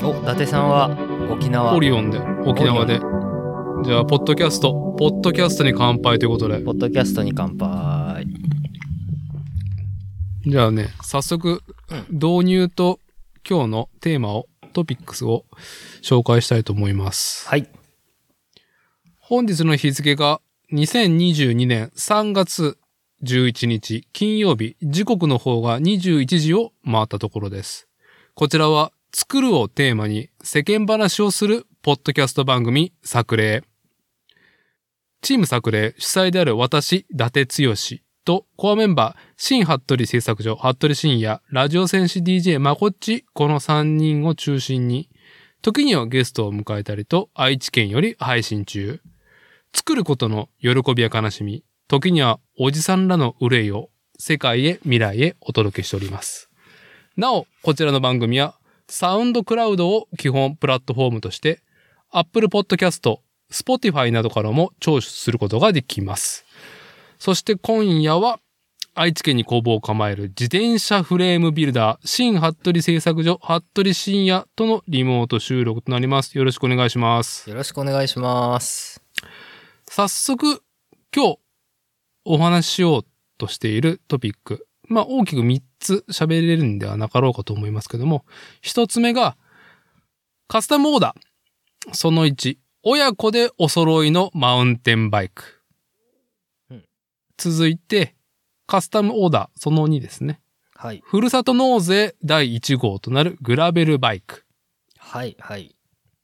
伊達さんは沖縄。 オリオンで、沖縄で。じゃあ、ポッドキャストに乾杯ということで。 ポッドキャストに乾杯。 じゃあね、早速、導入と今日のテーマトピックスを紹介したいと思います。 はい。 本日の日付が2022年3月11日金曜日、時刻の方が21時を回ったところです。こちらは作るをテーマに世間話をするポッドキャスト番組作例。チーム作例主催である私、伊達剛とコアメンバー、新服部製作所、服部深也、ラジオ戦士 DJ まこっち、この3人を中心に、時にはゲストを迎えたりと愛知県より配信中。作ることの喜びや悲しみ、時にはおじさんらの憂いを世界へ未来へお届けしております。なお、こちらの番組はサウンドクラウドを基本プラットフォームとして Apple Podcast、Spotify などからも聴取することができます。そして今夜は愛知県に工房を構える自転車フレームビルダー新服部製作所服部深也とのリモート収録となります。よろしくお願いします。 よろしくお願いします。 早速今日お話ししようとしているトピック。大きく3つ喋れるんではなかろうかと思いますけども、1つ目が、カスタムオーダー。その1、親子でお揃いのマウンテンバイク。続いて、カスタムオーダー。その2ですね。 はい。 ふるさと納税第1号となるグラベルバイク。 はい、はい。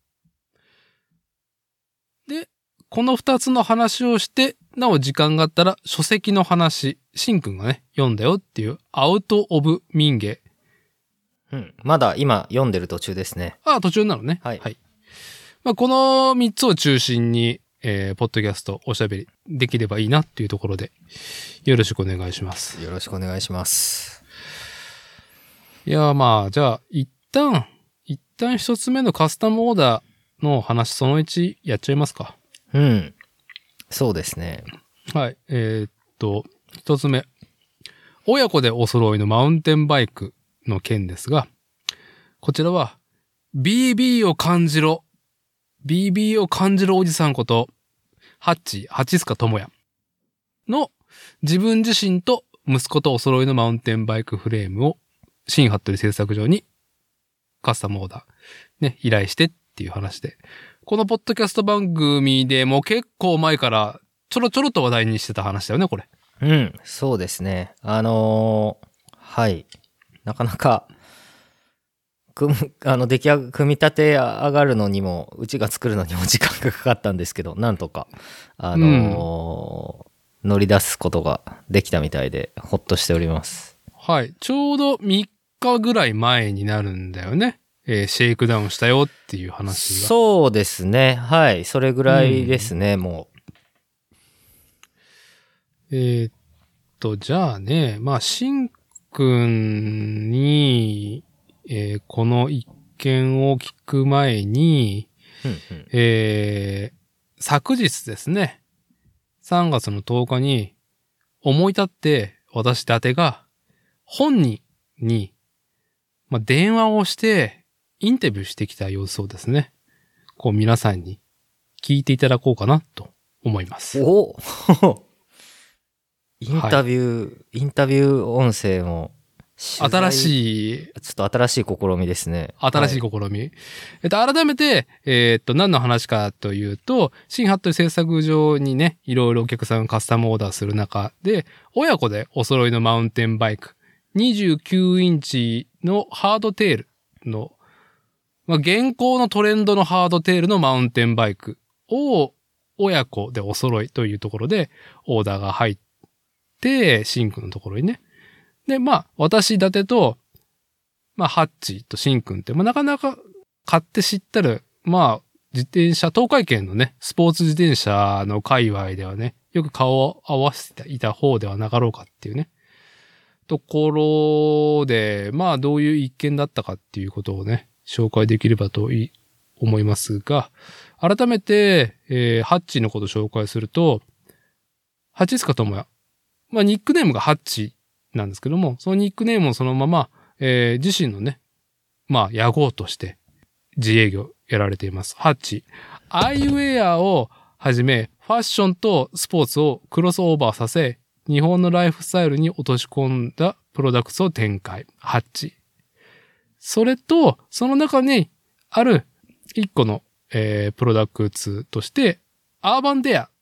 で、この2つの話をして、なお時間があったら書籍の話、しんくんがね、読んだよっていうアウト・オブ・民芸。 まだ今読んでる途中ですね。 途中なのね。 はい。 この3つを中心に、ポッドキャストおしゃべりできればいいなっていうところで、よろしくお願いします。 よろしくお願いします。 いや、じゃあ、一旦1つ目のカスタムオーダーの話、その1やっちゃいますか。 そうですね。 はい。1つ目。親子でお揃いのマウンテンバイクの件ですが、こちらは、BB を感じろおじさんこと、八須賀智也の自分自身と息子とお揃いのマウンテンバイクフレームを新服部製作所にカスタムオーダー、依頼してっていう話で、このポッドキャスト番組でも結構前からちょろちょろと話題にしてた話だよね、これ。 そうですね。はい。なかなか、組み立て上がるのにも、うちが作るのにも時間がかかったんですけど、なんとか、乗り出すことができたみたいで、ほっとしております。 はい。ちょうど3日ぐらい前になるんだよね。シェイクダウンしたよっていう話が。 そうですね。はい。それぐらいですね、もう。じゃあね、しんくんに、この一件を聞く前に、昨日ですね、3月の10日に思い立って私伊達が本人に、電話をしてインタビューしてきた様子をですね、皆さんに聞いていただこうかなと思います。 おインタビュー音声も新しい。 ちょっと新しい試みですね。 新しい試み。改めて、何の話かというと、新服部製作所にね、いろいろお客さんがカスタムオーダーする中で、親子でお揃いのマウンテンバイク、29インチのハードテールの、現行のトレンドのハードテールのマウンテンバイクを親子でお揃いというところでオーダーが入って、シンクのところにね。で、私、伊達と、ハッチとシンくんって、なかなか買って知ったる、自転車、東海圏のね、スポーツ自転車の界隈ではね、よく顔を合わせていた方ではなかろうかっていうね、ところで、どういう一件だったかっていうことをね、紹介できればと思いますが、改めて、ハッチのことを紹介すると、八須賀智也。ニックネームがハッチなんですけども、そのニックネームをそのまま、自身のね、野号として自営業やられています。ハッチ。アイウェアをはじめ、ファッションとスポーツをクロスオーバーさせ、日本のライフスタイルに落とし込んだプロダクツを展開。ハッチ。それと、その中にある一個の、プロダクツとして、アーバンデア。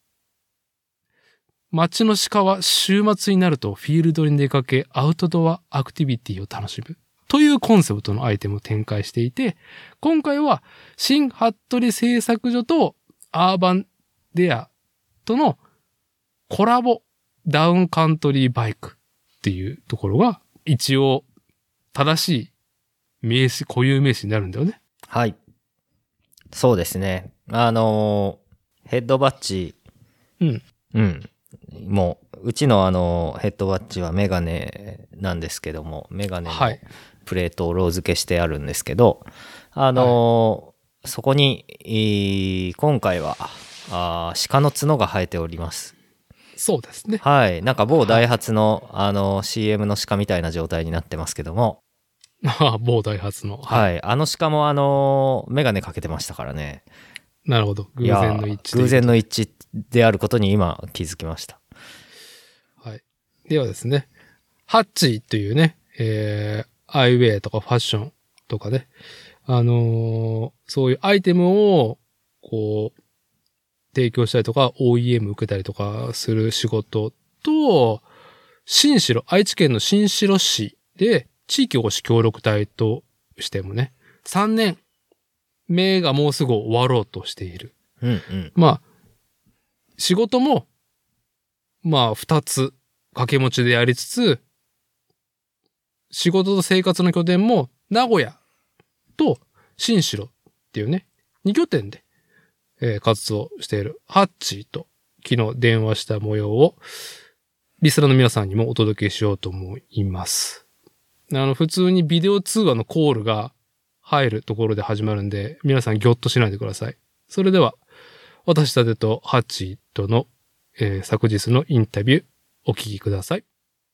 街の鹿は週末になるとフィールドに出かけ、アウトドアアクティビティを楽しむ。というコンセプトのアイテムを展開していて、今回は新服部製作所とアーバンデアとのコラボダウンカントリーバイクっていうところが一応正しい名詞、固有名詞になるんだよね。 はい。そうですね。ヘッドバッジ。 うん。 うん。もう、うちのヘッドバッジはメガネなんですけども、メガネのプレートをロー付けしてあるんですけど、そこに、今回は、鹿の角が生えております。 そうですね。 はい。なんか某ダイハツの、CM の鹿みたいな状態になってますけども。 某ダイハツの。 はい。鹿もメガネかけてましたからね。 なるほど。偶然の一致。 偶然の一致であることに今気づきました。 はい。ではですね、ハッチというね、アイウェイとかファッションとかね、そういうアイテムを、こう、提供したりとか、OEM 受けたりとかする仕事と、愛知県の新城市で、地域おこし協力隊としてもね、3年、目がもうすぐ終わろうとしている。 うんうん。 まあ、仕事も、まあ、2つ掛け持ちでやりつつ、仕事と生活の拠点も名古屋と新城っていうね、2拠点で、活動しているハッチーと昨日電話した模様をリスナーの皆さんにもお届けしようと思います。普通にビデオ通話のコールが入るところで始まるんで、皆さんギョッとしないでください。それでは、私たちとハッチーとの、昨日のインタビューお聞きください。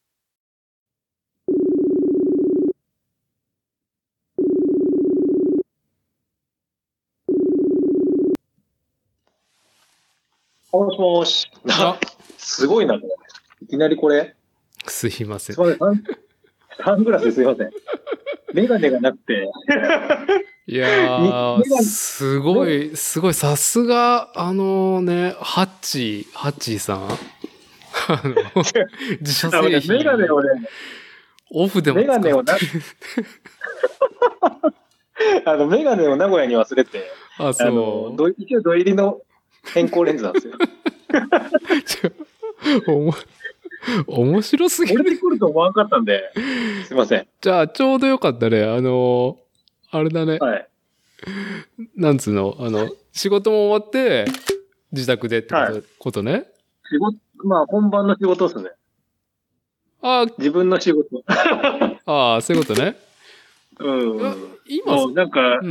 もしもし。すごいな、これ。いきなりこれ。 すいません。 すいません。サングラスですいません。メガネがなくて。 いやー、すごい、さすが、ハッチーさん。自社製品。 メガネをね、 オフでも使ってメガネをメガネを名古屋に忘れて、 そう。 一応土入りの変更レンズなんですよ。 面白すぎる。 降りてくると思わなかったんで、すいません。 じゃあ、ちょうどよかったね。あれだね。 はい。 なんつうの、仕事も終わって、自宅でってことね。 仕事、まあ、本番の仕事ですね。自分の仕事。 そういうことね。今、 なんか、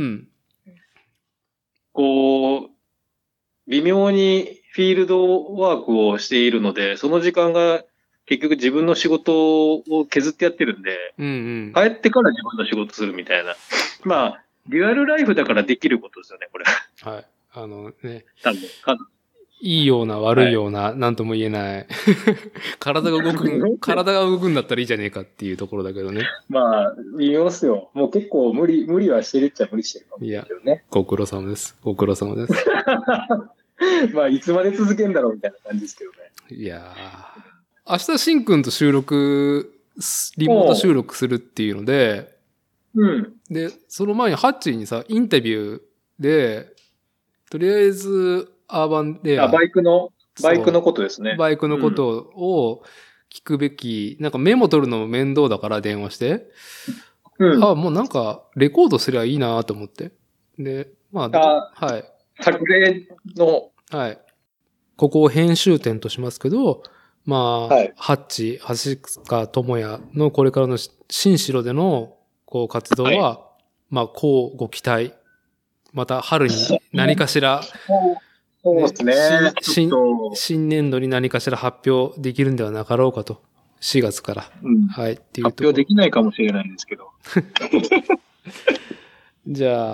こう、微妙にフィールドワークをしているので、その時間が結局自分の仕事を削ってやってるんで、帰ってから自分の仕事するみたいな。まあ、デュアルライフだからできることですよね、これ。 はい。 多分。 いいような悪いような、なんとも言えない。体が動くんだったらいいじゃねえかっていうところだけどね。 まあ、微妙っすよ。もう結構無理はしてるっちゃ無理してるかもしれないけどね。 ご苦労様です。ご苦労様です。 まあ、いつまで続けんだろうみたいな感じですけどね。 いやー。明日、しんくんとリモート収録するっていうので、で、その前にハッチーにさ、インタビューで、とりあえず、アーバンデア。 バイクのことですね。 バイクのことを聞くべき、なんかメモ取るのも面倒だから電話して。もうなんか、レコードすりゃいいなと思って。で、まあ、はい。 作例の。 はい。ここを編集点としますけど、まあ、ハッチ、橋川智也のこれからの新城での、こう、活動は、まあ、こうご期待。また、春に何かしら、 そうですね。 新年度に何かしら発表できるんではなかろうかと。4月から。はい。っていう発表できないかもしれないんですけど。 じゃあ、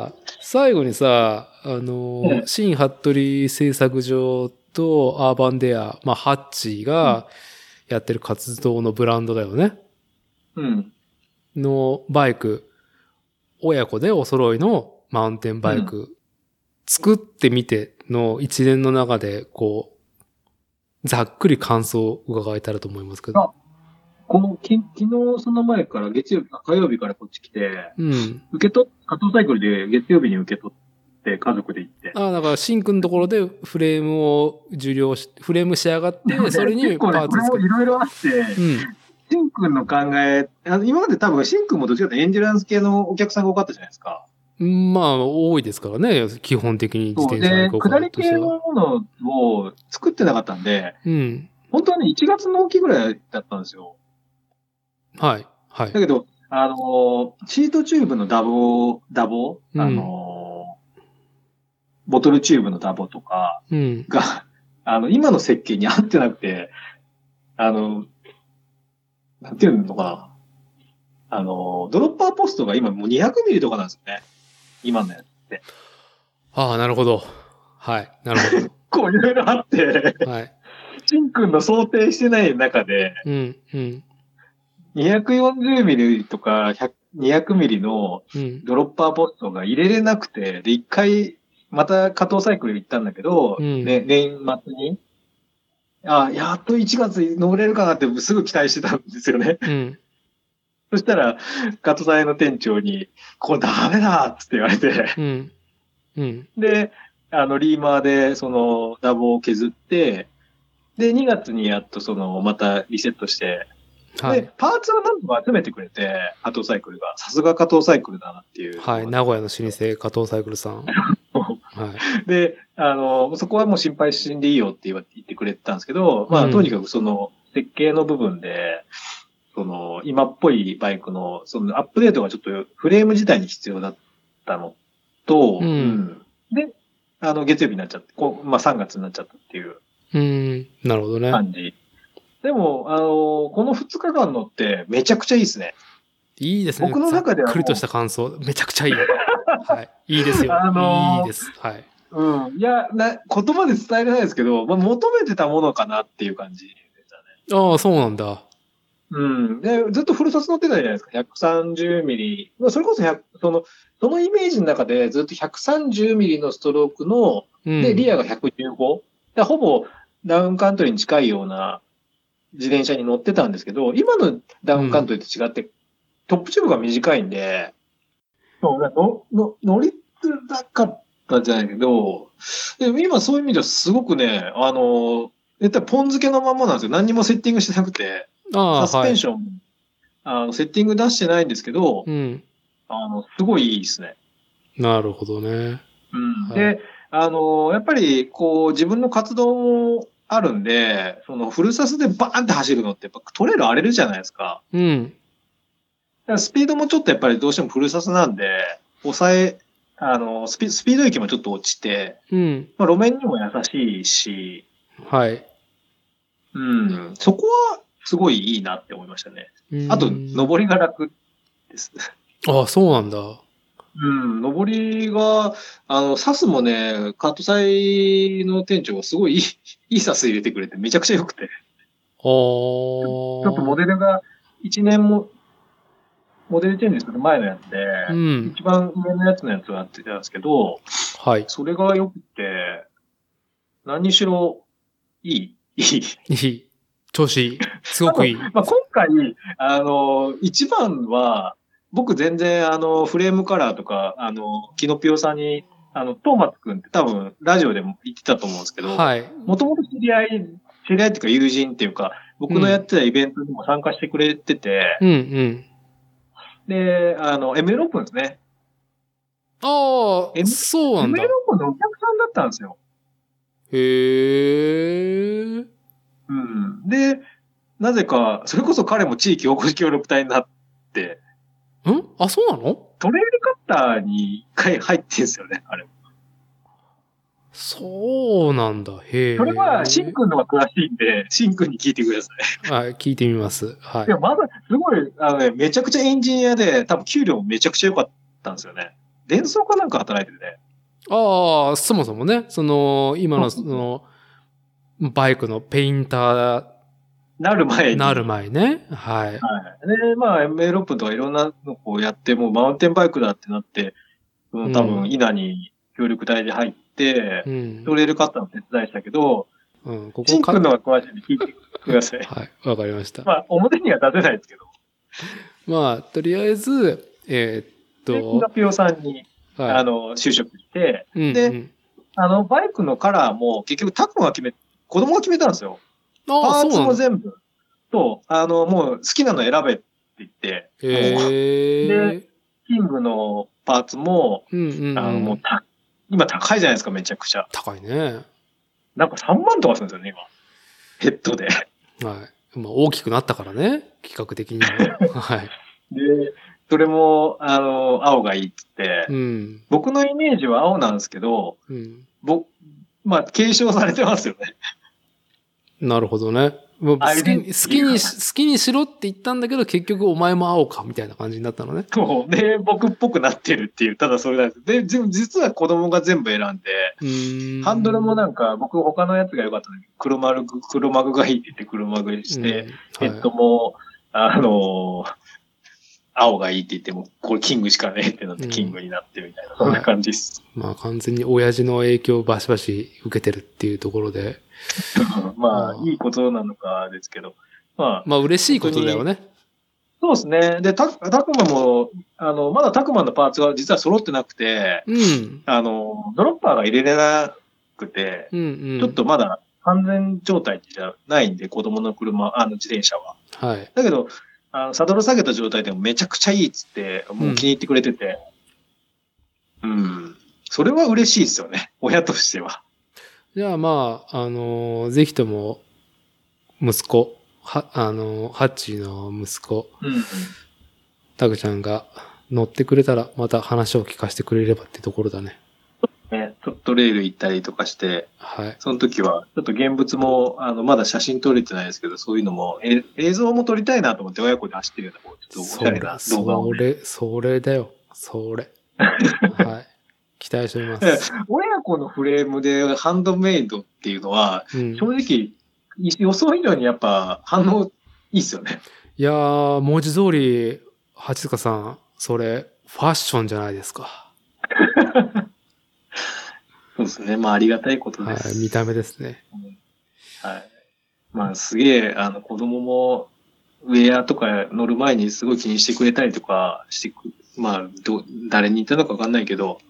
最後にさ、新服部製作所とアーバンデア、まあ、ハッチがやってる活動のブランドだよね。 うん。 のバイク、親子でお揃いのマウンテンバイク、作ってみての一年の中で、こう、ざっくり感想を伺えたらと思いますけど。 昨日その前から火曜日からこっち来て、 うん。 加藤サイクルで月曜日に受け取って家族で行って。 だからシンくんのところでフレームをフレーム仕上がって、それにパーツ作る。いろいろあって、シンくんの考え、今まで多分シンくんもどっちかというとエンジュランス系のお客さんが多かったじゃないですか。 まあ、多いですからね、基本的に自転車の下り系のものを作ってなかったんで、本当はね、1月の大きいぐらいだったんですよ。 はい。はい。 だけど、シートチューブのダボ、ボトルチューブのダボとかが、今の設計に合ってなくて、なんていうのかな。ドロッパーポストが今もう200ミリとかなんですよね。今のやつって。 ああ、なるほど。はい。なるほど。 結構いろいろあって、はい。シンくんの想定してない中で、240ミリとか200ミリのドロッパーポストが入れれなくて、で、一回、また加藤サイクル行ったんだけど、ね、年末に、やっと1月に乗れるかなってすぐ期待してたんですよね。そしたら、加藤サイの店長に、これダメだっつって言われて、で、リーマーでそのダボを削って、で、2月にやっとまたリセットして、で、パーツを何とか集めてくれて、加藤サイクルが。さすが加藤サイクルだなっていう。 はい。名古屋の老舗、加藤サイクルさん。 はい。で、そこはもう心配しんでいいよって言ってくれてたんですけど、まあ、とにかく設計の部分で、今っぽいバイクの、アップデートがちょっとフレーム自体に必要だったのと、で、月曜日になっちゃって、まあ、3月になっちゃったっていう。 なるほどね。 感じ。でも、この2日間乗ってめちゃくちゃいいですね。 いいですね。 僕の中では。 ざっくりとした感想、めちゃくちゃいい。はい。いいですよ。いいです。はい。 いや、言葉で伝えれないですけど、まあ、求めてたものかなっていう感じでしたね。ああ、そうなんだ。 で、ずっとフルサス乗ってたじゃないですか。130ミリ。それこそそのイメージの中でずっと130ミリのストロークの、で、リアが115。ほぼダウンカントリーに近いような自転車に乗ってたんですけど、今のダウンカントリーと違って、トップチューブが短いんで、乗りづらかったじゃないけど、でも今そういう意味ではすごくね、絶対ポン付けのままなんですよ。何にもセッティングしてなくて、サスペンション、セッティング出してないんですけど、すごいいいですね。 なるほどね。 で、やっぱり、自分の活動もあるんで、フルサスでバーンって走るのって、やっぱトレイル荒れるじゃないですか。だからスピードもちょっとやっぱりどうしてもフルサスなんで、スピード域もちょっと落ちて、まあ、路面にも優しいし、 はい。 そこはすごいいいなって思いましたね。あと、登りが楽です。 ああ、そうなんだ。 登りが、サスもね、カットサイの店長がすごいいいサス入れてくれてめちゃくちゃ良くて。ちょっとモデルが1年も、モデルチェンジする前のやつで、一番上のやつのやつをやってたんですけど、 はい。 それが良くて、何にしろ、いい。 調子いい。すごくいい。 まあ、今回、一番は、僕全然フレームカラーとか、キノピオさんに、トーマツくんって多分ラジオでも言ってたと思うんですけど、 はい。 もともと知り合いっていうか友人っていうか、僕のやってたイベントにも参加してくれてて、で、エメロープンですね。 ああ、そうなんだ。 エメロープンのお客さんだったんですよ。 へえ。 で、なぜか、それこそ彼も地域おこし協力隊になって、 あ、そうなの？ トレイルカッターに一回入ってんすよね、あれ。 そうなんだ。へえ。 それは、シンくんのが詳しいんで、シンくんに聞いてください。 はい、聞いてみます。はい。 いや、まだ、すごい、めちゃくちゃエンジニアで、多分給料もめちゃくちゃ良かったんですよね。 電装かなんか働いてるね。 ああ、そもそもね、今のバイクのペインターなる前に。 なる前ね。はい。 はい。で、まあ、MA6 分とかいろんなのをやって、もうマウンテンバイクだってなって、多分、稲に協力隊で入って、トレイルカッターの手伝いしたけど、ここチン君のが詳しいんで聞いてください。 はい、わかりました。 まあ、表には出せないですけど。 まあ、とりあえず、 がピオさんに、就職して、で、バイクのカラーも結局タクが子供が決めたんですよ。パーツも全部。もう好きなの選べって言って、で、キングのパーツも、もう今高いじゃないですか、めちゃくちゃ。 高いね。 なんか3万とかするんですよね、今。ヘッドで。 はい。まあ、大きくなったからね、企画的にも。はい。 で、それも、青がいいっつって、僕のイメージは青なんですけど、まあ、継承されてますよね。 なるほどね。好きにしろって言ったんだけど、結局お前も青かみたいな感じになったのね。 そう。で、僕っぽくなってるっていう、ただそれなんです。で、実は子供が全部選んで、ハンドルもなんか、僕他のやつが良かったのに、黒マグがいいって言って黒マグにして、ヘッドも、青がいいって言っても、これキングしかねえってなってキングになってみたいな、そんな感じです。 まあ完全に親父の影響をバシバシ受けてるっていうところで。 まあ、いいことなのかですけど。 まあ嬉しいことだよね。 そうですね。で、タクマも、まだタクマのパーツが実は揃ってなくて、ドロッパーが入れれなくて、ちょっとまだ完全状態じゃないんで、子供の車、自転車は。 はい。 だけど、サドル下げた状態でもめちゃくちゃいいっつって、もう気に入ってくれてて、それは嬉しいですよね。親としては。 じゃあまあ、ぜひとも、息子、ハッチーの息子、タグちゃんが乗ってくれたら、また話を聞かせてくれればってところだね。 トレイル行ったりとかして、はい。その時は、ちょっと現物も、まだ写真撮れてないですけど、そういうのも、映像も撮りたいなと思って親子で走ってるような、ちょっとおしゃれな動画を、ね。 それだよ。それ。はい。期待しております。 親子のフレームでハンドメイドっていうのは、正直、予想以上にやっぱ反応いいっすよね。 いやー、文字通り、八塚さん、それ、ファッションじゃないですか。 そうですね。まあ、ありがたいことです。 はい、見た目ですね。 はい。まあ、すげえ、子供も、ウェアとか乗る前にすごい気にしてくれたりとかしてまあ、誰に言ったのかわかんないけど。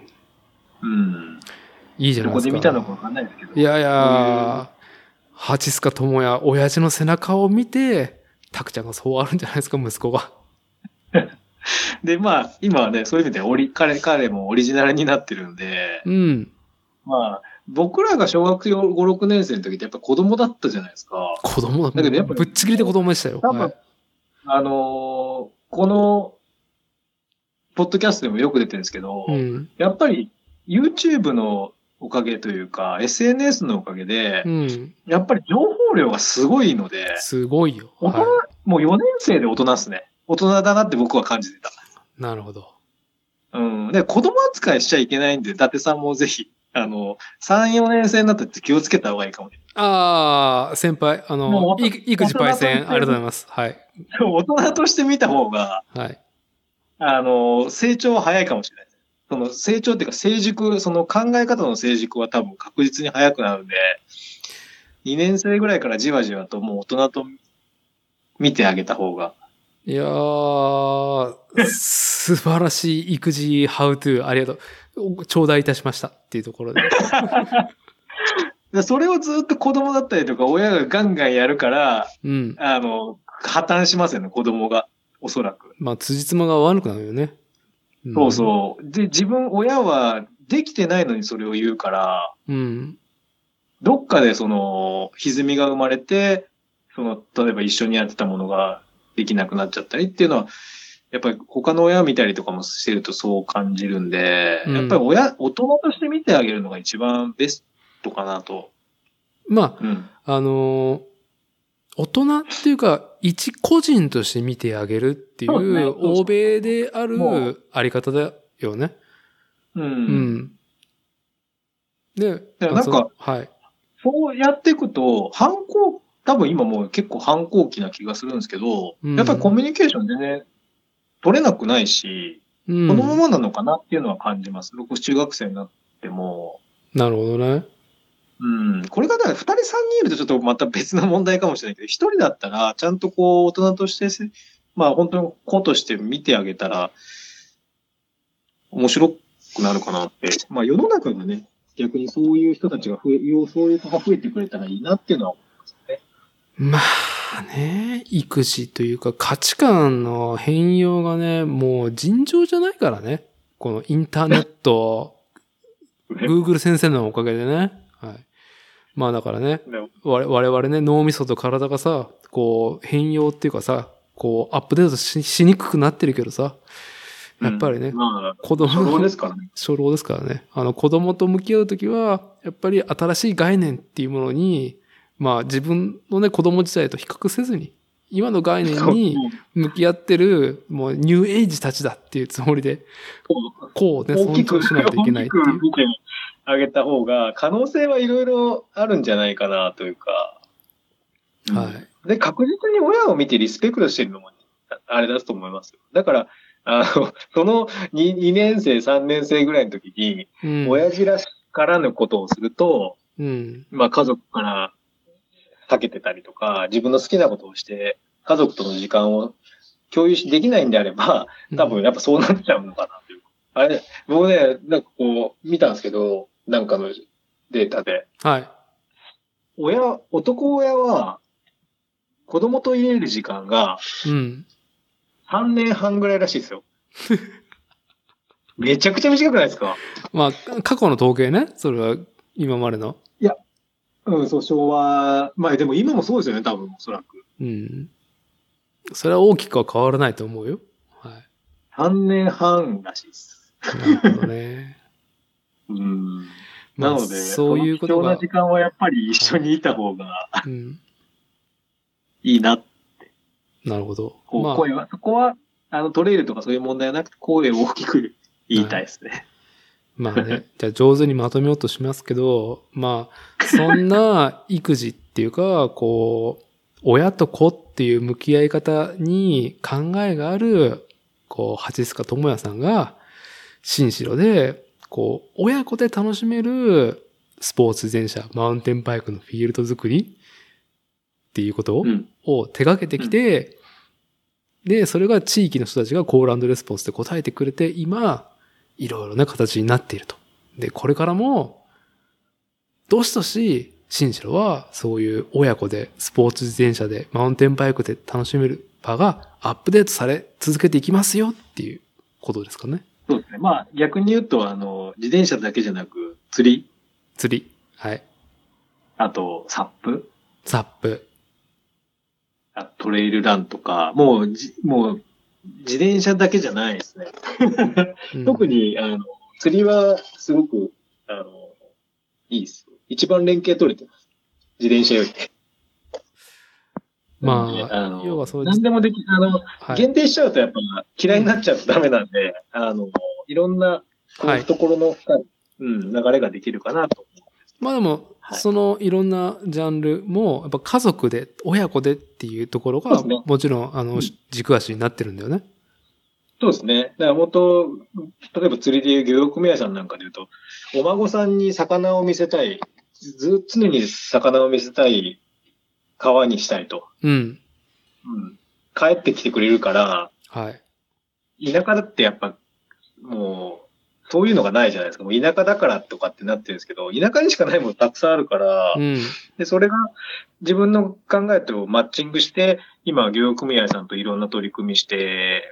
いいじゃないですか。 どこで見たのかわかんないですけど。 いやいや、八塚智也、親父の背中を見て、タクちゃんがそうあるんじゃないですか、息子が。 で、まあ、今はね、そういう意味で彼もオリジナルになってるんで、まあ、僕らが小学5、6年生の時ってやっぱ子供だったじゃないですか。 子供だけどやっぱぶっちぎりで子供でしたよ。 多分、この、ポッドキャストでもよく出てるんですけど、やっぱり YouTube のおかげというか、SNS のおかげで、やっぱり情報量がすごいので、 すごいよ。 もう4年生で大人ですね。大人だなって僕は感じてた。 なるほど。 で、子供扱いしちゃいけないんで、伊達さんもぜひ、3、4年生になったって気をつけた方がいいかも。 先輩、育児パイセン、ありがとうございます。はい。 大人として見た方が、 はい。 成長は早いかもしれない。その成長っていうか成熟、その考え方の成熟は多分確実に早くなるんで、2年生ぐらいからじわじわともう大人と見てあげた方が。 いやー、素晴らしい育児ハウトゥー、ありがとう。頂戴いたしましたっていうところで。 それをずっと子供だったりとか親がガンガンやるから、破綻しますよね、子供が。おそらく。 まあ、辻褄が合わなくなるよね。 そうそう。で、親はできてないのにそれを言うから、どっかで歪みが生まれて、例えば一緒にやってたものができなくなっちゃったりっていうのは、やっぱり他の親を見たりとかもしてるとそう感じるんで、やっぱり大人として見てあげるのが一番ベストかなと。 まあ、大人っていうか、一個人として見てあげるっていう、欧米であるあり方だよね。 う。 うん。で、 なんか、 はい。 そうやっていくと、多分今もう結構反抗期な気がするんですけど、やっぱりコミュニケーション全然取れなくないし、このままなのかなっていうのは感じます。僕、中学生になっても。 なるほどね。 うん。これがだから2人3人いるとちょっとまた別の問題かもしれないけど、1人だったら、ちゃんとこう、大人として、まあ本当に子として見てあげたら、面白くなるかなって。まあ世の中がね、逆にそういう人たちがそういう子が増えてくれたらいいなっていうのは思いますね。 まあね、育児というか価値観の変容がね、もう尋常じゃないからね。このインターネット、Google 先生のおかげでね。はい。まあだからね、我々ね、脳みそと体がさ、こう変容っていうかさ、こうアップデートしにくくなってるけどさ、やっぱりね、 まあ、 子供初老ですからね。 初老ですからね。子供と向き合うときは、やっぱり新しい概念っていうものに、まあ自分のね、子供時代と比較せずに、今の概念に向き合ってる、もうニューエイジたちだっていうつもりで、こうね、尊重しないといけないっていう。 大きく見てあげた方が、可能性はいろいろあるんじゃないかなというか。 はい。 で、確実に親を見てリスペクトしてるのも、あれだと思いますよ。だから、その 2年生、3年生ぐらいの時に、親父らしからぬことをすると、まあ家族から避けてたりとか、自分の好きなことをして、家族との時間を共有できないんであれば、多分やっぱそうなっちゃうのかなという。あれ、僕ね、なんかこう、見たんですけど、なんかのデータで。 はい。 男親は、子供と入れる時間が、3年半ぐらいらしいですよ。めちゃくちゃ短くないですか？ まあ、過去の統計ね。それは今までの。 いや、そう、昭和。まあでも今もそうですよね、多分、おそらく。 それは大きくは変わらないと思うよ。はい。 3年半らしいです。 なるほどね。 なので、 そういうことが。 貴重な時間はやっぱり一緒にいた方が、いいなって。 なるほど。 声は、そこは、トレイルとかそういう問題はなくて、声を大きく言いたいですね。 まあね、じゃあ上手にまとめようとしますけど、まあ、そんな育児っていうか、こう、親と子っていう向き合い方に考えがある、こう、八塚智也さんが、新城で、こう、親子で楽しめるスポーツ自転車、マウンテンバイクのフィールド作りっていうことを手掛けてきて、で、それが地域の人たちがコール&レスポンスで答えてくれて、今、いろいろな形になっていると。で、これからも、どしどし、新城はそういう親子でスポーツ自転車でマウンテンバイクで楽しめる場がアップデートされ続けていきますよっていうことですかね。 そうですね。まあ逆に言うと、自転車だけじゃなく、釣り。 はい。 あと、サップ。トレイルランとか、もう自転車だけじゃないですね。特に、釣りはすごく、いいですよ。一番連携取れてます。自転車より。 まあ、要はそう何でもでき、限定しちゃうとやっぱ嫌いになっちゃうとダメなんで、いろんな、懐の深い、流れができるかなと思う。 まあでも、そのいろんなジャンルも、やっぱ家族で、親子でっていうところが、もちろん、軸足になってるんだよね。 そうですね。だから例えば釣りでいう漁業組合さんなんかで言うと、お孫さんに魚を見せたい、常に魚を見せたい川にしたいと。帰ってきてくれるから、田舎だってやっぱ、もう、そういうのがないじゃないですか。もう田舎だからとかってなってるんですけど、田舎にしかないものたくさんあるから、で、それが自分の考えとマッチングして、今、漁業組合さんといろんな取り組みして、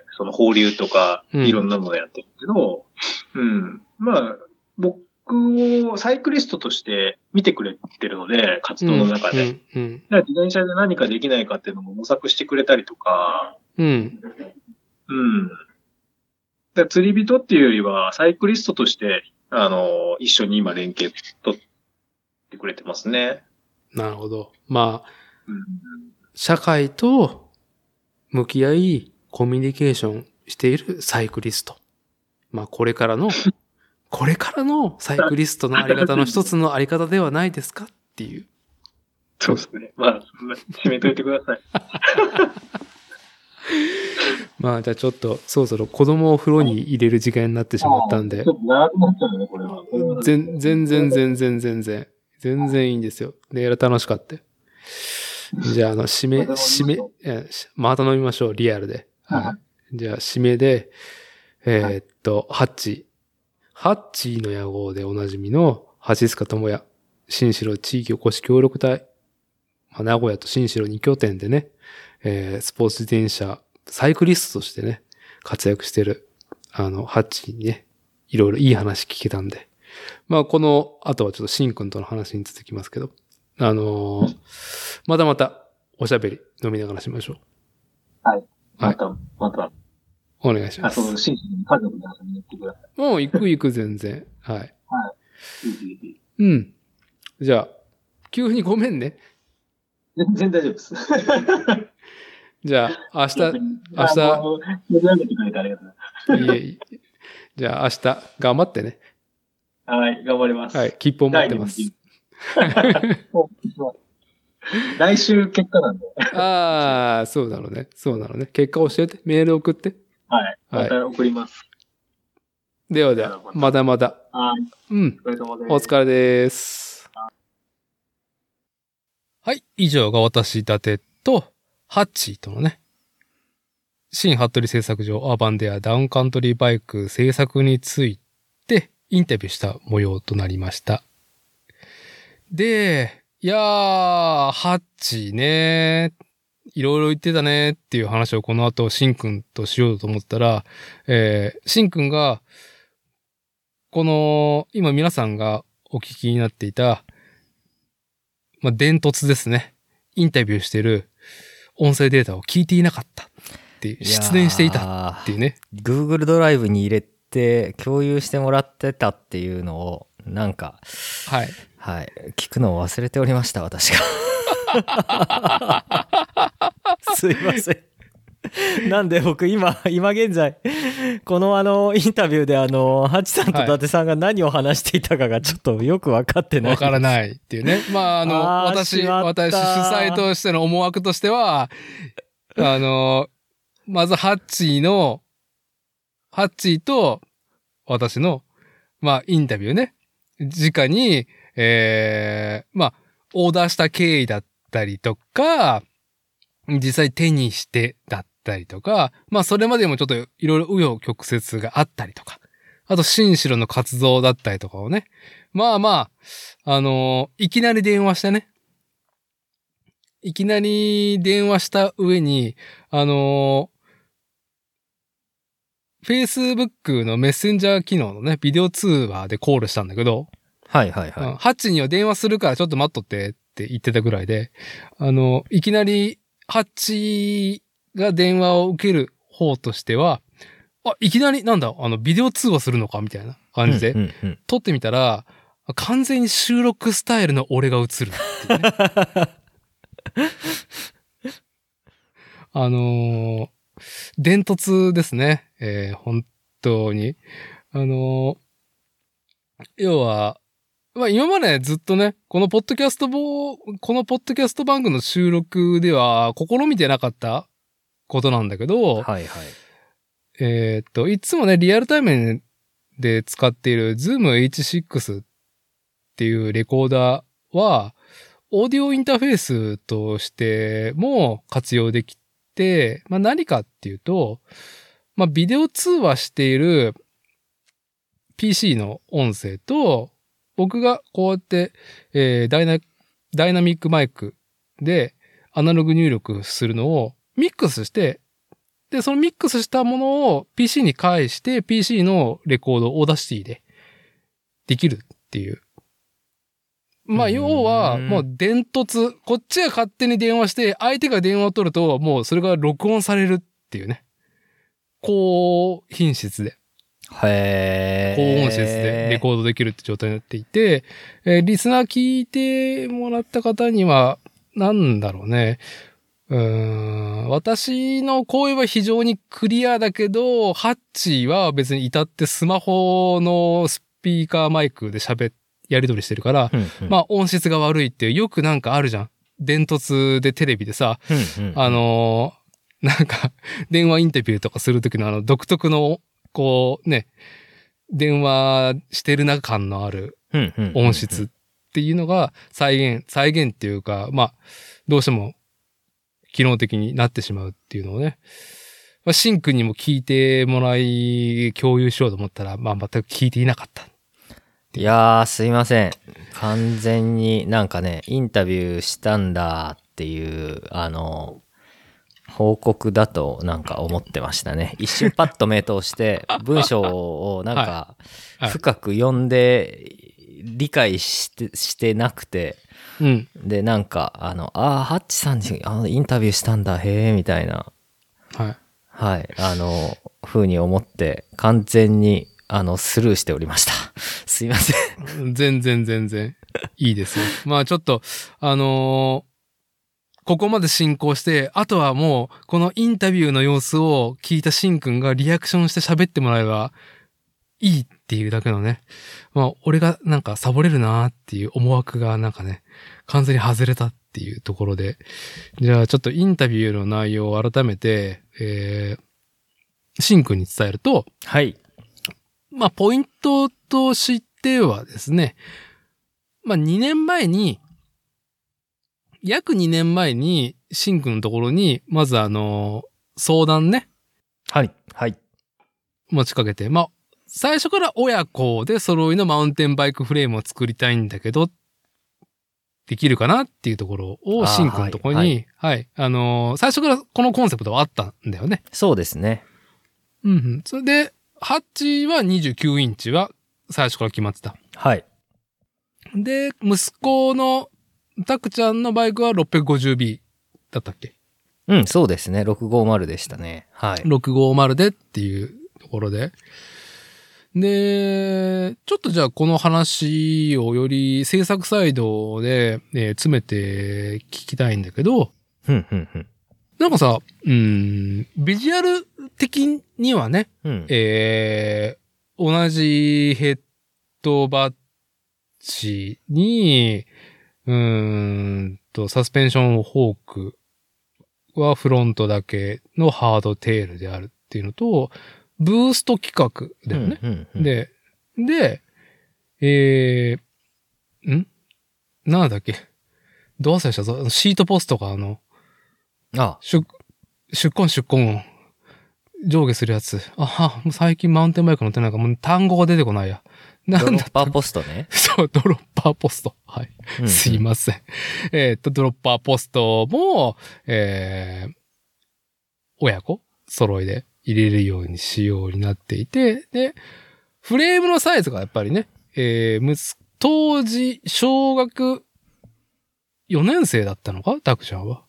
その放流とか、いろんなものやってるけど、まあ、僕をサイクリストとして見てくれてるので、活動の中で。自転車で何かできないかっていうのも模索してくれたりとか、釣り人っていうよりは、サイクリストとして、一緒に今連携取ってくれてますね。 なるほど。まあ、社会と向き合い、コミュニケーションしているサイクリスト。まあ、これからのこれからのサイクリストのあり方の一つのあり方ではないですかっていう。 そうですね。まあ、締めといてください。 まあ、じゃあちょっと、そろそろ子供を風呂に入れる時間になってしまったんで。 ちょっと長くなっちゃうね、これは。 全然いいんですよ。で、楽しかったよ。じゃあ、締め、また飲みましょう、リアルで。はい。じゃあ、締めで、ハッチーの野号でおなじみの、橋塚智也、新城地域おこし協力隊、名古屋と新城2拠点でね、スポーツ自転車、サイクリストとしてね、活躍してる、ハッチーにね、いろいろいい話聞けたんで、まあ、この後はちょっとシンくんとの話に続きますけど、またまたおしゃべり飲みながらしましょう。 はい。また。 お願いします。 そのシンくんに家族で遊びに行ってください。 もう行く全然。はい。はい。 うん。 じゃあ、急にごめんね。 全然大丈夫です。 じゃあ、明日。 盛り上げてくれてありがとうございます。 いえ。じゃあ、明日、頑張ってね。 はい、頑張ります。 はい、切符を持ってます。 来週結果なんで。 ああ、そうなのね。結果教えて。メール送って。 はい。また送ります。 では、まだまだ。 はい。 うん。お疲れです。はい。以上が私、伊達と、ハッチーとのね、新服部製作所アーバンデアダウンカントリーバイク製作についてインタビューした模様となりました。で、いやー、ハッチーね、いろいろ言ってたねっていう話をこの後、シンくんとしようと思ったら、シンくんが、この、今皆さんがお聞きになっていた、伝突ですね。インタビューしてる音声データを聞いていなかったっていう、失念していたっていうね。 Google ドライブに入れて共有してもらってたっていうのを、なんか、 はい。 はい。聞くのを忘れておりました、私が。すいません。なんで僕今現在、このインタビューでハチさんと伊達さんが何を話していたかがちょっとよく分かってない。 分からないっていうね。まあ私主催としての思惑としては、まずハッチーと私の、インタビューね。直に、オーダーした経緯だったりとか、実際手にしてだったりとか、それまでもちょっといろいろ紆余曲折があったりとか、あと新城の活動だったりとかをね、いきなり電話してね、いきなり電話した上に、Facebook のメッセンジャー機能のね、ビデオ通話でコールしたんだけど、 ハッチには電話するからちょっと待っとってって言ってたぐらいで、いきなりハッチが電話を受ける方としては、いきなりビデオ通話するのかみたいな感じで、撮ってみたら、完全に収録スタイルの俺が映るっていうね。伝突ですね。本当に。要は、今までずっとね、このポッドキャスト番組の収録では試みてなかったことなんだけど、 はい。 いつもね、リアルタイムで使っている Zoom H6 っていうレコーダーは、オーディオインターフェースとしても活用できて、何かっていうと、ビデオ通話している PC の音声と、僕がこうやって、ダイナミックマイクでアナログ入力するのをミックスして、で、そのミックスしたものを PC に返して、PC のレコードをオーダーシティでできるっていう。要は、もう伝突、こっちが勝手に電話して、相手が電話を取ると、もうそれが録音されるっていうね。高品質で。高音質でレコードできるって状態になっていて、リスナー聞いてもらった方には、なんだろうね。私の声は非常にクリアだけど、ハッチは別に至ってスマホのピーカーマイクでやり取りしてるから、 うんうん、 まあ音質が悪いってよくなんかあるじゃん。電突でテレビでさ、 うんうんうん、 なんか電話インタビューとかするときの独特の、こうね、電話してる中感のある音質っていうのが再現っていうか、まあ、どうしても機能的になってしまうっていうのをね、まあ、シンくんにも聞いてもらい共有しようと思ったら、まあ全く聞いていなかった。 いやー、すいません。完全になんかね、インタビューしたんだっていう、報告だとなんか思ってましたね。一瞬パッと目通して、文章をなんか深く読んで理解してなくて、 うん、 で、なんか、ハッチさんにインタビューしたんだ、へーみたいな。 はい。 はい、風に思って、完全に、スルーしておりました。すいません。全然いいですよ。まあちょっと、ここまで進行して、あとはもう、このインタビューの様子を聞いたシンくんがリアクションして喋ってもらえばいいっていうだけのね。まあ、俺がなんかサボれるなーっていう思惑がなんかね、完全に外れたっていうところで。じゃあちょっとインタビューの内容を改めて、シンくんに伝えると、 はい。 まあ、ポイントとしてはですね、まあ、約2年前に、シンくんのところに、まず相談ね。 はい。はい。 持ちかけて、まあ、最初から親子で揃いのマウンテンバイクフレームを作りたいんだけど、できるかなっていうところを、シンくんのところに、はい、最初からこのコンセプトはあったんだよね。 そうですね。 うんうん。それで、ハッチは29インチは最初から決まってた。 はい。 で、息子のタクちゃんのバイクは 650B だったっけ？ うん、そうですね。650でしたね。はい。 650でっていうところで。で、ちょっとじゃあこの話をより制作サイドで、詰めて聞きたいんだけど、なんかさ、ビジュアル的にはね、 うん、 同じヘッドバッジに、サスペンションフォークはフロントだけのハードテールであるっていうのと、ブースト規格だよね。で、なんだっけ、どうせしたぞ、シートポストが出根上下するやつ。もう最近マウンテンバイク乗ってないから、もう単語が出てこないや。 ドロッパーポストね。 そう、ドロッパーポスト。はい。すいません。ドロッパーポストも、親子揃いで入れるように仕様になっていて、で、フレームのサイズがやっぱりね、当時、小学4年生だったのかタクちゃんは。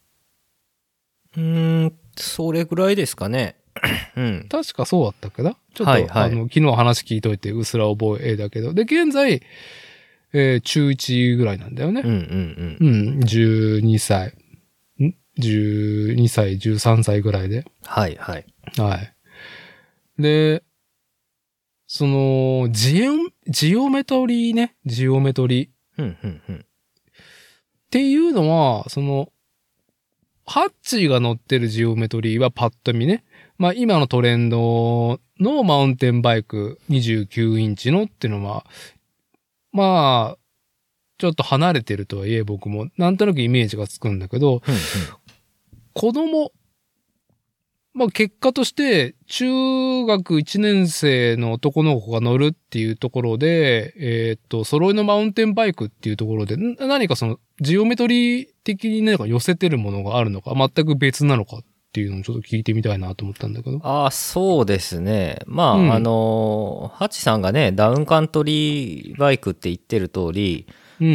それぐらいですかね。 うん。確かそうだったっけなちょっと、はいはい、昨日話聞いといて、うすら覚えだけど。で、現在、中1ぐらいなんだよね。12歳。12歳、13歳ぐらいで。 はいはい。 はい。で、その、ジオメトリーね。ジオメトリー。っていうのは、その、ハッチーが乗ってるジオメトリーはパッと見ね。まあ今のトレンドのマウンテンバイク29インチのっていうのは、まあ、ちょっと離れてるとはいえ僕もなんとなくイメージがつくんだけど、子供、まあ結果として中学1年生の男の子が乗るっていうところで、揃いのマウンテンバイクっていうところで何かそのジオメトリー的に何か寄せてるものがあるのか、全く別なのかっていうのをちょっと聞いてみたいなと思ったんだけど。 そうですね。まあ、ハチさんがね、ダウンカントリーバイクって言ってる通り、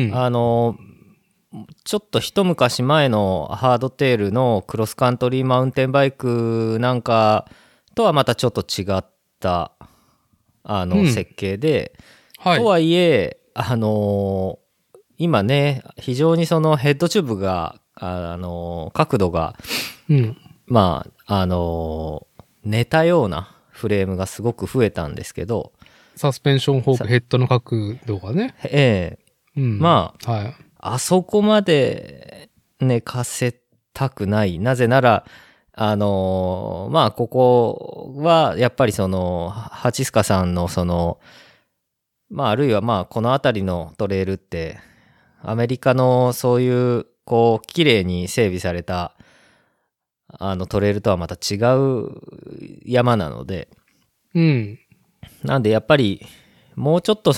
ちょっと一昔前のハードテールのクロスカントリーマウンテンバイクなんかとはまたちょっと違った設計で、はい、とはいえ今ね非常にそのヘッドチューブが角度が、まあ寝たようなフレームがすごく増えたんですけど、 サスペンションフォーク、ヘッドの角度がね。 うん。まあ、 はい。 あそこまで寝かせたくない。なぜなら、まあ、ここは、やっぱりハチスカさんのまあ、あるいはまあ、この辺りのトレイルって、アメリカのそういう、こう、綺麗に整備された、トレイルとはまた違う山なので、 うん。 なんで、やっぱり、もうちょっと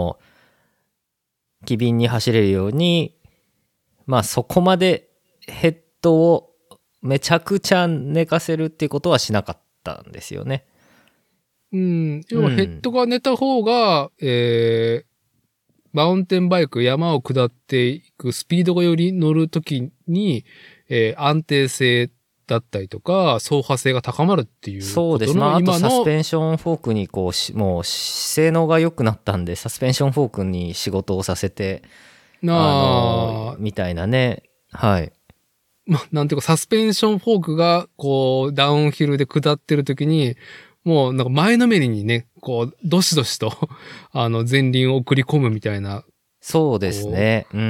機敏に走れるように、まあ、そこまでヘッドをめちゃくちゃ寝かせるっていうことはしなかったんですよね。 うん。要はヘッドが寝た方が、マウンテンバイク、山を下っていくスピードがより乗るときに、安定性だったりとか、走破性が高まるっていうことの。 そうです。まあ、あとサスペンションフォークにもう性能が良くなったんで、サスペンションフォークに仕事をさせて、みたいなね。はい。 まあ、なんていうか、サスペンションフォークが、こう、ダウンヒルで下ってるときに、もうなんか前のめりにね、こう、どしどしと、前輪を送り込むみたいな。 そうですね。うん。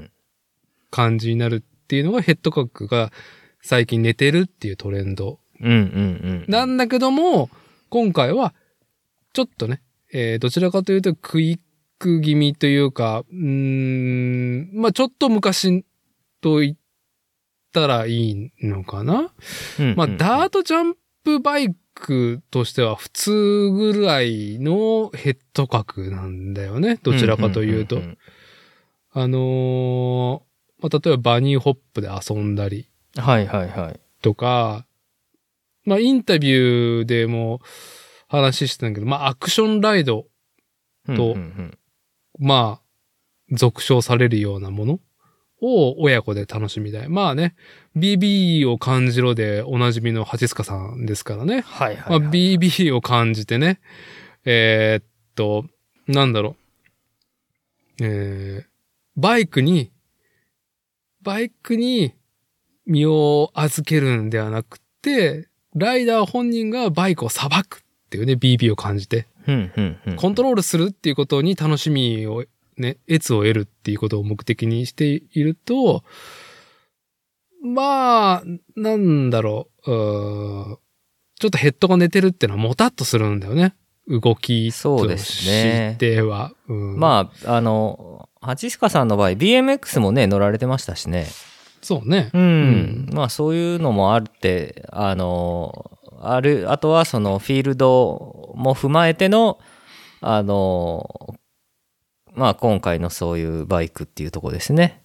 感じになるっていうのがヘッド角が最近寝てるっていうトレンド。なんだけども、今回は、ちょっとね、どちらかというとクイック気味というか、まあちょっと昔と言ったらいいのかな。まあダートジャンプバイクとしては普通ぐらいのヘッド角なんだよね。どちらかというと。まあ、例えばバニーホップで遊んだり。 はいはいはい。 とか、まあインタビューでも話してたんだけど、まあアクションライドと、まあ、俗称されるようなものを親子で楽しみたい。まあね、BB を感じろでおなじみのハチスカさんですからね。 はいはい、はい。 まあ、BB を感じてね、なんだろう。バイクに身を預けるんではなくて、ライダー本人がバイクを裁くっていうね、BB を感じて。コントロールするっていうことに楽しみをね、悦を得るっていうことを目的にしていると、まあ、なんだろう、ちょっとヘッドが寝てるっていうのはもたっとするんだよね。動きとしては。 まあ、ハチスカさんの場合、BMX もね、乗られてましたしね。 そうね。 まあ、そういうのもあって、あとはフィールドも踏まえての、まあ、今回のそういうバイクっていうとこですね。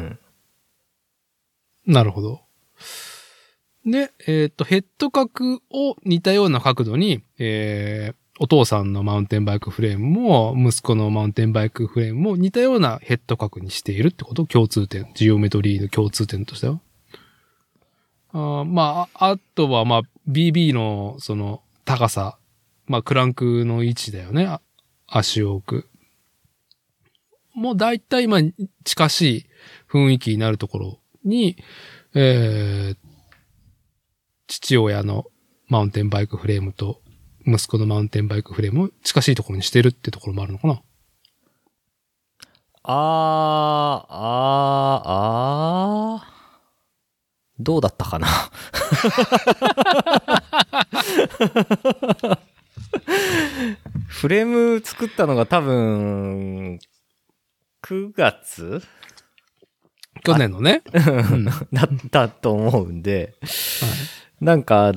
なるほど。で、ヘッド角を似たような角度に、お父さんのマウンテンバイクフレームも、息子のマウンテンバイクフレームも似たようなヘッド角にしているってこと、共通点、ジオメトリーの共通点としては。まあ、あとは、まあ、BB の、高さ、まあ、クランクの位置だよね。足を置く。もう大体、まあ、近しい雰囲気になるところに、父親のマウンテンバイクフレームと息子のマウンテンバイクフレームを近しいところにしてるってところもあるのかな。 どうだったかなフレーム作ったのが多分9月去年のね。 だったと思うんで、はい、なんか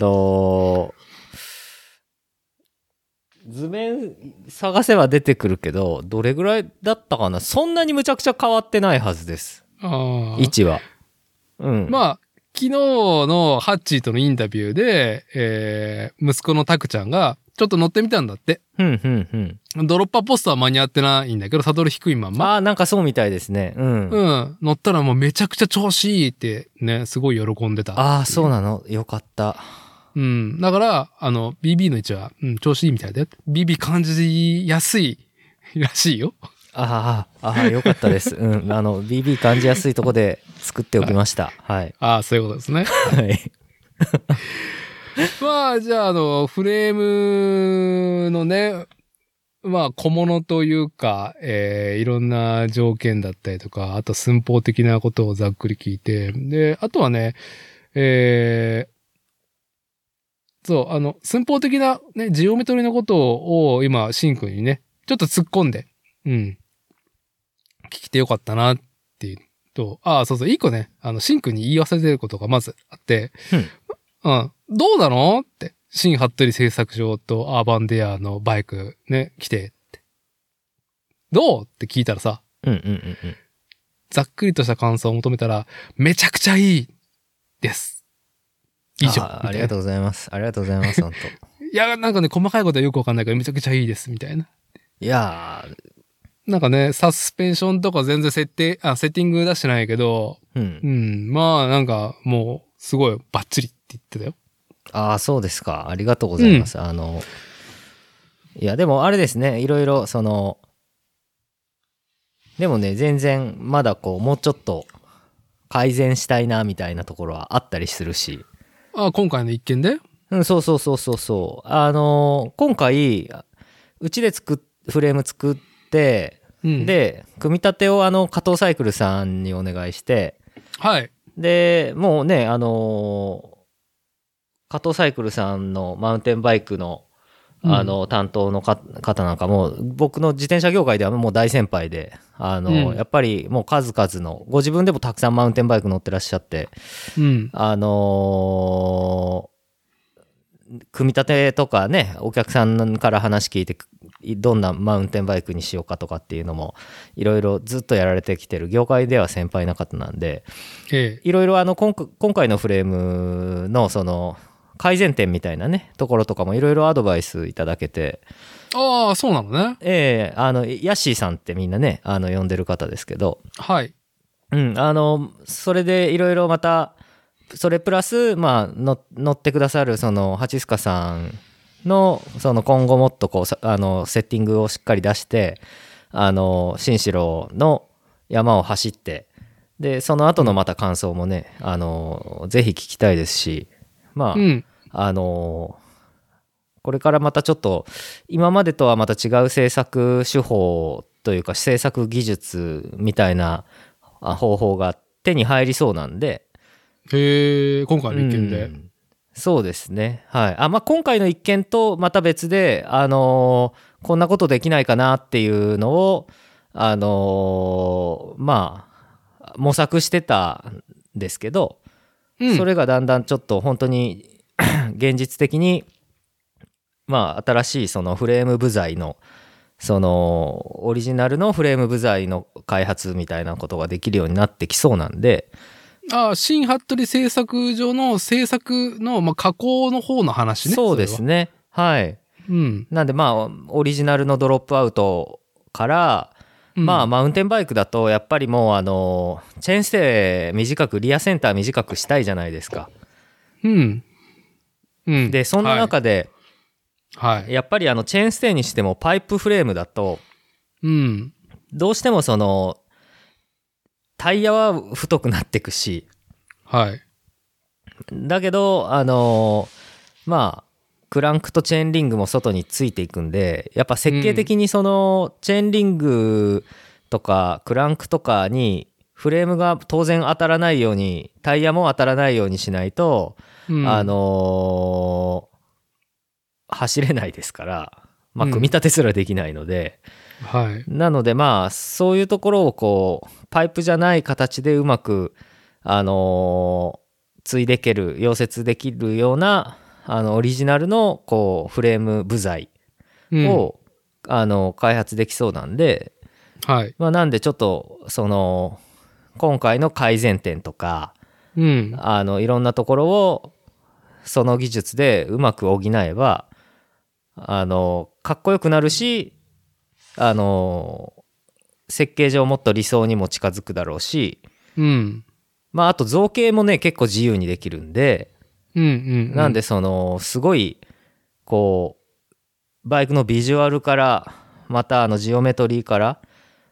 図面探せば出てくるけど、どれぐらいだったかな。そんなにむちゃくちゃ変わってないはずです。位置は。 まあ、昨日のハッチーとのインタビューで、息子のタクちゃんが、ちょっと乗ってみたんだって。ドロッパーポストは間に合ってないんだけど、サドル低いまんま。 なんかそうみたいですね。 乗ったらもうめちゃくちゃ調子いいってね、すごい喜んでた。 そうなの。よかった。 だから、BB の位置は、調子いいみたいだよ。BB 感じやすいらしいよ。 よかったです。BB 感じやすいとこで作っておきました。はい。 そういうことですね。 はい。 まあ、じゃあ、フレームのね、 まあ小物というか、いろんな条件だったりとか、あと寸法的なことをざっくり聞いて、で、あとはね、そう、寸法的なね、ジオメトリのことを今、シンくんにね、ちょっと突っ込んで、聞きてよかったなっていうと、そうそう、一個ね、シンくんに言い忘れてることがまずあって、どうなのって、新服部製作所とアーバンデアのバイクね、来てって。どうって聞いたらさ、ざっくりとした感想を求めたら、めちゃくちゃいいです。以上。 ありがとうございます。ありがとうございます、本当。 いや、なんかね、細かいことはよくわかんないけど、めちゃくちゃいいです、みたいな。 いやー。 なんかね、サスペンションとか全然セッティング出してないけど、まあ、なんか、もう、すごい、バッチリって言ってたよ。 そうですか。ありがとうございます。いや、でもあれですね、いろいろ、でもね、全然、まだもうちょっと、改善したいな、みたいなところはあったりするし。 今回の一件で？ そう。今回、うちでフレーム作って、で、組み立てを加藤サイクルさんにお願いして、 はい。 で、もうね、加藤サイクルさんのマウンテンバイクの、担当の方なんかも、僕の自転車業界ではもう大先輩で、やっぱりもう数々の、ご自分でもたくさんマウンテンバイク乗ってらっしゃって、組み立てとかね、お客さんから話聞いて、どんなマウンテンバイクにしようかとかっていうのも、いろいろずっとやられてきてる、業界では先輩な方なんで、いろいろ今回のフレームの改善点みたいなね、ところとかもいろいろアドバイスいただけて。 そうなのね。 ヤッシーさんってみんなね、呼んでる方ですけど。 はい。 それでいろいろまた、それプラス、まあ、乗ってくださる、ハチスカさんの、今後もっとセッティングをしっかり出して、新城の山を走って、で、その後のまた感想もね、ぜひ聞きたいですし、まあ、これからまたちょっと今までとはまた違う制作手法というか制作技術みたいな方法が手に入りそうなんで。 今回の一件で。 そうですね。はい。今回の一件とまた別で、こんなことできないかなっていうのを、模索してたんですけど、それがだんだんちょっと本当に現実的に新しいフレーム部材のオリジナルのフレーム部材の開発みたいなことができるようになってきそうなんで。 新服部製作所の制作の加工の方の話ね。 そうですね。はい。なんでオリジナルのドロップアウトから、マウンテンバイクだとやっぱりもうチェーンステ短くリアセンター短くしたいじゃないですか。でそんな中で、やっぱりチェーンステにしてもパイプフレームだと、どうしてもタイヤは太くなってくし、だけどクランクとチェーンリングも外についていくんで、やっぱ設計的にチェーンリングとかクランクとかにフレームが当然当たらないように、タイヤも当たらないようにしないと、走れないですから、組み立てすらできないので、なのでそういうところをパイプじゃない形でうまくついでける、溶接できるようなオリジナルのフレーム部材を、開発できそうなんで、なんでちょっと今回の改善点とか、いろんなところをその技術でうまく補えばかっこよくなるし、設計上もっと理想にも近づくだろうし、あと造形もね結構自由にできるんで、なんですごいバイクのビジュアルからまたジオメトリーから、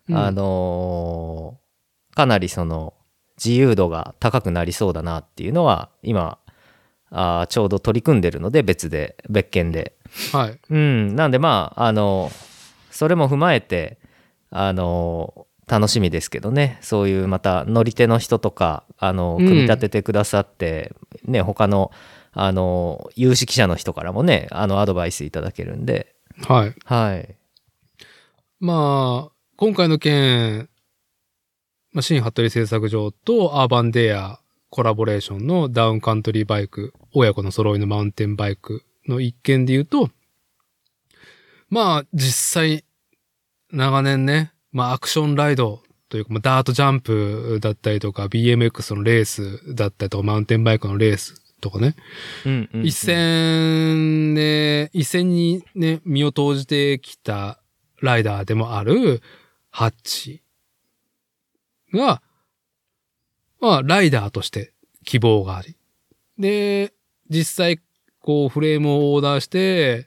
かなり自由度が高くなりそうだなっていうのは今ちょうど取り組んでるので、別件で、なんでそれも踏まえて、楽しみですけどね。そういうまた乗り手の人とか、組み立ててくださって、ね、他の、有識者の人からもね、アドバイスいただけるんで。 はい。 はい。 まあ、今回の件、新服部製作所とアーバンデアコラボレーションのダウンカントリーバイク、親子の揃いのマウンテンバイクの一件で言うと、まあ、実際、長年ね、アクションライドというか、ダートジャンプだったりとか、BMX のレースだったりとか、マウンテンバイクのレースとかね。一戦にね、身を投じてきたライダーでもあるハッチが、ライダーとして希望があり。で、実際、フレームをオーダーして、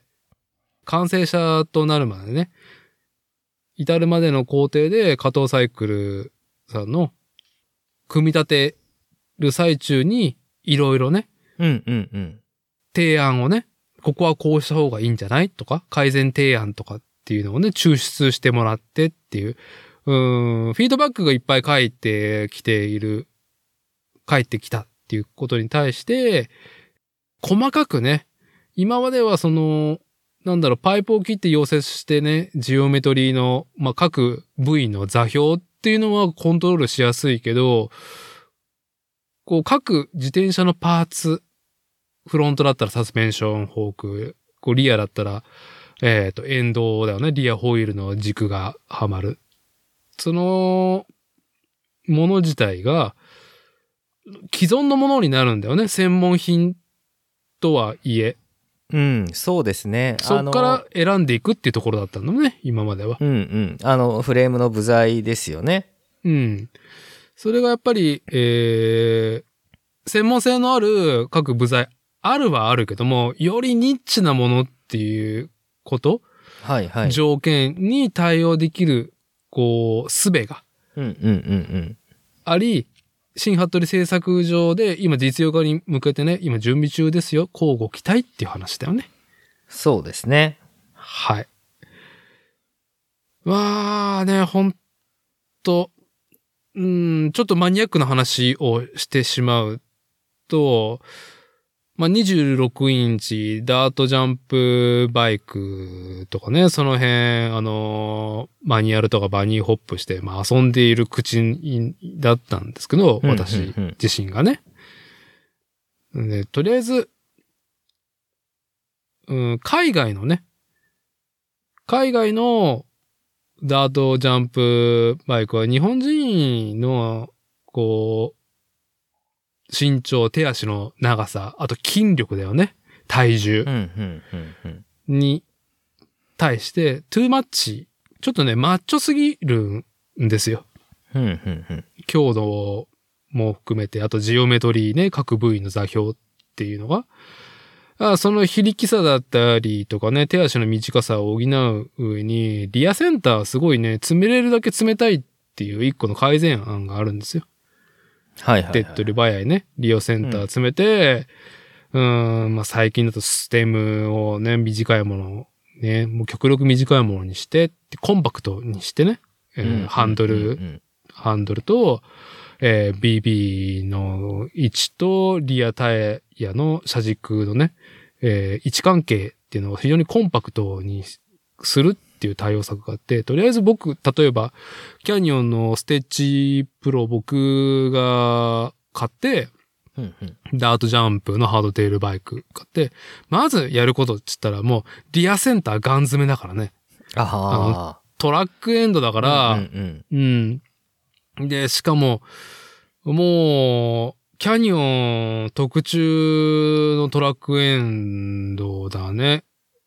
完成車となるまでね、至るまでの工程で加藤サイクルさんの組み立てる最中にいろいろね、提案をね、ここはこうした方がいいんじゃないとか、改善提案とかっていうのをね、抽出してもらってっていう、フィードバックがいっぱい返ってきたっていうことに対して、細かくね、今まではパイプを切って溶接してね、ジオメトリーの、各部位の座標っていうのはコントロールしやすいけど、各自転車のパーツ、フロントだったらサスペンションフォーク、リアだったら、エンドだよね、リアホイールの軸がはまる。その、もの自体が、既存のものになるんだよね、専門品とはいえ。 そうですね。 そっから選んでいくっていうところだったのね、今までは。 フレームの部材ですよね。 それがやっぱり、専門性のある各部材、あるはあるけども、よりニッチなものっていうこと、条件に対応できる、術が、あり、新服部製作所で今実用化に向けてね、今準備中ですよ。交互期待っていう話だよね。 そうですね。 はい。ほんと、ちょっとマニアックな話をしてしまうと、26インチダートジャンプバイクとかね、その辺、マニュアルとかバニーホップして、遊んでいる口だったんですけど、私自身がね。で、とりあえず、海外のダートジャンプバイクは日本人の、身長、手足の長さ、あと筋力だよね。体重。に対して、トゥーマッチ、ちょっとね、マッチョすぎるんですよ。強度も含めて、あとジオメトリーね、各部位の座標っていうのが、その非力さだったりとかね、手足の短さを補う上に、リアセンターすごいね、詰めれるだけ詰めたいっていう一個の改善案があるんですよ。手っ取り早いね、リオセンター詰めて、最近だとステムをね、短いものをね、もう極力短いものにして、コンパクトにしてね、ハンドルと、BB の位置とリアタイヤの車軸のね、位置関係っていうのを非常にコンパクトにするっていう対応策があって、とりあえず僕、例えば、キャニオンのステッチプロ僕が買って、ダートジャンプのハードテールバイク買って、まずやることって言ったらもう、リアセンターガン詰めだからね。トラックエンドだから、で、しかも、もう、キャニオン特注のトラックエンドだね。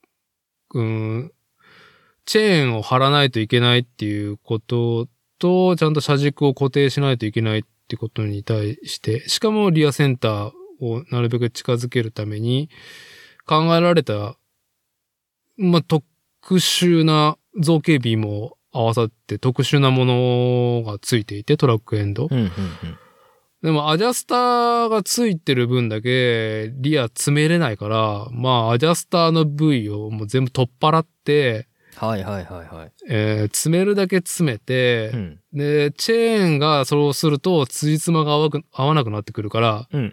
チェーンを張らないといけないっていうことと、ちゃんと車軸を固定しないといけないってことに対して、しかもリアセンターをなるべく近づけるために考えられた、特殊な造形美も合わさって特殊なものがついていて、トラックエンド。でもアジャスターがついてる分だけリア詰めれないから、アジャスターの部位をもう全部取っ払って、 はいはいはいはい。 詰めるだけ詰めて、 うん、 で、チェーンがそうすると、辻褄が合わなくなってくるから、 うんうんうん。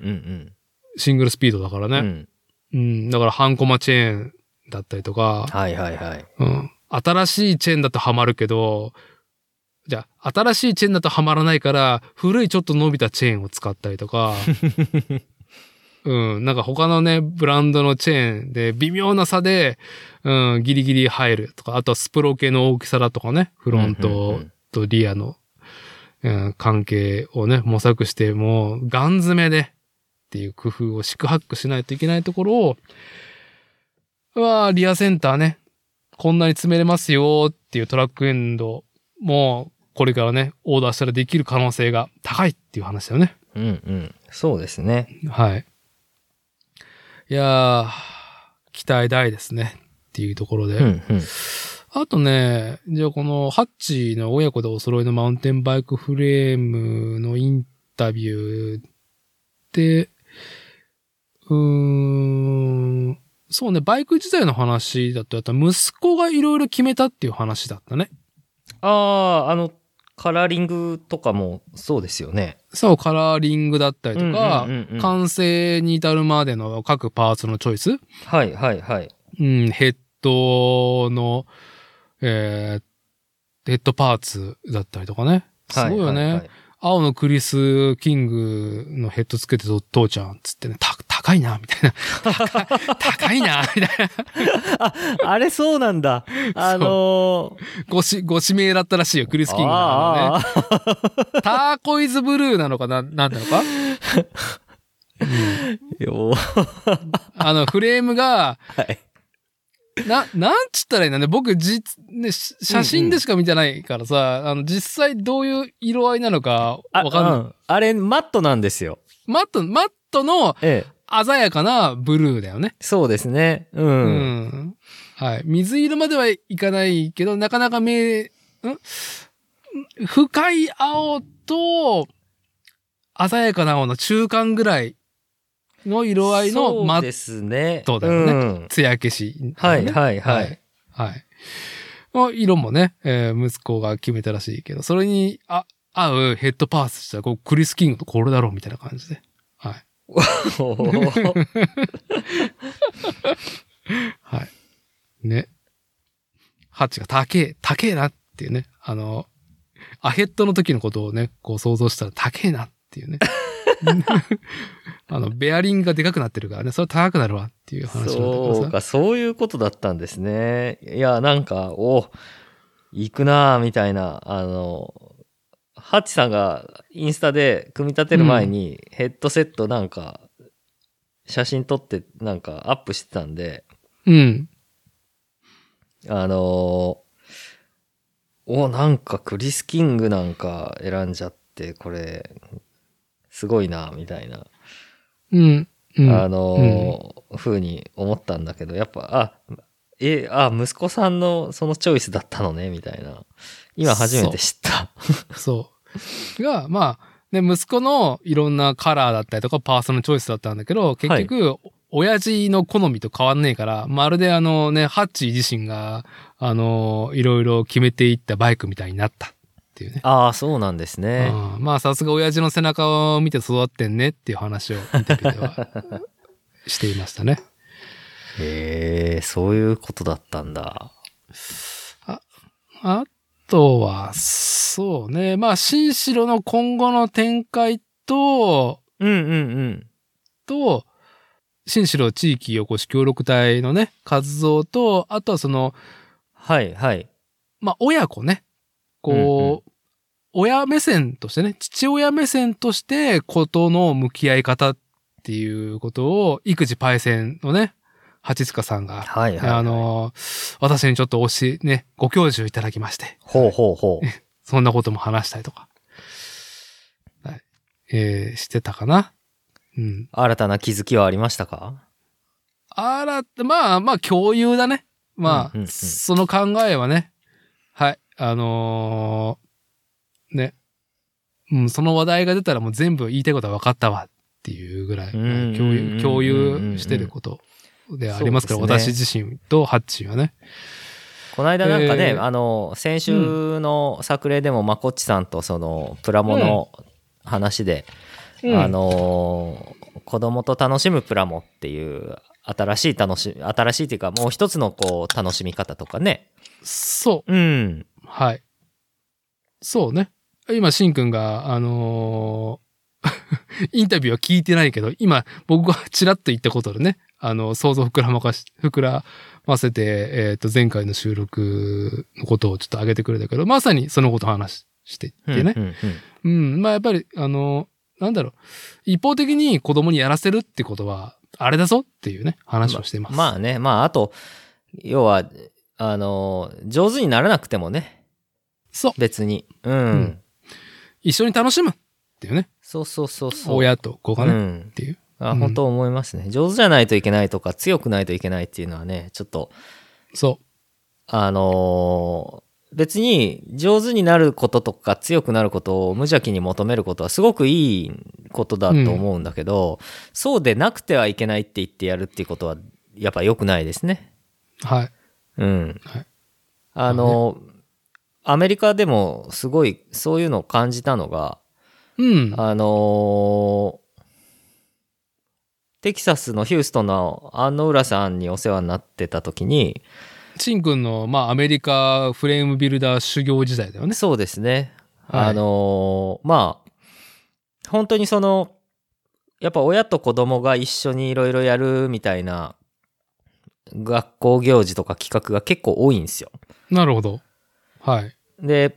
シングルスピードだからね。うん。だから半コマチェーンだったりとか、 はいはいはい。 うん。新しいチェーンだとハマるけど、じゃあ、新しいチェーンだとハマらないから、古いちょっと伸びたチェーンを使ったりとか、うん。なんか他のね、ブランドのチェーンで微妙な差で、うん、ギリギリ入るとか、あとはスプロ系の大きさだとかね、フロントとリアの、関係をね、模索して、もう、ガン詰めでっていう工夫を四苦八苦しないといけないところを、リアセンターね、こんなに詰めれますよっていうトラックエンドも、これからね、オーダーしたらできる可能性が高いっていう話だよね。 うんうん。そうですね。 はい。いやー、期待大ですねっていうところで。 うんうん。 あとね、じゃあこのハッチの親子でお揃いのマウンテンバイクフレームのインタビューで、そうね、バイク自体の話だとやったら息子がいろいろ決めたっていう話だったね。 カラーリングとかもそうですよね。 そう、カラーリングだったりとか、完成に至るまでの各パーツのチョイス。 はいはいはい。 うん、ヘッドの、ヘッドパーツだったりとかね。すごいよね。はいはいはい、青のクリス・キングのヘッドつけて父ちゃんつってね、高いな、みたいな。高いな、みたいな。あれそうなんだ。 ご指名だったらしいよ、クリス・キングのね。ターコイズブルーなのかなんなのか、フレームが、はい、なんつったらいいんだね。僕、ね、写真でしか見てないからさ、実際どういう色合いなのかわかんない。 あれ、マットなんですよ。 マットの、鮮やかなブルーだよね。 そうですね。うん。 はい。水色まではいかないけど、なかなか深い青と、鮮やかな青の中間ぐらいの色合いのマットだよね。艶消し、ね。 はいはいはい。 はい。色もね、息子が決めたらしいけど、それに合うヘッドパーツしたら、クリス・キングとこれだろうみたいな感じで。はい。はい。ね。ハッチが高えなっていうね。アヘッドの時のことをね、こう想像したら高えなっていうね。ベアリングがでかくなってるからね、それ高くなるわっていう話なんだけどさ。 そうか、そういうことだったんですね。いや、なんか、行くなぁ、みたいな、ハッチさんがインスタで組み立てる前にヘッドセットなんか写真撮ってなんかアップしてたんで、 うん。 なんかクリス・キングなんか選んじゃって、これ、すごいな、みたいな。 うん。 風に思ったんだけど、やっぱ、息子さんのそのチョイスだったのね、みたいな。今初めて知った。 そう。が、まあ、ね、息子のいろんなカラーだったりとかパーソのチョイスだったんだけど、結局、親父の好みと変わんねえから、まるでハッチ自身が、いろいろ決めていったバイクみたいになったっていうね。 ああ、そうなんですね。 まあ、さすが親父の背中を見て育ってんねっていう話を見てみてはしていましたね。 へえ、そういうことだったんだ。 あとは、そうね。まあ、新城の今後の展開と、と、新城地域おこし協力隊のね、活動と、あとははいはい。 まあ、親子ね。親目線としてね、父親目線としてことの向き合い方っていうことを、育児パイセンのね、八塚さんが、私にちょっとご教授いただきまして。そんなことも話したりとか。はい。してたかな。うん。 新たな気づきはありましたか？ まあ、共有だね。まあ、その考えはね。はい。ね。うん、その話題が出たらもう全部言いたいことは分かったわっていうぐらい、共有してることでありますから、私自身とハッチーはね。 この間なんかね、先週の作例でもまこっちさんとそのプラモの話で、子供と楽しむプラモっていう新しいっていうかもう一つのこう楽しみ方とかね。 そう。 うん。 はい。そうね。今、しんくんが、インタビューは聞いてないけど、今、僕がちらっと言ったことでね、想像膨らませて、前回の収録のことをちょっと挙げてくれたけど、まさにそのことを話していってね。まあ、やっぱり、なんだろう、一方的に子供にやらせるってことは、あれだぞっていうね、話をしています。 まあね、あと、要は、上手にならなくてもね。 そう。 別に。 一緒に楽しむっていうね。 そう。 親と子がね、っていう。 本当思いますね。上手じゃないといけないとか、強くないといけないっていうのはね、ちょっと。 そう。 別に上手になることとか強くなることを無邪気に求めることはすごくいいことだと思うんだけど、そうでなくてはいけないって言ってやるっていうことはやっぱ良くないですね。 はい。 はい。アメリカでもすごいそういうのを感じたのが、テキサスのヒューストンの安野浦さんにお世話になってた時に、 しんくんの、アメリカフレームビルダー修行時代だよね。 そうですね。本当にやっぱ親と子供が一緒にいろいろやるみたいな学校行事とか企画が結構多いんですよ。 なるほど。はい。 で、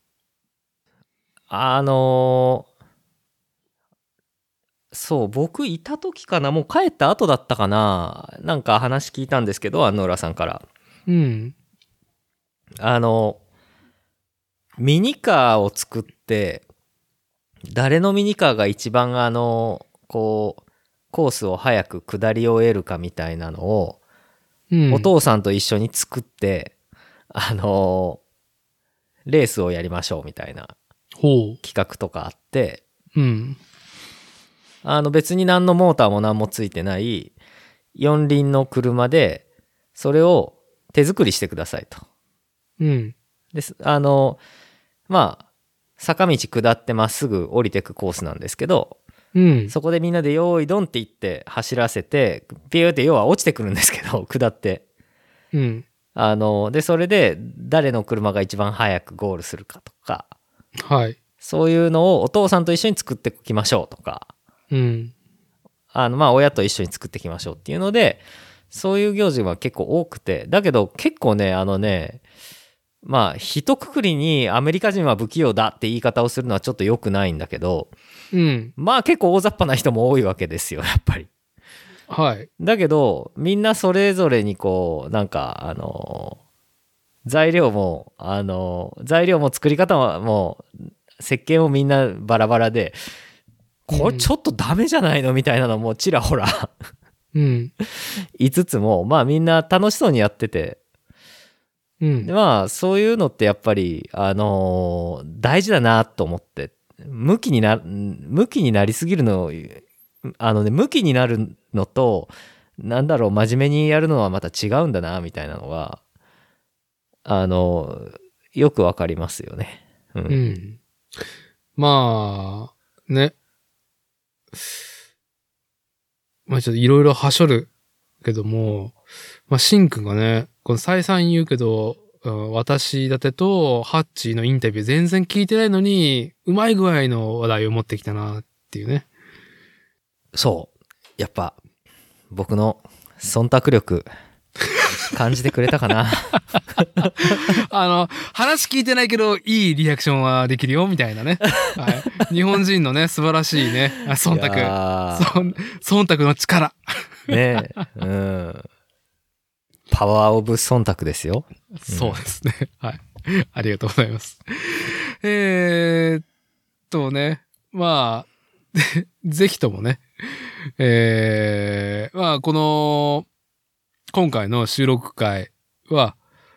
そう、僕いた時かな、もう帰った後だったかな、なんか話聞いたんですけど、安野浦さんから。ミニカーを作って、誰のミニカーが一番コースを早く下り終えるかみたいなのを、お父さんと一緒に作って、レースをやりましょうみたいな企画とかあって、別に何のモーターも何もついてない四輪の車で、それを手作りしてくださいと。で、坂道下ってまっすぐ降りていくコースなんですけど、そこでみんなで用意ドンって言って走らせて、ピューって要は落ちてくるんですけど、下って。で、それで誰の車が一番早くゴールするかとか、 はい。 そういうのをお父さんと一緒に作っていきましょうとか、親と一緒に作っていきましょうっていうので、そういう行事は結構多くて、だけど結構ね、一括りにアメリカ人は不器用だって言い方をするのはちょっと良くないんだけど、結構大雑把な人も多いわけですよ、やっぱり。 はい。 だけど、みんなそれぞれに材料も作り方も設計もみんなバラバラで、これちょっとダメじゃないのみたいなのもちらほら言いつつも、みんな楽しそうにやってて、でそういうのってやっぱり、大事だなと思って、向きになりすぎるの、向きになるのと、真面目にやるのはまた違うんだな、みたいなのが、よくわかりますよね。 ね。ちょっといろいろはしょるけども、シンくんがね、この再三言うけど、私だてとハッチーのインタビュー全然聞いてないのに、うまい具合の話題を持ってきたなっていうね。 そう。やっぱ、僕の忖度力、感じてくれたかな。 話聞いてないけど、いいリアクションはできるよ、みたいなね。はい、日本人のね、素晴らしいね、忖度の力。 ねえ。パワーオブ忖度ですよ。 そうですね。はい。ありがとうございます。ぜひともね、今回の収録会は、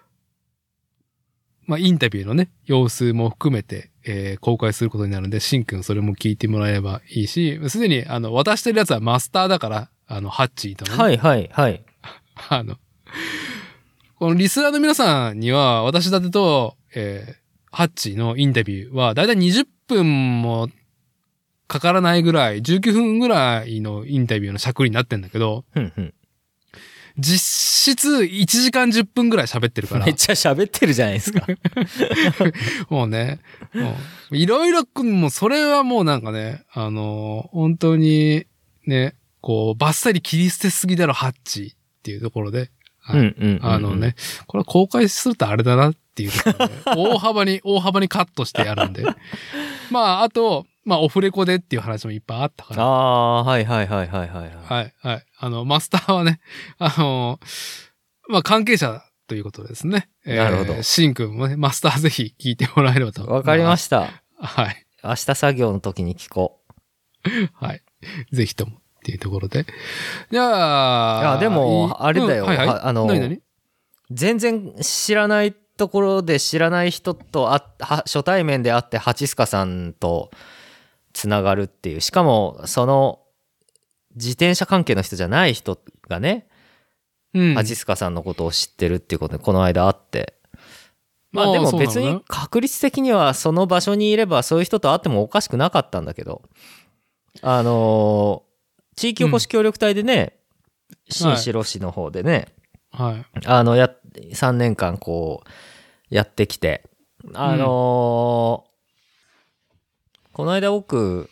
インタビューのね、様子も含めて、公開することになるんで、しんくんそれも聞いてもらえればいいし、すでに、渡してるやつはマスターだから、ハッチーとの、ね。 はい。 このリスナーの皆さんには、私だってと、ハッチのインタビューは、だいたい20分もかからないぐらい、19分ぐらいのインタビューの尺になってんだけど、実質1時間10分ぐらい喋ってるから。 めっちゃ喋ってるじゃないですか。 もうね、いろいろ、もうそれはもうなんかね、本当にね、こう、バッサリ切り捨てすぎだろ、ハッチっていうところで、これは公開するとあれだなっていうところで、大幅にカットしてやるんで。まあ、あと、まあ、オフレコでっていう話もいっぱいあったから。 はい。 はい。マスターはね、まあ、関係者ということですね。 なるほど。 シンくんもね、マスターぜひ聞いてもらえればと。 わかりました。 はい。 明日作業の時に聞こう。はい。ぜひともっていうところで。じゃあ。 でも、あれだよ。 何全然知らないところで知らない人と初対面で会ってハチスカさんとつながるっていう。しかも、その自転車関係の人じゃない人がね、ハチスカさんのことを知ってるっていうことで、この間会って。まあでも別に確率的にはその場所にいればそういう人と会ってもおかしくなかったんだけど、地域おこし協力隊でね、新城市の方でね、3年間こうやってきて、この間僕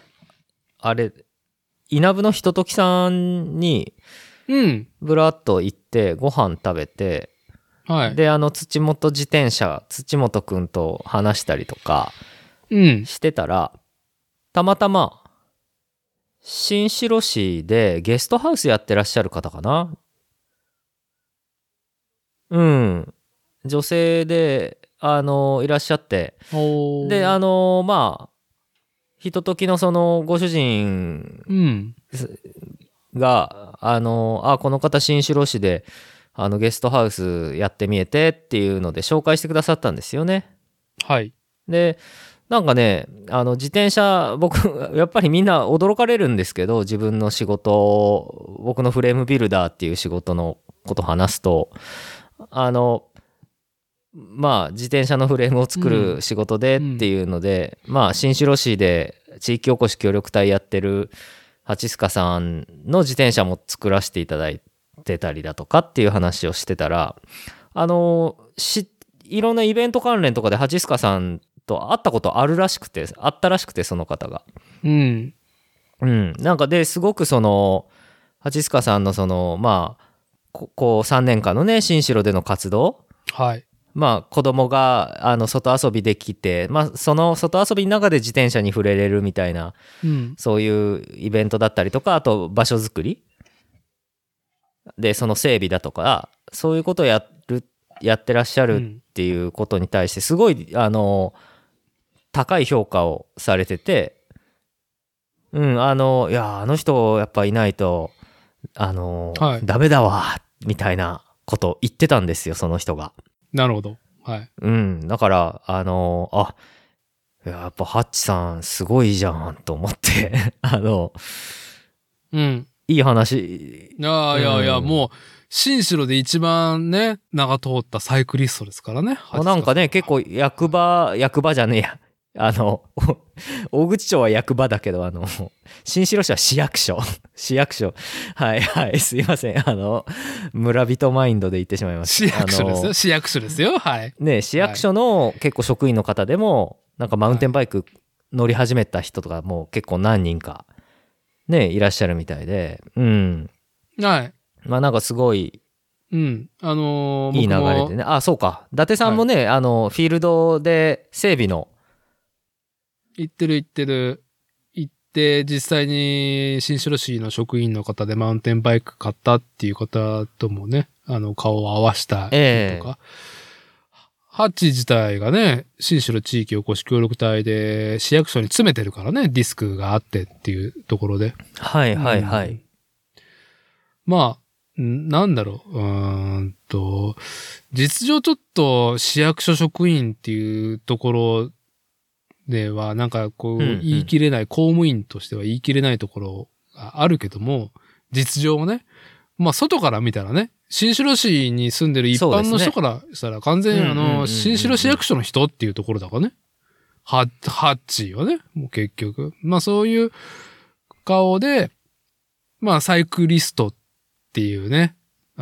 稲部のひとときさんにぶらっと行ってご飯食べて、で土本くんと話したりとかしてたら、たまたま新城市でゲストハウスやってらっしゃる方かな。女性でいらっしゃって、でまあひとときのそのご主人が、この方新城市でゲストハウスやってみえてっていうので紹介してくださったんですよね。 はい。 でなんかね、自転車、僕、やっぱりみんな驚かれるんですけど、自分の仕事、僕のフレームビルダーっていう仕事のことを話すと、まあ、自転車のフレームを作る仕事でっていうので、まあ、新城市で地域おこし協力隊やってるハチスカさんの自転車も作らせていただいてたりだとかっていう話をしてたら、いろんなイベント関連とかでハチスカさんと会ったことあったらしくて、その方が。なんかですごくその、ハチスカさんのその、まあ、こう3年間のね、新城での活動。 はい。 まあ、子供が、外遊びできて、まあ、その外遊びの中で自転車に触れれるみたいな、そういうイベントだったりとか、あと場所づくりで、その整備だとか、そういうことをやってらっしゃるっていうことに対して、すごい、高い評価をされてて、いや、あの人やっぱいないと、ダメだわ、みたいなことを言ってたんですよ、その人が。 なるほど。はい。 だから、やっぱハッチさんすごいじゃん、と思って、いい話。 いや、もう、新城で一番ね、名が通ったサイクリストですからね。 なんかね、結構役場じゃねえや。大口町は役場だけど、新城市は市役所。はい、すいません。村人マインドで言ってしまいました。 市役所ですよ。はい。 ね、市役所の結構職員の方でも、なんかマウンテンバイク乗り始めた人とかも結構何人か、ね、いらっしゃるみたいで、 はい。 まあなんかすごい、いい流れでね。そうか。伊達さんもね、フィールドで整備の、 行って実際に新城市の職員の方でマウンテンバイク買ったっていう方ともね、顔を合わしたりとか、ハッチ自体がね、新城地域おこし協力隊で市役所に詰めてるからね、ディスクがあってっていうところで。 はい。 まあ、なんだろう、実情ちょっと市役所職員っていうところでは、なんかこう、言い切れない、公務員としては言い切れないところがあるけども、実情もね、まあ外から見たらね、 新城市に住んでる一般の人からしたら完全に新城市役所の人っていうところだからね。ハッチーはね、もう結局。まあそういう顔で、まあサイクリストっていうね、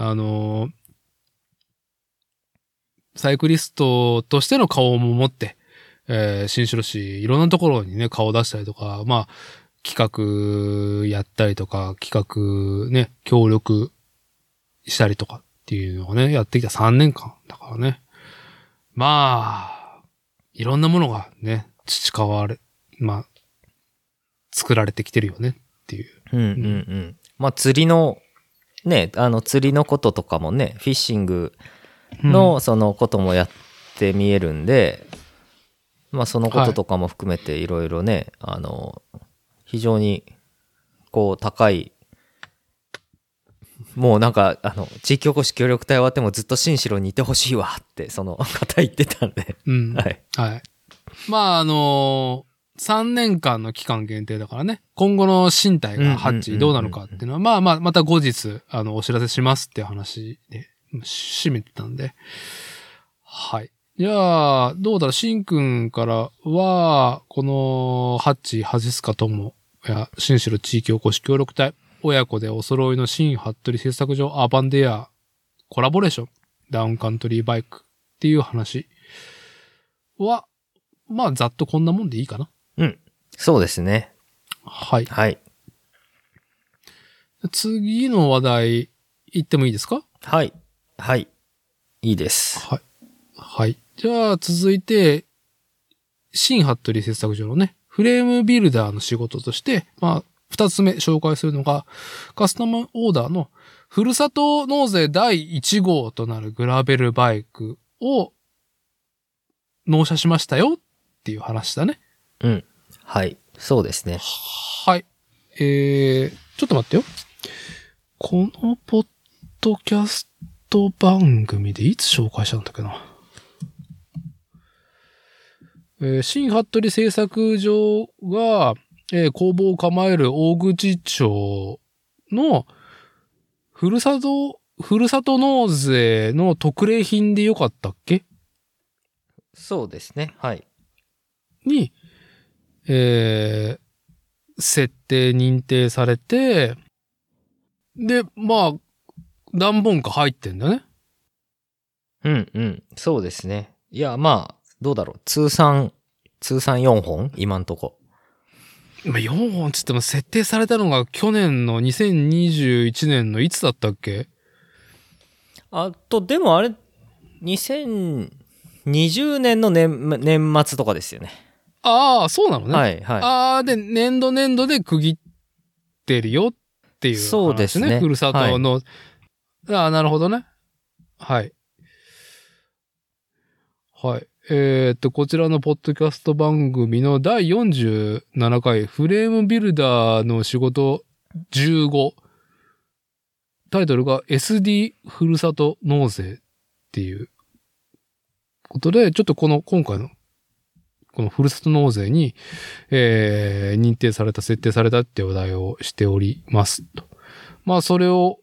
サイクリストとしての顔も持って、新城市いろんなところにね、顔を出したりとか、まあ企画やったりとか、企画ね、協力したりとかっていうのをね、やってきた3年間だからね。まあ、いろんなものがね、培われ、まあ、作られてきてるよねっていう。 まあ釣りの、ね、釣りのこととかもね、フィッシングのそのこともやって見えるんで、まあそのこととかも含めていろいろね、非常にこう高い、もうなんか地域おこし協力隊終わってもずっと新城にいてほしいわってその方言ってたんで、 はいはい。まあ3年間の期間限定だからね、今後の身体がハッチどうなのかっていうのは、まあまあまた後日お知らせしますっていう話で締めてたんで、はい。じゃあ、どうだろう、しんくんからは、この、ハッチ、ハジスカ友や、新城地域おこし協力隊、親子でお揃いの新服部製作所アーバンデア、コラボレーション、ダウンカントリーバイクっていう話は、まあ、ざっとこんなもんでいいかな。 そうですね。 はい。 はい。 次の話題、言ってもいいですか？ はい。はい。いいです。 はい。はい。じゃあ、続いて、新服部製作所のね、フレームビルダーの仕事として、まあ、二つ目紹介するのが、カスタムオーダーの、ふるさと納税第1号となるグラベルバイクを納車しましたよっていう話だね。 はい。そうですね。 はい。ちょっと待ってよ。このポッドキャスト番組でいつ紹介したんだっけな。新服部製作所が、工房を構える大口町のふるさと納税の特例品でよかったっけ？ そうですね。はい。 に、設定認定されて、で、まあ、何本か入ってんだね。 そうですね。いや、まあ、どうだろう。通算4本今んとこ。 4本つっても設定されたのが去年の2021年のいつだったっけ？ でもあれ、2020年の年末とかですよね。 ああ、そうなのね。 はいはい。 で、年度で区切ってるよっていう話、ね。そうですね。ふるさとの。はい、なるほどね。はい。はい。こちらのポッドキャスト番組の第47回フレームビルダーの仕事15。タイトルが SD ふるさと納税っていうことで、ちょっと今回のこのふるさと納税に、認定された、設定されたって話題をしておりますと。まあそれを、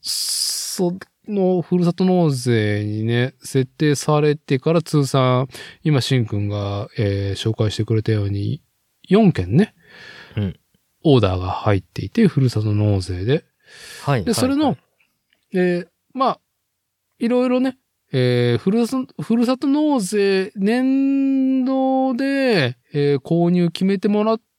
のふるさと納税にね、設定されてから通算、今、しんくんが、紹介してくれたように、4件ね、オーダーが入っていて、ふるさと納税で。はい。で、それの、まあ、いろいろね、ふるさと納税年度で、購入決めてもらって、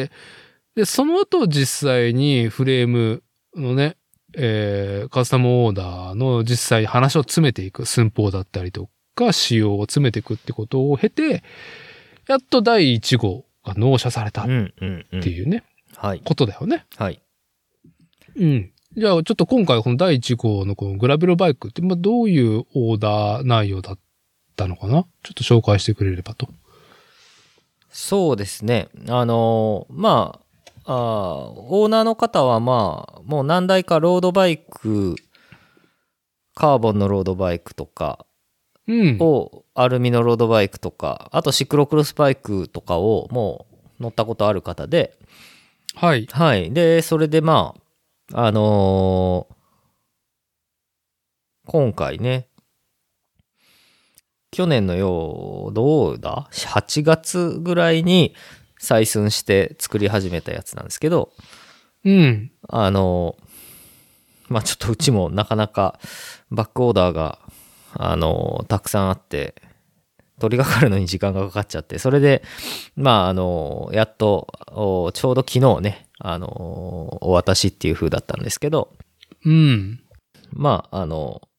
で、その後実際にフレームのね、カスタムオーダーの実際に話を詰めていく、寸法だったりとか、仕様を詰めていくってことを経て、やっと第1号が納車されたっていうね、ことだよね。 はい。 じゃあちょっと今回この第1号のこのグラベルバイクってどういうオーダー内容だったのかな？ちょっと紹介してくれればと。 そうですね。まあ、オーナーの方はまあ、もう何台かロードバイク、カーボンのロードバイクとかを、アルミのロードバイクとか、あとシクロクロスバイクとかをもう乗ったことある方で、 はい。 はい。で、それでまあ、 今回ね、去年のどうだ ?8 月ぐらいに採寸して作り始めたやつなんですけど、 うん。 まあちょっとうちもなかなかバックオーダーが、たくさんあって、取り掛かるのに時間がかかっちゃって、それで、まあやっと、ちょうど昨日ね、お渡しっていう風だったんですけど、 うん。 まあ、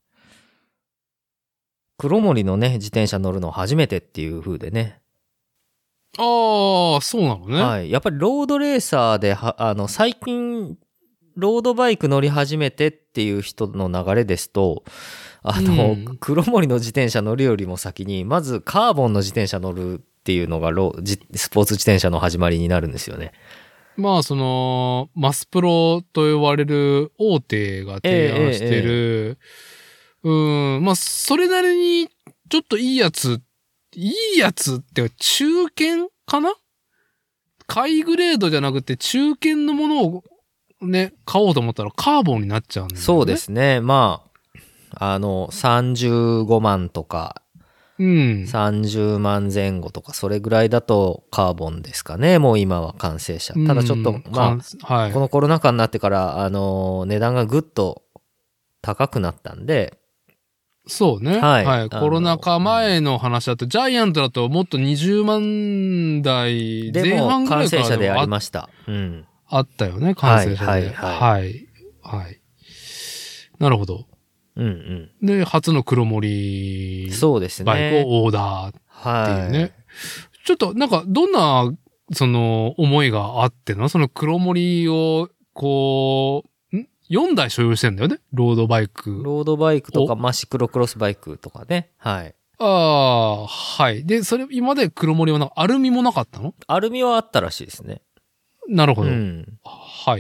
黒森のね、自転車乗るの初めてっていう風でね。 ああ、そうなのね。 はい。やっぱりロードレーサーで、最近、ロードバイク乗り始めてっていう人の流れですと、黒森の自転車乗るよりも先に、まずカーボンの自転車乗るっていうのがスポーツ自転車の始まりになるんですよね。 まあ、マスプロと呼ばれる大手が提案してる、まあ、それなりに、ちょっといいやつって中堅かな？ハイグレードじゃなくて中堅のものをね、買おうと思ったらカーボンになっちゃうんだよね。 そうですね。まあ、35万とか、30万前後とか、それぐらいだとカーボンですかね。もう今は完成車。ただちょっと、まあ、はい、このコロナ禍になってから、値段がぐっと高くなったんで、 そうね。はい。はい、コロナ禍前の話だと、ジャイアントだともっと20万台前半ぐらいから完成車でありました。うん。 あったよね、完成車で。 はい。 はい。はい。なるほど。 うん。 で、初の黒森そうですね。 バイクをオーダーっていうね。はい、ちょっと、なんか、どんな、思いがあってのその黒森を、4台所有してんだよね。ロードバイク。 ロードバイクとか、マシクロクロスバイクとかね。はい。 ああ、はい。で、今まで黒森はアルミもなかったの？ アルミはあったらしいですね。 なるほど。 うん、 はい。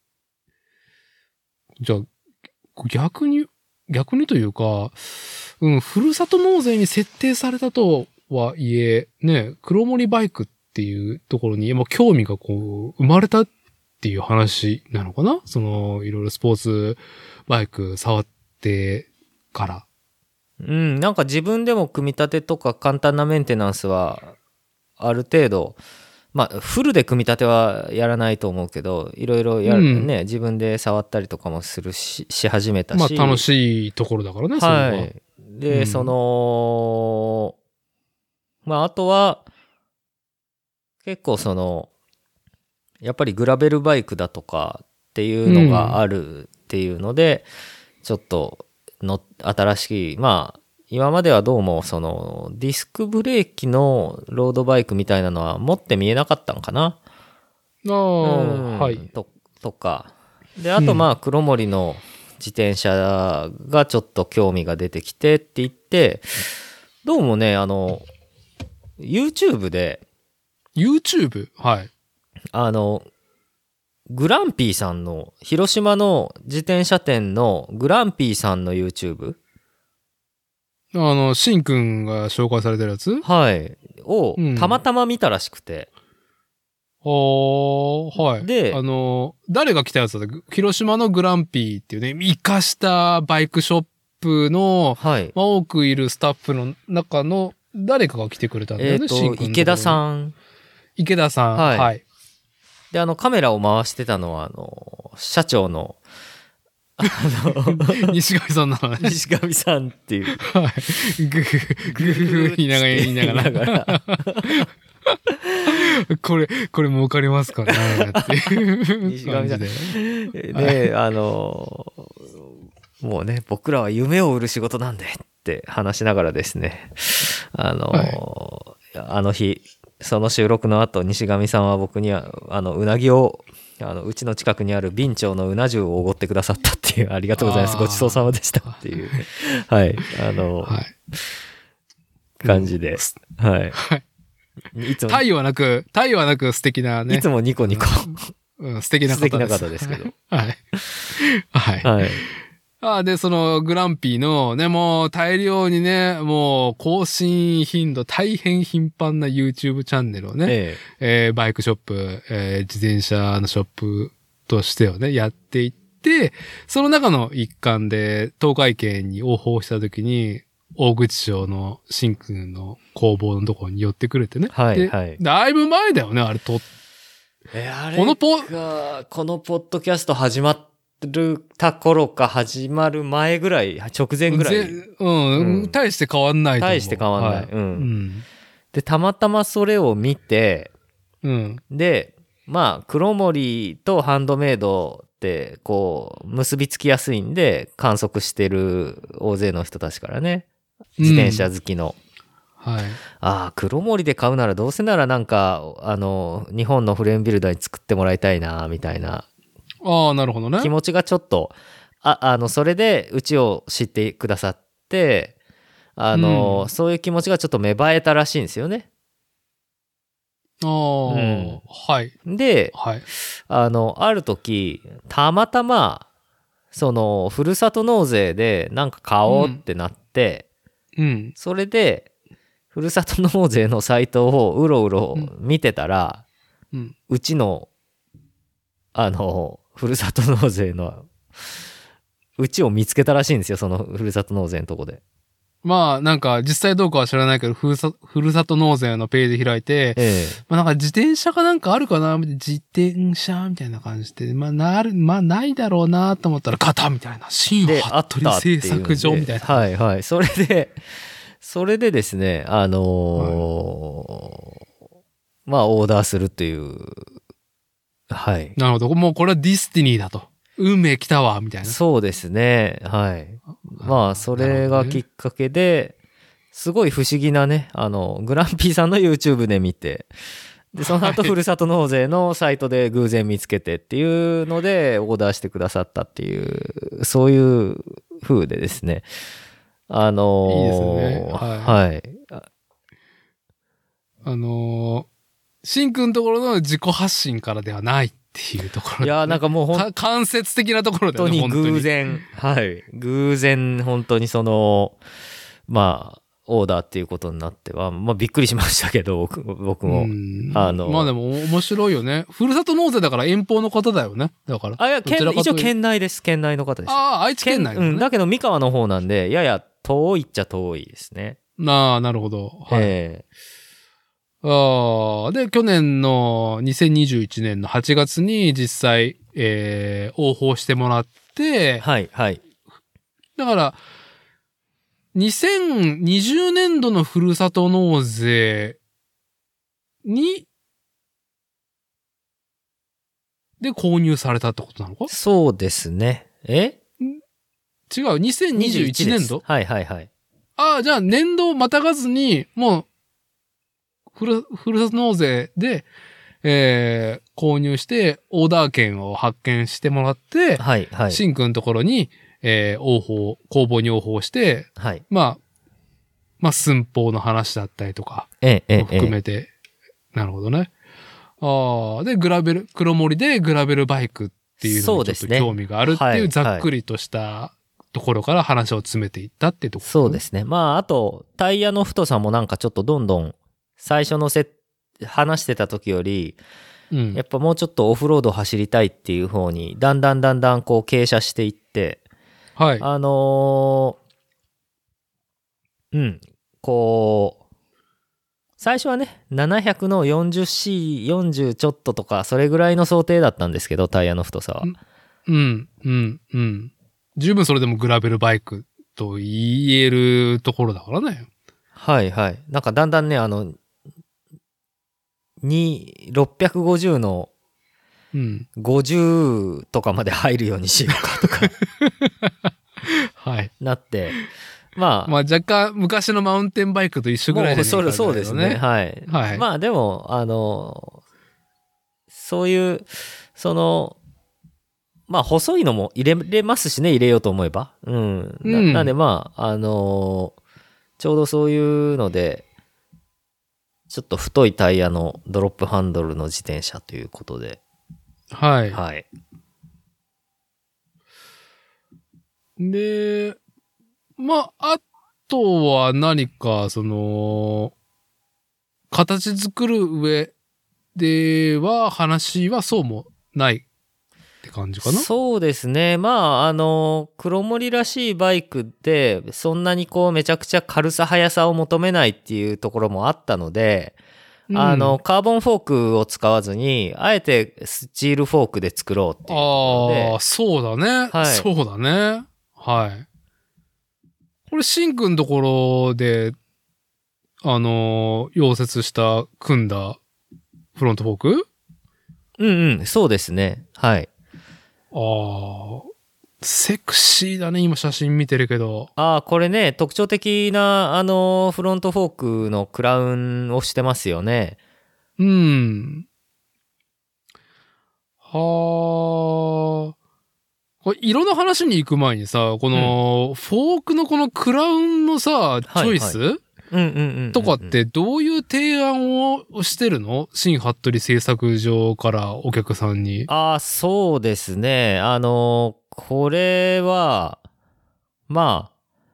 じゃあ、逆にというか、ふるさと納税に設定されたとはいえ、ね、黒森バイクっていうところに、興味が生まれたっていう話なのかな？いろいろスポーツバイク触ってから。 なんか自分でも組み立てとか簡単なメンテナンスは、ある程度、まあ、フルで組み立てはやらないと思うけど、いろいろね、自分で触ったりとかもし始めたし。 まあ、楽しいところだからね、それは。はい。 で、まあ、あとは、結構やっぱりグラベルバイクだとかっていうのがあるっていうので、ちょっと新しい、まあ、今まではどうもディスクブレーキのロードバイクみたいなのは持って見えなかったのかな。 はい。 とか。で、あとまあ黒森の自転車がちょっと興味が出てきてって言って、どうもね、YouTube で。 YouTube？ はい。 グランピーさんの、広島の自転車店のグランピーさんの YouTube？ シンくんが紹介されてるやつ？ はい。を、たまたま見たらしくて。 はい。 で、 誰が来たやつだった？広島のグランピーっていうね、生かしたバイクショップの、 はい。 多くいるスタッフの中の誰かが来てくれたんだよね、 池田さん。 池田さん。はい。 で、カメラを回してたのは、社長の、 西上さんなのね。 西上さんっていう。 はい。グー言いながら。これ儲かりますかねっていう感じで。 で、もうね、僕らは夢を売る仕事なんでって話しながらですね、あの日、その収録の後、西上さんは僕には、うなぎを、うちの近くにある備長のうな重をおごってくださったっていう、ありがとうございます。ごちそうさまでしたっていう、はい、感じで、はい。 いつも。太陽はなく素敵なね。 いつもニコニコ。 素敵な方です。 素敵な方ですけど。 はい。はい。で、グランピーのね、もう大量にね、もう更新頻度大変頻繁な YouTube チャンネルをね、バイクショップ、自転車のショップとしてはね、やっていっで、その中の一環で、東海圏に応報した時に、大口町の新君の工房のところに寄ってくれてね。 はいはい。 だいぶ前だよね、あれあれこのポッドキャスト始まった頃か始まる前ぐらい、直前ぐらい。 大して変わんないと思う。 大して変わんない。で、たまたまそれを見て、で、まあ、黒森とハンドメイドって、こう、結びつきやすいんで、観測してる大勢の人たちからね。自転車好きの。 はい。 黒森で買うならどうせならなんか、日本のフレームビルダーに作ってもらいたいな、みたいな。 なるほどね。 気持ちがちょっと、それでうちを知ってくださって、そういう気持ちがちょっと芽生えたらしいんですよね。 はい。 で、ある時、たまたま、ふるさと納税でなんか買おうってなって、それで、ふるさと納税のサイトをうろうろ見てたら、うちの、ふるさと納税の、うちを見つけたらしいんですよ、そのふるさと納税のとこで。 まあ、なんか、実際どうかは知らないけど、ふるさと納税のページ開いて、まあなんか自転車かなんかあるかな自転車みたいな感じで、まあないだろうなと思ったら、型みたいな、新服部製作所みたいな。 はいはい。それでですね、まあ、オーダーするという、はい。 なるほど。もうこれはディスティニーだと。運命来たわ、みたいな。 そうですね。はい。まあ、それがきっかけで、すごい不思議なね、グランピーさんの YouTube で見て、で、その後、ふるさと納税のサイトで偶然見つけてっていうので、オーダーしてくださったっていう、そういう風でですね。 いいですね。 はい。 しんくんのところの自己発信からではないっていうところ、ね。 いや、なんかもう間接的なところだよね。 本当に偶然。はい。偶然、本当にまあ、オーダーっていうことになっては、まあびっくりしましたけど、僕も。 まあでも面白いよね。ふるさと納税だから遠方の方だよね。だから。 いや、一応県内です。県内の方です。 愛知県内だ、ね。だけど三河の方なんで、やや遠いっちゃ遠いですね。 なるほど。はい。で、去年の2021年の8月に実際、応報してもらって、 はい、はい。 だから、2020年度のふるさと納税で購入されたってことなのか？ そうですね。違う、2021年度？ はいはいはい。 じゃあ年度をまたがずに、もう、ふるさと納税で、購入して、オーダー券を発見してもらって、 はいはい。 しんくんのところに、工房に応報して、 はい。 まあ、寸法の話だったりとか、含めて、なるほどね。で、黒森でグラベルバイクっていうのにちょっと興味があるっていうざっくりとしたところから話を詰めていったっていうところ。 そうですね。まあ、あと、タイヤの太さもなんかちょっとどんどん、最初の話してた時より、やっぱもうちょっとオフロード走りたいっていう方に、だんだんこう傾斜していって、 はい。 こう、最初はね、700の 40C、40ちょっととか、それぐらいの想定だったんですけど、タイヤの太さは。 十分それでもグラベルバイクと言えるところだからね。 はいはい。なんかだんだんね、650の50とかまで入るようにしようかとかはい。 なって、まあ若干昔のマウンテンバイクと一緒ぐらいじゃないか、ね、 そうですね。はい。はい。まあでも、そういう、まあ細いのも入れますしね、入れようと思えば。なんでまあ、ちょうどそういうので、ちょっと太いタイヤのドロップハンドルの自転車ということで。 はい。 はい。 で、まあ、あとは何か、形作る上では話はそうもない。 って感じかな。 そうですね。まあ、黒森らしいバイクで、そんなにこう、めちゃくちゃ軽さ、速さを求めないっていうところもあったので、カーボンフォークを使わずに、あえてスチールフォークで作ろうっていうところで。 そうだね。はい。そうだね。はい。これ、シンくんのところで、溶接した組んだフロントフォーク？ うん、そうですね。はい。 セクシーだね、今写真見てるけど。 これね、特徴的な、フロントフォークのクラウンをしてますよね。 うん。これ色の話に行く前にさ、この、フォークのこのクラウンのさ、チョイスとかってどういう提案をしてるの？新服部製作所からお客さんに。 そうですね。これは、まあ、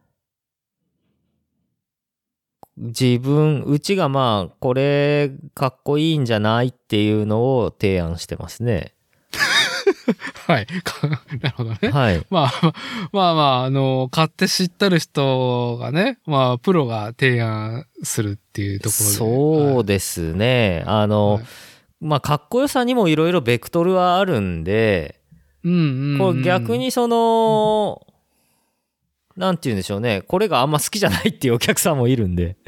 うちがまあ、これかっこいいんじゃないっていうのを提案してますね。 はい。なるほどね。 はい。 まあ、買って知ったる人がね、まあ、プロが提案するっていうところで。 そうですね。まあ、かっこよさにもいろいろベクトルはあるんで、これ逆になんて言うんでしょうね。これがあんま好きじゃないっていうお客さんもいるんで、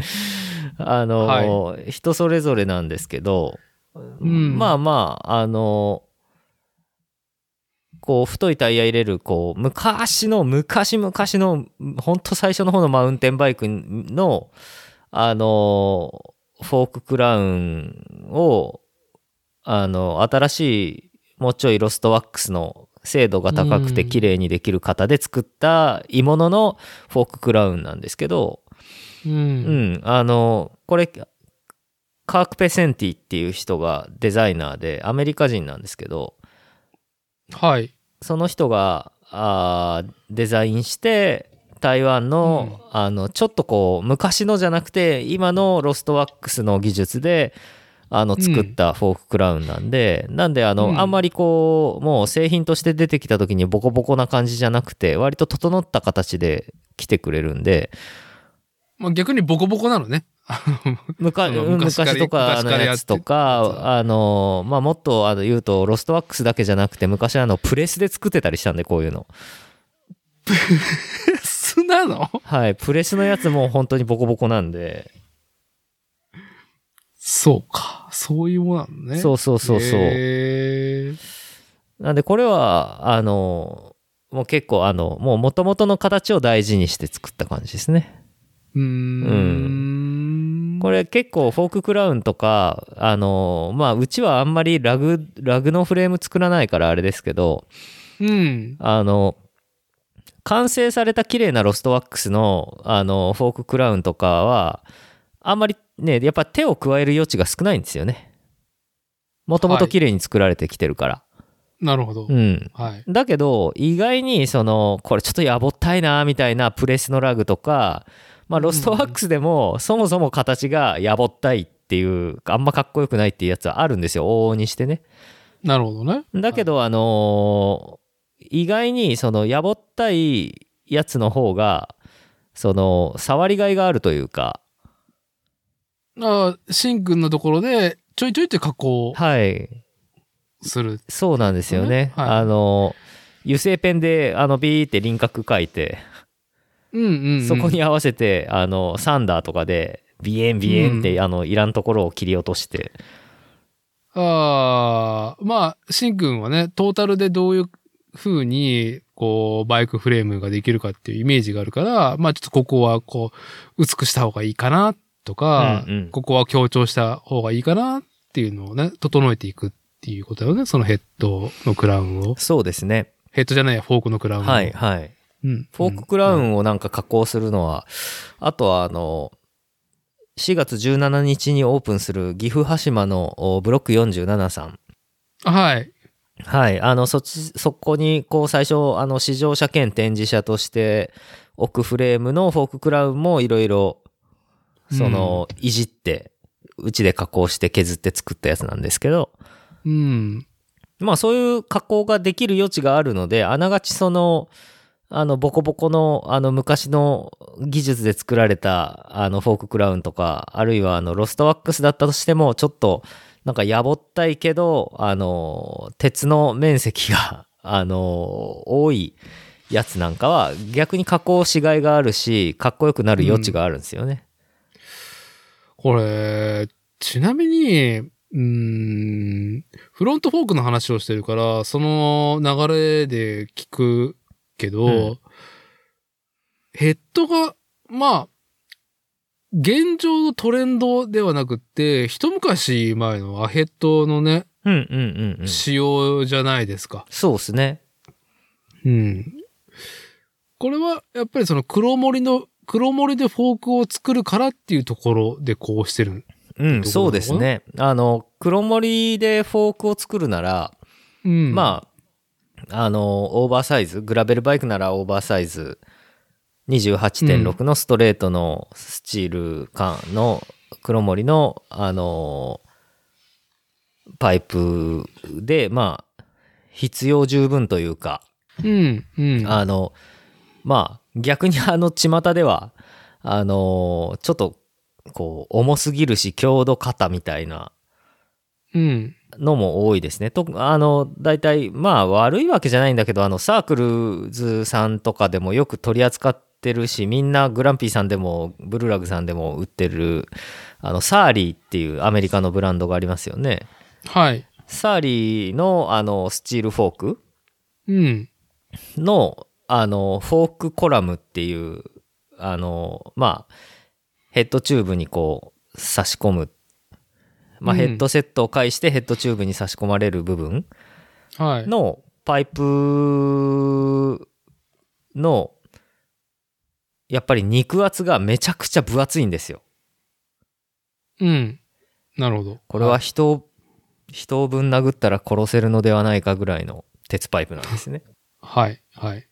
人それぞれなんですけど、まあ、こう、太いタイヤ入れる、こう、昔々の、ほんと最初の方のマウンテンバイクの、フォーククラウンを、新しい、もうちょいロストワックスの精度が高くて綺麗にできる型で作った鋳物のフォーククラウンなんですけど、これ、カーク・ペセンティっていう人がデザイナーで、アメリカ人なんですけど、 はい。 その人がデザインして台湾の、ちょっとこう昔のじゃなくて今のロストワックスの技術で作ったフォーククラウンなんで、あんまりこうもう製品として出てきた時にボコボコな感じじゃなくて割と整った形で来てくれるんで、 まあ、逆にボコボコなのね。 昔とかのやつとか、まあ、もっと言うと、ロストワックスだけじゃなくて、昔プレスで作ってたりしたんで、こういうの。 プレスなの？ はい、プレスのやつも本当にボコボコなんで。 そうか。そういうものなのね。 そう。なんで、これは、もう結構、もう元々の形を大事にして作った感じですね。これ結構フォーククラウンとかまあうちはあんまりラグのフレーム作らないからあれですけど、完成された綺麗なロストワックスのフォーククラウンとかはあんまりねやっぱ手を加える余地が少ないんですよね。もともと綺麗に作られてきてるから。 なるほど。 はい。だけど意外にこれちょっとやぼったいなみたいなプレスのラグとか。まあ、ロストワックスでもそもそも形がやぼったいっていうあんまかっこよくないっていうやつはあるんですよ往々にしてね。 なるほどね。 だけど、意外にやぼったいやつの方が触りがいがあるというか。 シンくんのところでちょいちょいって加工する、 そうなんですよね。油性ペンでビーって輪郭描いて。そこに合わせてサンダーとかでビエンっていらんところを切り落として、 まあシンくんはねトータルでどういう風にこうバイクフレームができるかっていうイメージがあるから、まあちょっとここはこう薄くした方がいいかなとか、ここは強調した方がいいかなっていうのをね整えていくっていうことだよね。そのヘッドのクラウンを。そうですね。ヘッドじゃないやフォークのクラウンを。フォーククラウンをなんか加工するのは、あとは4月17日にオープンする岐阜羽島のブロック47さん。はい。はい。そこにこう最初試乗車兼展示車として置くフレームのフォーククラウンもいろいろいじってうちで加工して削って作ったやつなんですけど。 まあそういう加工ができる余地があるので、あながちその、ボコボコの、昔の技術で作られた、フォーククラウンとか、あるいはロストワックスだったとしても、ちょっと、なんかやぼったいけど、鉄の面積が、多いやつなんかは、逆に加工しがいがあるし、かっこよくなる余地があるんですよね。 これ、ちなみに、フロントフォークの話をしてるから、その流れで聞くけど、ヘッドが、まあ、現状のトレンドではなくって、一昔前のアヘッドのね、仕様じゃないですか。 そうですね。 これは、やっぱりその黒森でフォークを作るからっていうところでこうしてる。 そうですね。黒森でフォークを作るなら、まあ、オーバーサイズ、グラベルバイクならオーバーサイズ、28.6 のストレートのスチール缶の黒森の、パイプで、まあ、必要十分というか、まあ、逆に巷では、ちょっと、こう、重すぎるし、強度型みたいな、のも多いですね。大体、まあ、悪いわけじゃないんだけど、サークルズさんとかでもよく取り扱ってるし、みんなグランピーさんでも、ブルーラグさんでも売ってる、サーリーっていうアメリカのブランドがありますよね。 はい。 サーリーの、スチールフォークの、フォークコラムっていう、まあ、ヘッドチューブにこう、差し込む。まあ、ヘッドセットを介してヘッドチューブに差し込まれる部分のパイプの、やっぱり肉厚がめちゃくちゃ分厚いんですよ。 なるほど。 これは人をぶん殴ったら殺せるのではないかぐらいの鉄パイプなんですね。 はい。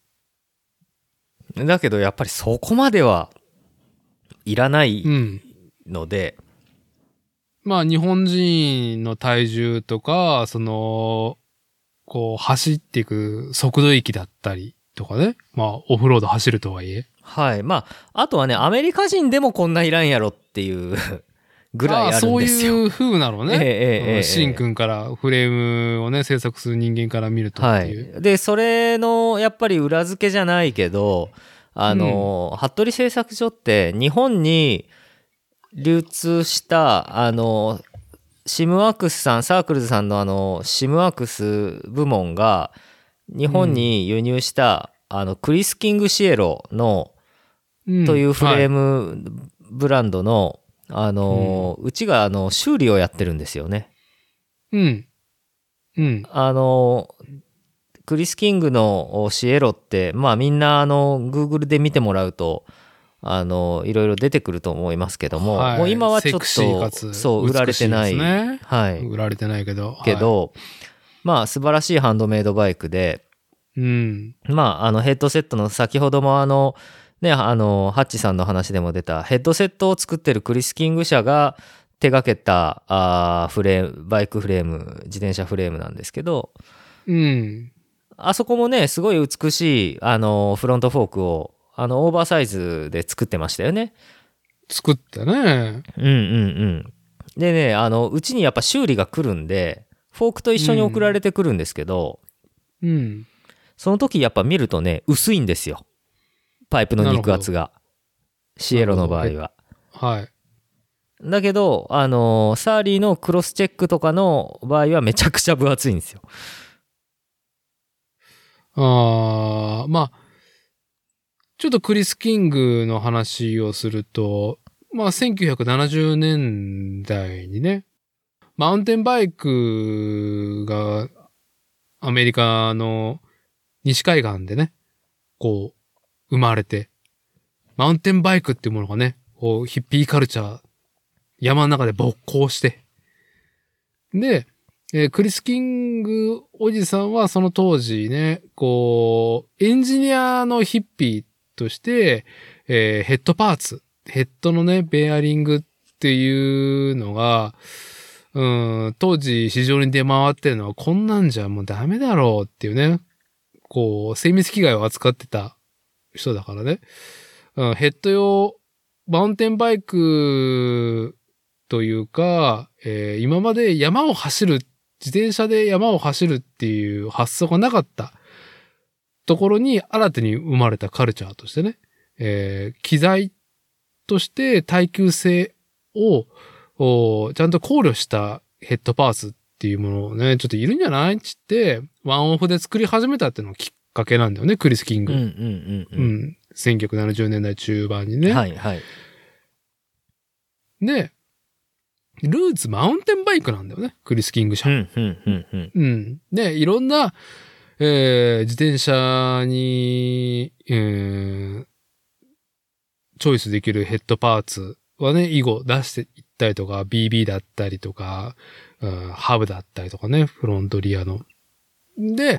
だけどやっぱりそこまではいらないので、 まあ日本人の体重とか、その、こう走っていく速度域だったりとかね。まあオフロード走るとはいえ。 はい。まあ、あとはね、アメリカ人でもこんないらんやろっていうぐらいあるんですよ。 そういう風なのね。シンくんからフレームをね、制作する人間から見るとっていう。 はい。で、それのやっぱり裏付けじゃないけど、服部製作所って日本に流通したシムワークスさん、サークルズさんのシムワークス部門が日本に輸入した、クリス・キング・シエロの、というフレームブランドの、うちが修理をやってるんですよね。クリス・キングのシエロって、まあみんなGoogle で見てもらうと、いろいろ出てくると思いますけども、もう今はちょっと、そう、売られてない。 はい。売られてないけど。 まあ素晴らしいハンドメイドバイクで、まあヘッドセットの先ほどもね、ハッチさんの話でも出たヘッドセットを作ってるクリス・キング社が手掛けたバイクフレーム、自転車フレームなんですけど、あそこもね、すごい美しいフロントフォークをオーバーサイズで作ってましたよね。 作ったね。 でね、うちにやっぱ修理が来るんで、フォークと一緒に送られてくるんですけど、その時やっぱ見るとね、薄いんですよ。パイプの肉厚が。シエロの場合は。 はい。 だけど、サーリーのクロスチェックとかの場合はめちゃくちゃ分厚いんですよ。 まあ、ちょっとクリス・キングの話をすると、まあ1970年代にね、マウンテンバイクがアメリカの西海岸でね、こう、生まれて、マウンテンバイクっていうものがね、こうヒッピーカルチャー、山の中で勃興して、で、クリス・キングおじさんはその当時ね、こう、エンジニアのヒッピーとして、ヘッドパーツ、ヘッドのね、ベアリングっていうのが、 当時市場に出回ってるのはこんなんじゃもうダメだろうっていうね、こう、精密機械を扱ってた人だからね。ヘッド用マウンテンバイクというか、今まで自転車で山を走るっていう発想がなかったところに新たに生まれたカルチャーとしてね、機材として耐久性をちゃんと考慮したヘッドパーツっていうものをね、ちょっといるんじゃないっつって、ワンオフで作り始めたっていうのがきっかけなんだよね、クリス・キング。1970年代中盤にね。 はいはい。 で、ルーツマウンテンバイクなんだよね、クリス・キング社。で、いろんな、自転車に、チョイスできるヘッドパーツはね、以後出していったりとか、BB だったりとか、ハブだったりとかね、フロントリアの。で、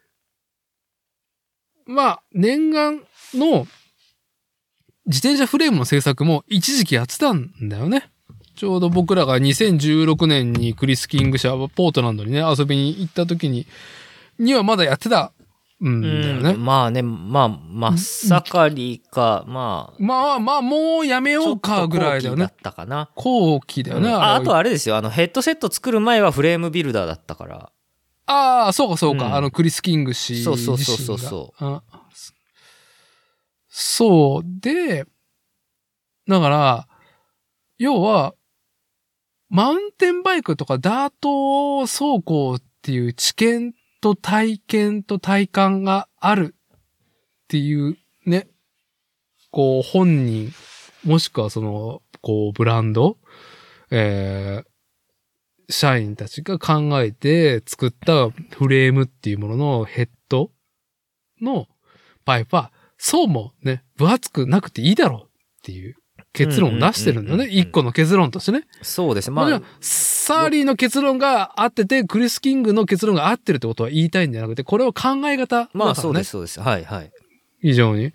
まあ、念願の自転車フレームの製作も一時期やってたんだよね。ちょうど僕らが2016年にクリス・キング社はポートランドにね、遊びに行った時にはまだやってたんだよね。 まあね、まあ、真っ盛りか、まあ、もうやめようかぐらいだよね。 後期だったかな。 後期だよね。 あとあれですよ、ヘッドセット作る前はフレームビルダーだったから。 ああ、そうかそうか、クリス・キング氏自身が。そうで、だから、要は、マウンテンバイクとかダート走行っていう知見と体験と体感があるっていうね、こう本人、もしくはその、こうブランド、社員たちが考えて作ったフレームっていうもののヘッドのパイプは、そうもね、分厚くなくていいだろうっていう結論を出してるんだよね。一個の結論としてね。 そうです。 まあ、サーリーの結論が合ってて、クリス・キングの結論が合ってるってことは言いたいんじゃなくて、これは考え方だからね。 まあそうです、そうです。はいはい。 非常に。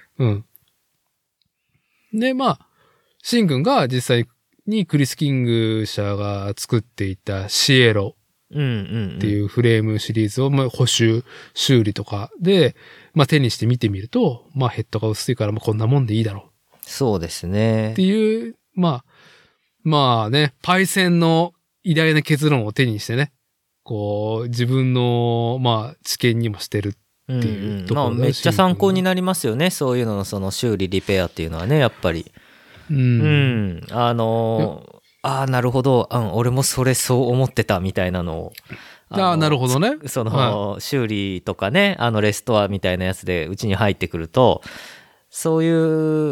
で、まあ、シン君が実際にクリス・キング社が作っていたシエロっていうフレームシリーズを、まあ、補修、修理とかで、まあ手にして見てみると、まあヘッドが薄いから、まあこんなもんでいいだろう。 そうですね。 っていう、まあね、パイセンの偉大な結論を手にしてね、こう、自分の、まあ、知見にもしてるっていうところ、 まあめっちゃ参考になりますよね。そういうののその修理、リペアっていうのはね、やっぱり。なるほど。俺もそう思ってたみたいなのを。 なるほどね。 修理とかね、レストアみたいなやつでうちに入ってくると、そういう、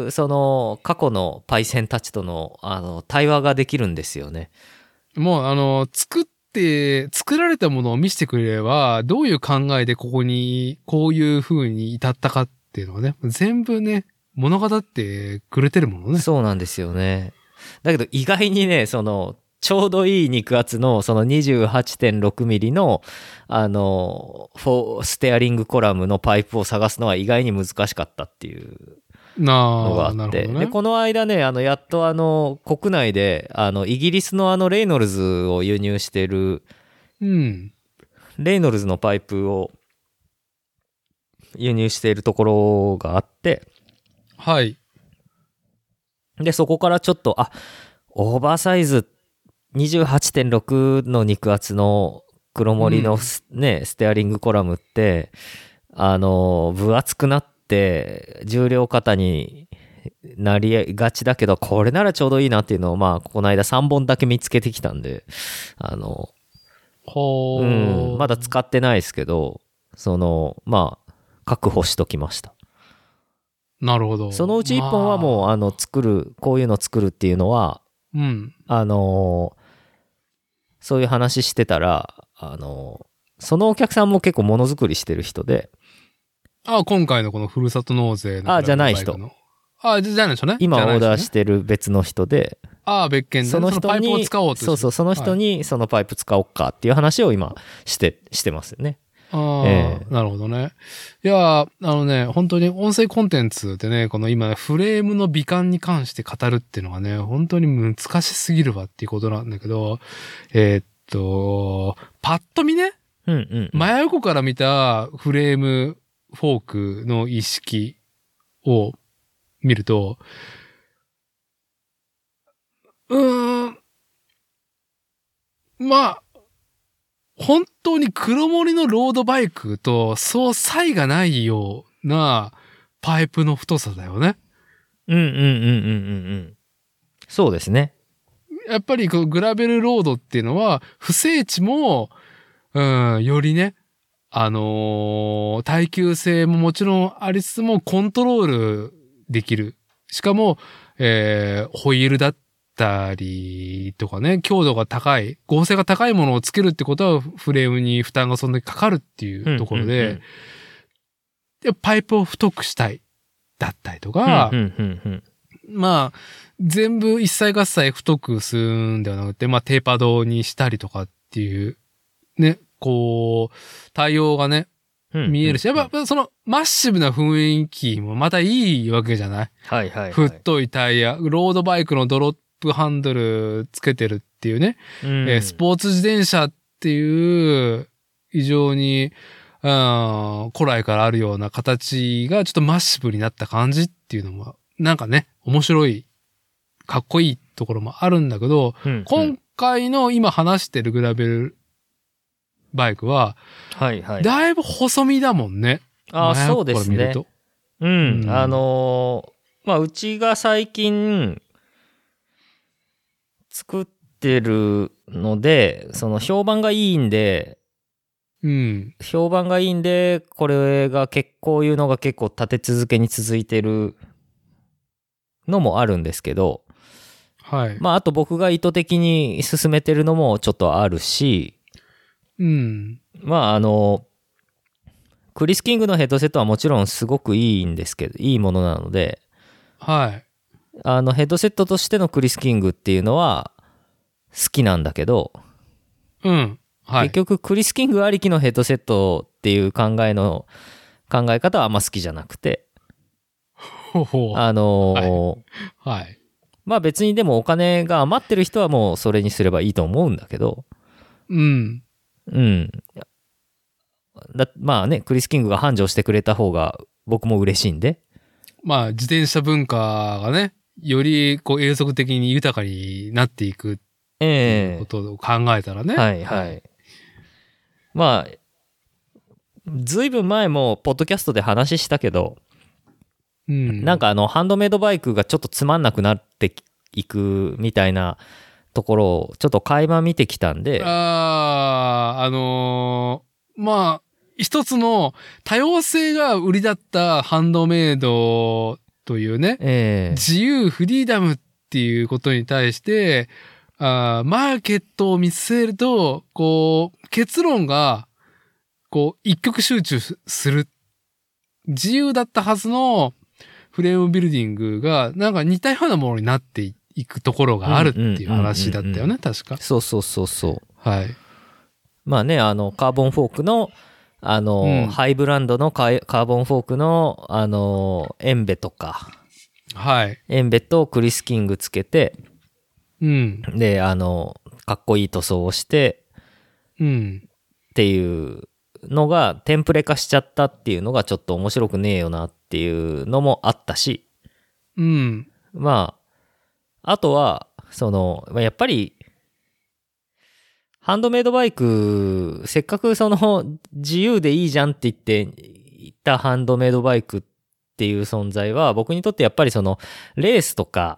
過去のパイセンたちとの、対話ができるんですよね。 もう、作られたものを見せてくれれば、どういう考えでここに、こういう風に至ったかっていうのはね、全部ね、物語ってくれてるものね。 そうなんですよね。だけど意外にね、ちょうどいい肉厚の、28.6 ミリの、ステアリングコラムのパイプを探すのは意外に難しかったっていうのがあって。で、この間ね、やっと国内で、イギリスのレイノルズを輸入してる、レイノルズのパイプを輸入しているところがあって、 はい。 で、そこからちょっと、オーバーサイズ、28.6 の肉厚の黒森のね、ステアリングコラムって、分厚くなって重量過になりがちだけど、これならちょうどいいなっていうのを、まあ、この間3本だけ見つけてきたんで、まだ使ってないですけど、まあ、確保しときました。 なるほど。 そのうち1本はもう、こういうの作るっていうのは、そういう話してたら、そのお客さんも結構ものづくりしてる人で。 今回のこのふるさと納税の。 じゃない人。 じゃない人ね。 今オーダーしてる別の人で。 別件で、そのパイプを使おうとして。 そう、その人にそのパイプ使おうかっていう話を今してますよね。 なるほどね。いや、本当に音声コンテンツでね、この今、フレームの美観に関して語るっていうのがね、本当に難しすぎるわっていうことなんだけど、パッと見ね、真横から見たフレームフォークの意識を見ると、まあ、本当に黒森のロードバイクとそう差異がないようなパイプの太さだよね。 そうですね。 やっぱりグラベルロードっていうのは、不整地も、よりね、耐久性ももちろんありつつもコントロールできる。しかも、ホイールだったりとかね、強度が高い、合成が高いものをつけるってことはフレームに負担がそんなにかかるっていうところで、でパイプを太くしたいだったりとか、まあ、全部一切合切太くするんではなくて、まあテーパードにしたりとかっていう、ね、こう、対応がね、見えるし、やっぱそのマッシブな雰囲気もまたいいわけじゃない？太いタイヤ、ロードバイクのドロップハンドルつけてるっていうね、スポーツ自転車っていう非常に、古来からあるような形がちょっとマッシブになった感じっていうのも、なんかね、面白い、かっこいいところもあるんだけど、今回の今話してるグラベルバイクは、だいぶ細身だもんね。 そうですね。まあ、うちが最近作ってるので、その評判がいいんで、評判がいいんで、これがこういうのが結構立て続けに続いてるのもあるんですけど、まあ、あと僕が意図的に進めてるのもちょっとあるし、まあクリス・キングのヘッドセットはもちろんすごくいいんですけど、いいものなので、ヘッドセットとしてのクリス・キングっていうのは好きなんだけど、結局クリス・キングありきのヘッドセットっていう考え方はあんま好きじゃなくて、まあ別にでもお金が余ってる人はもうそれにすればいいと思うんだけど、まあね、クリス・キングが繁盛してくれた方が僕も嬉しいんで。 まあ自転車文化がね、よりこう永続的に豊かになっていくっていうことを考えたらね。まあ、ずいぶん前もポッドキャストで話したけど、なんかハンドメイドバイクがちょっとつまんなくなっていくみたいなところをちょっと垣間見てきたんで。 まあ、一つの多様性が売りだったハンドメイドというね、自由フリーダムっていうことに対して、マーケットを見据えると、こう、結論が、こう、一極集中する。自由だったはずのフレームビルディングが、なんか似たようなものになっていくところがあるっていう話だったよね、確か。 そう。まあね、カーボンフォークの、ハイブランドのカーボンフォークの、エンベとか。エンベとクリス・キングつけて、で、かっこいい塗装をして、っていうのが、テンプレ化しちゃったっていうのがちょっと面白くねえよなっていうのもあったし、まあ、あとは、やっぱり、ハンドメイドバイク、せっかく自由でいいじゃんって言ったハンドメイドバイクっていう存在は、僕にとってやっぱりレースとか、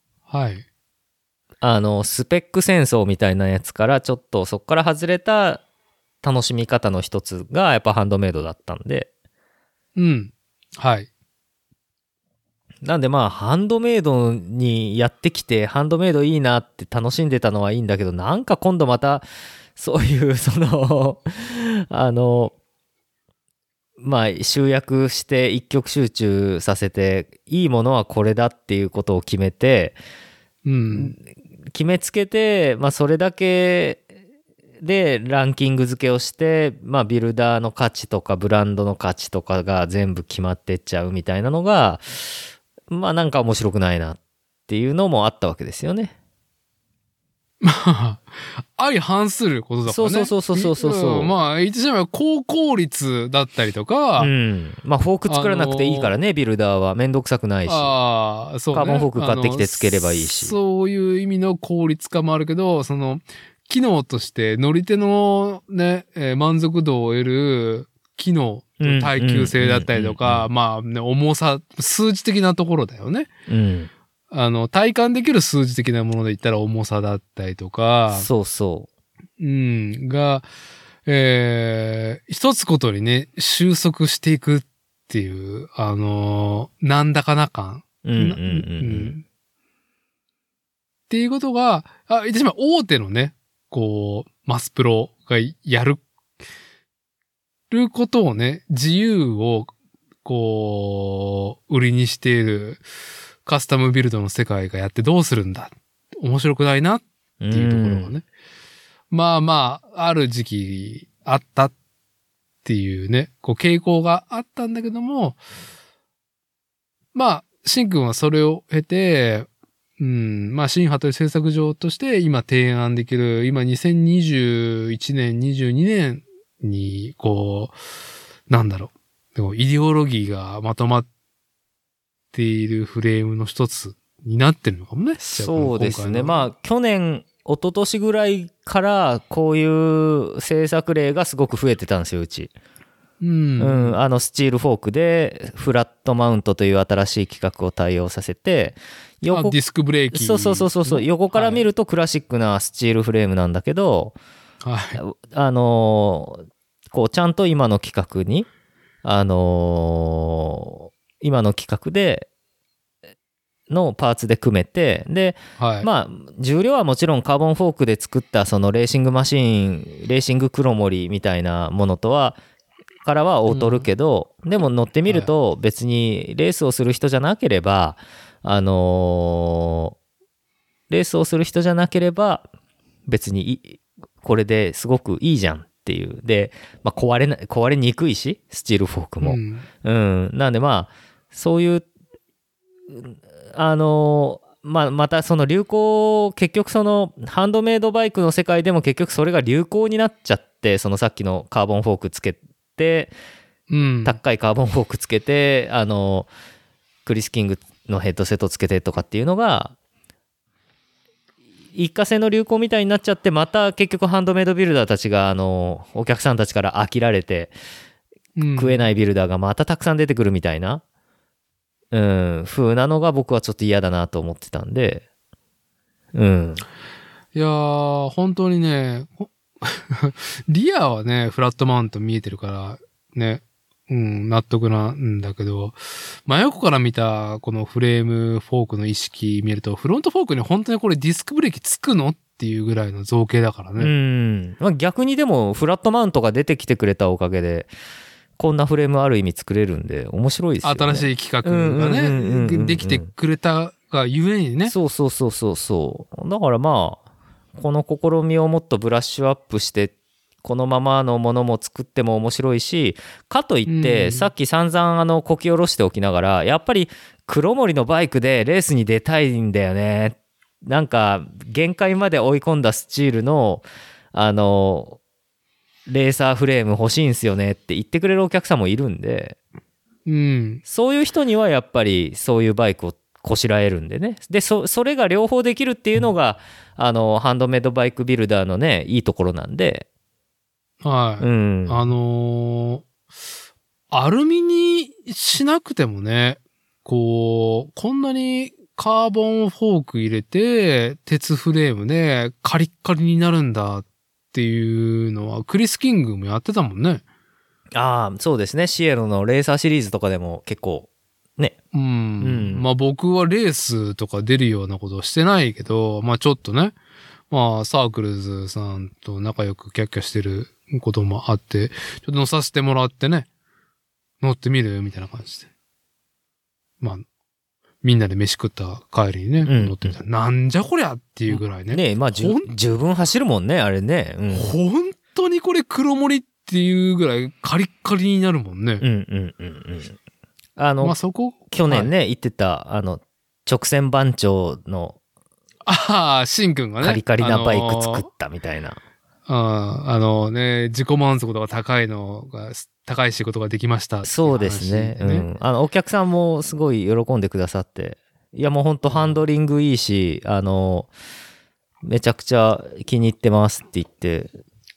スペック戦争みたいなやつからちょっとそこから外れた楽しみ方の一つがやっぱハンドメイドだったんで。なんでまあハンドメイドにやってきてハンドメイドいいなって楽しんでたのはいいんだけど、なんか今度またそういうまあ集約して一極集中させていいものはこれだっていうことを決めて、決めつけて、まあそれだけで、ランキング付けをして、まあ、ビルダーの価値とか、ブランドの価値とかが全部決まってっちゃうみたいなのが、まあ、なんか面白くないなっていうのもあったわけですよね。 まあ、相反することだからね。 そう。 まあ、言ってしまえば高効率だったりとか。 まあ、フォーク作らなくていいからね、ビルダーは。めんどくさくないし。 そうね。 カーボンフォーク買ってきてつければいいし。 そういう意味の効率化もあるけど、機能として乗り手のね、満足度を得る機能、耐久性だったりとか、まあ、ね、重さ、数値的なところだよね。体感できる数字的なもので言ったら重さだったりとか。 そう。 が、一つことにね、収束していくっていう、なんだかな感。っていうことが、言ってしまう大手のね、こう、マスプロがやることをね、自由を、こう、売りにしている、カスタムビルドの世界がやってどうするんだ。面白くないなっていうところがね。まあ、ある時期あったっていうね、こう傾向があったんだけども、まあ、シンくんはそれを経て、まあ、シンハという制作上として今提案できる、今2021年、22年に、こう、なんだろう、でもイデオロギーがまとまっているフレームの一つになってるのかもね。 そうですね。まあ、去年、一昨年ぐらいからこういう制作例がすごく増えてたんですよ、うち。スチールフォークでフラットマウントという新しい規格を対応させて、 ディスクブレーキ。 そう。横から見るとクラシックなスチールフレームなんだけど、こうちゃんと今の規格に、今の規格でのパーツで組めて、で、まあ重量はもちろんカーボンフォークで作ったそのレーシングマシーン、レーシング黒森みたいなものとはからは劣るけど、でも乗ってみると別にレースをする人じゃなければ、レースをする人じゃなければ別にこれですごくいいじゃんっていう。で、まあ、壊れにくいし、スチールフォークも。なんでまあそういうまたその流行、結局そのハンドメイドバイクの世界でも結局それが流行になっちゃって、そのさっきのカーボンフォークつけて、高いカーボンフォークつけて、クリス・キングのヘッドセットつけてとかっていうのが、一過性の流行みたいになっちゃって、また結局ハンドメイドビルダーたちが、お客さんたちから飽きられて、食えないビルダーがまたたくさん出てくるみたいな、風なのが僕はちょっと嫌だなと思ってたんで、いやー、本当にね、リアはね、フラットマウント見えてるから、ね、納得なんだけど、真横から見たこのフレームフォークの意識見ると、フロントフォークに本当にこれディスクブレーキつくのっていうぐらいの造形だからね。 まあ、逆にでもフラットマウントが出てきてくれたおかげで、こんなフレームある意味作れるんで面白いですよね。 新しい企画がね、できてくれたがゆえにね。 そう。だからまあ、この試みをもっとブラッシュアップして、このままのものも作っても面白いし、かといって、さっき散々こき下ろしておきながら、やっぱり黒森のバイクでレースに出たいんだよね。なんか、限界まで追い込んだスチールの、レーサーフレーム欲しいんすよねって言ってくれるお客さんもいるんで、そういう人にはやっぱりそういうバイクをこしらえるんでね。で、それが両方できるっていうのが、ハンドメイドバイクビルダーのね、いいところなんで。 はい。アルミにしなくてもね、こんなにカーボンフォーク入れて、鉄フレームでカリッカリになるんだっていうのは、クリス・キングもやってたもんね。 ああ、そうですね。シエロのレーサーシリーズとかでも結構、ね。 まあ僕はレースとか出るようなことをしてないけど、まあちょっとね、まあサークルズさんと仲良くキャッキャしてることもあって、ちょっと乗させてもらってね、乗ってみるみたいな感じで。まあ、 みんなで飯食った帰りにね、乗ってた。なんじゃこりゃっていうぐらいね。 ねえ、まあ十分走るもんね、あれね。 本当にこれ黒森っていうぐらいカリッカリになるもんね。 まあそこ去年ね、行ってた、直線番長の、 シンくんがね。 カリカリなバイク作ったみたいな。 自己満足度が高い仕事ができました、ね。 そうですね。お客さんもすごい喜んでくださって。いやもうほんとハンドリングいいし、めちゃくちゃ気に入ってますって言って。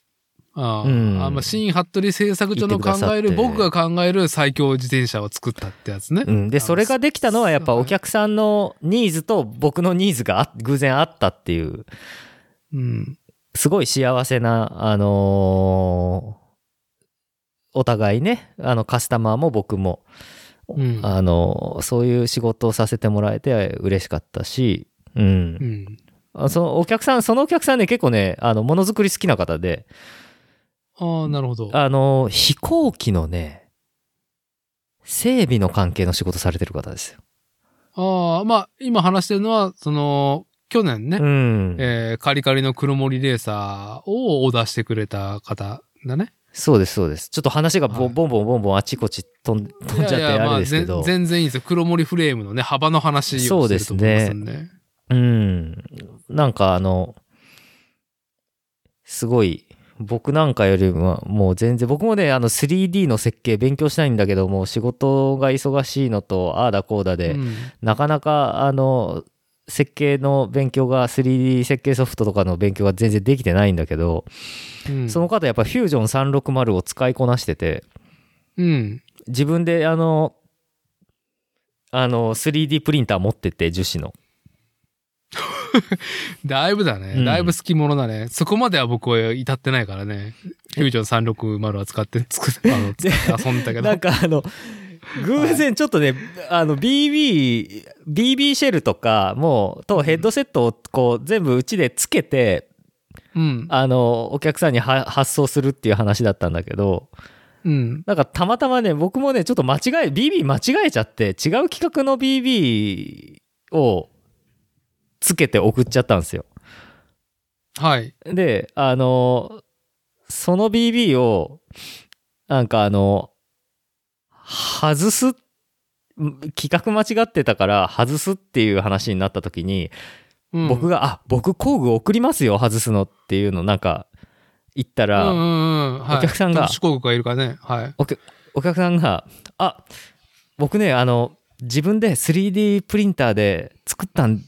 新服部製作所の考える、僕が考える最強自転車を作ったってやつね。 で、それができたのはやっぱお客さんのニーズと僕のニーズが偶然あったっていう。すごい幸せな、お互いね、カスタマーも僕も、そういう仕事をさせてもらえて嬉しかったし、そのお客さんね、結構ね、ものづくり好きな方で、 なるほど。 飛行機のね、整備の関係の仕事されてる方ですよ。 まあ、今話してるのは、去年ね、カリカリの黒森レーサーをオーダーしてくれた方だね。 そうです、そうです。ちょっと話がボンボンあちこち飛んじゃってあれですけど。 全然いいですよ。黒森フレームのね、幅の話をしてると思いますんで。そうですね。なんかすごい、僕なんかよりももう全然、僕もね、3D の設計勉強したいんだけども、仕事が忙しいのと、ああだこうだで、なかなか設計の勉強が 3D 設計ソフトとかの勉強が全然できてないんだけど、その方やっぱフュージョン360を使いこなしてて、自分で3D プリンター持ってて樹脂のだいぶだね、だいぶ好き者だね。そこまでは僕は至ってないからね。フュージョン360は使って遊んでたけど。 なんか偶然ちょっとね、BB シェルとかとヘッドセットをこう全部うちでつけて、お客さんに発送するっていう話だったんだけど、なんかたまたまね、僕もね、ちょっとBB 間違えちゃって、違う規格の BB をつけて送っちゃったんですよ。 はい。 で、その BB を、なんか外す、規格間違ってたから外すっていう話になった時に、僕が、僕工具送りますよ、外すのっていうのなんか言ったら、お客さんが、 工具がいるかね。はい。 お客さんが、僕ね、自分で 3D プリンターで作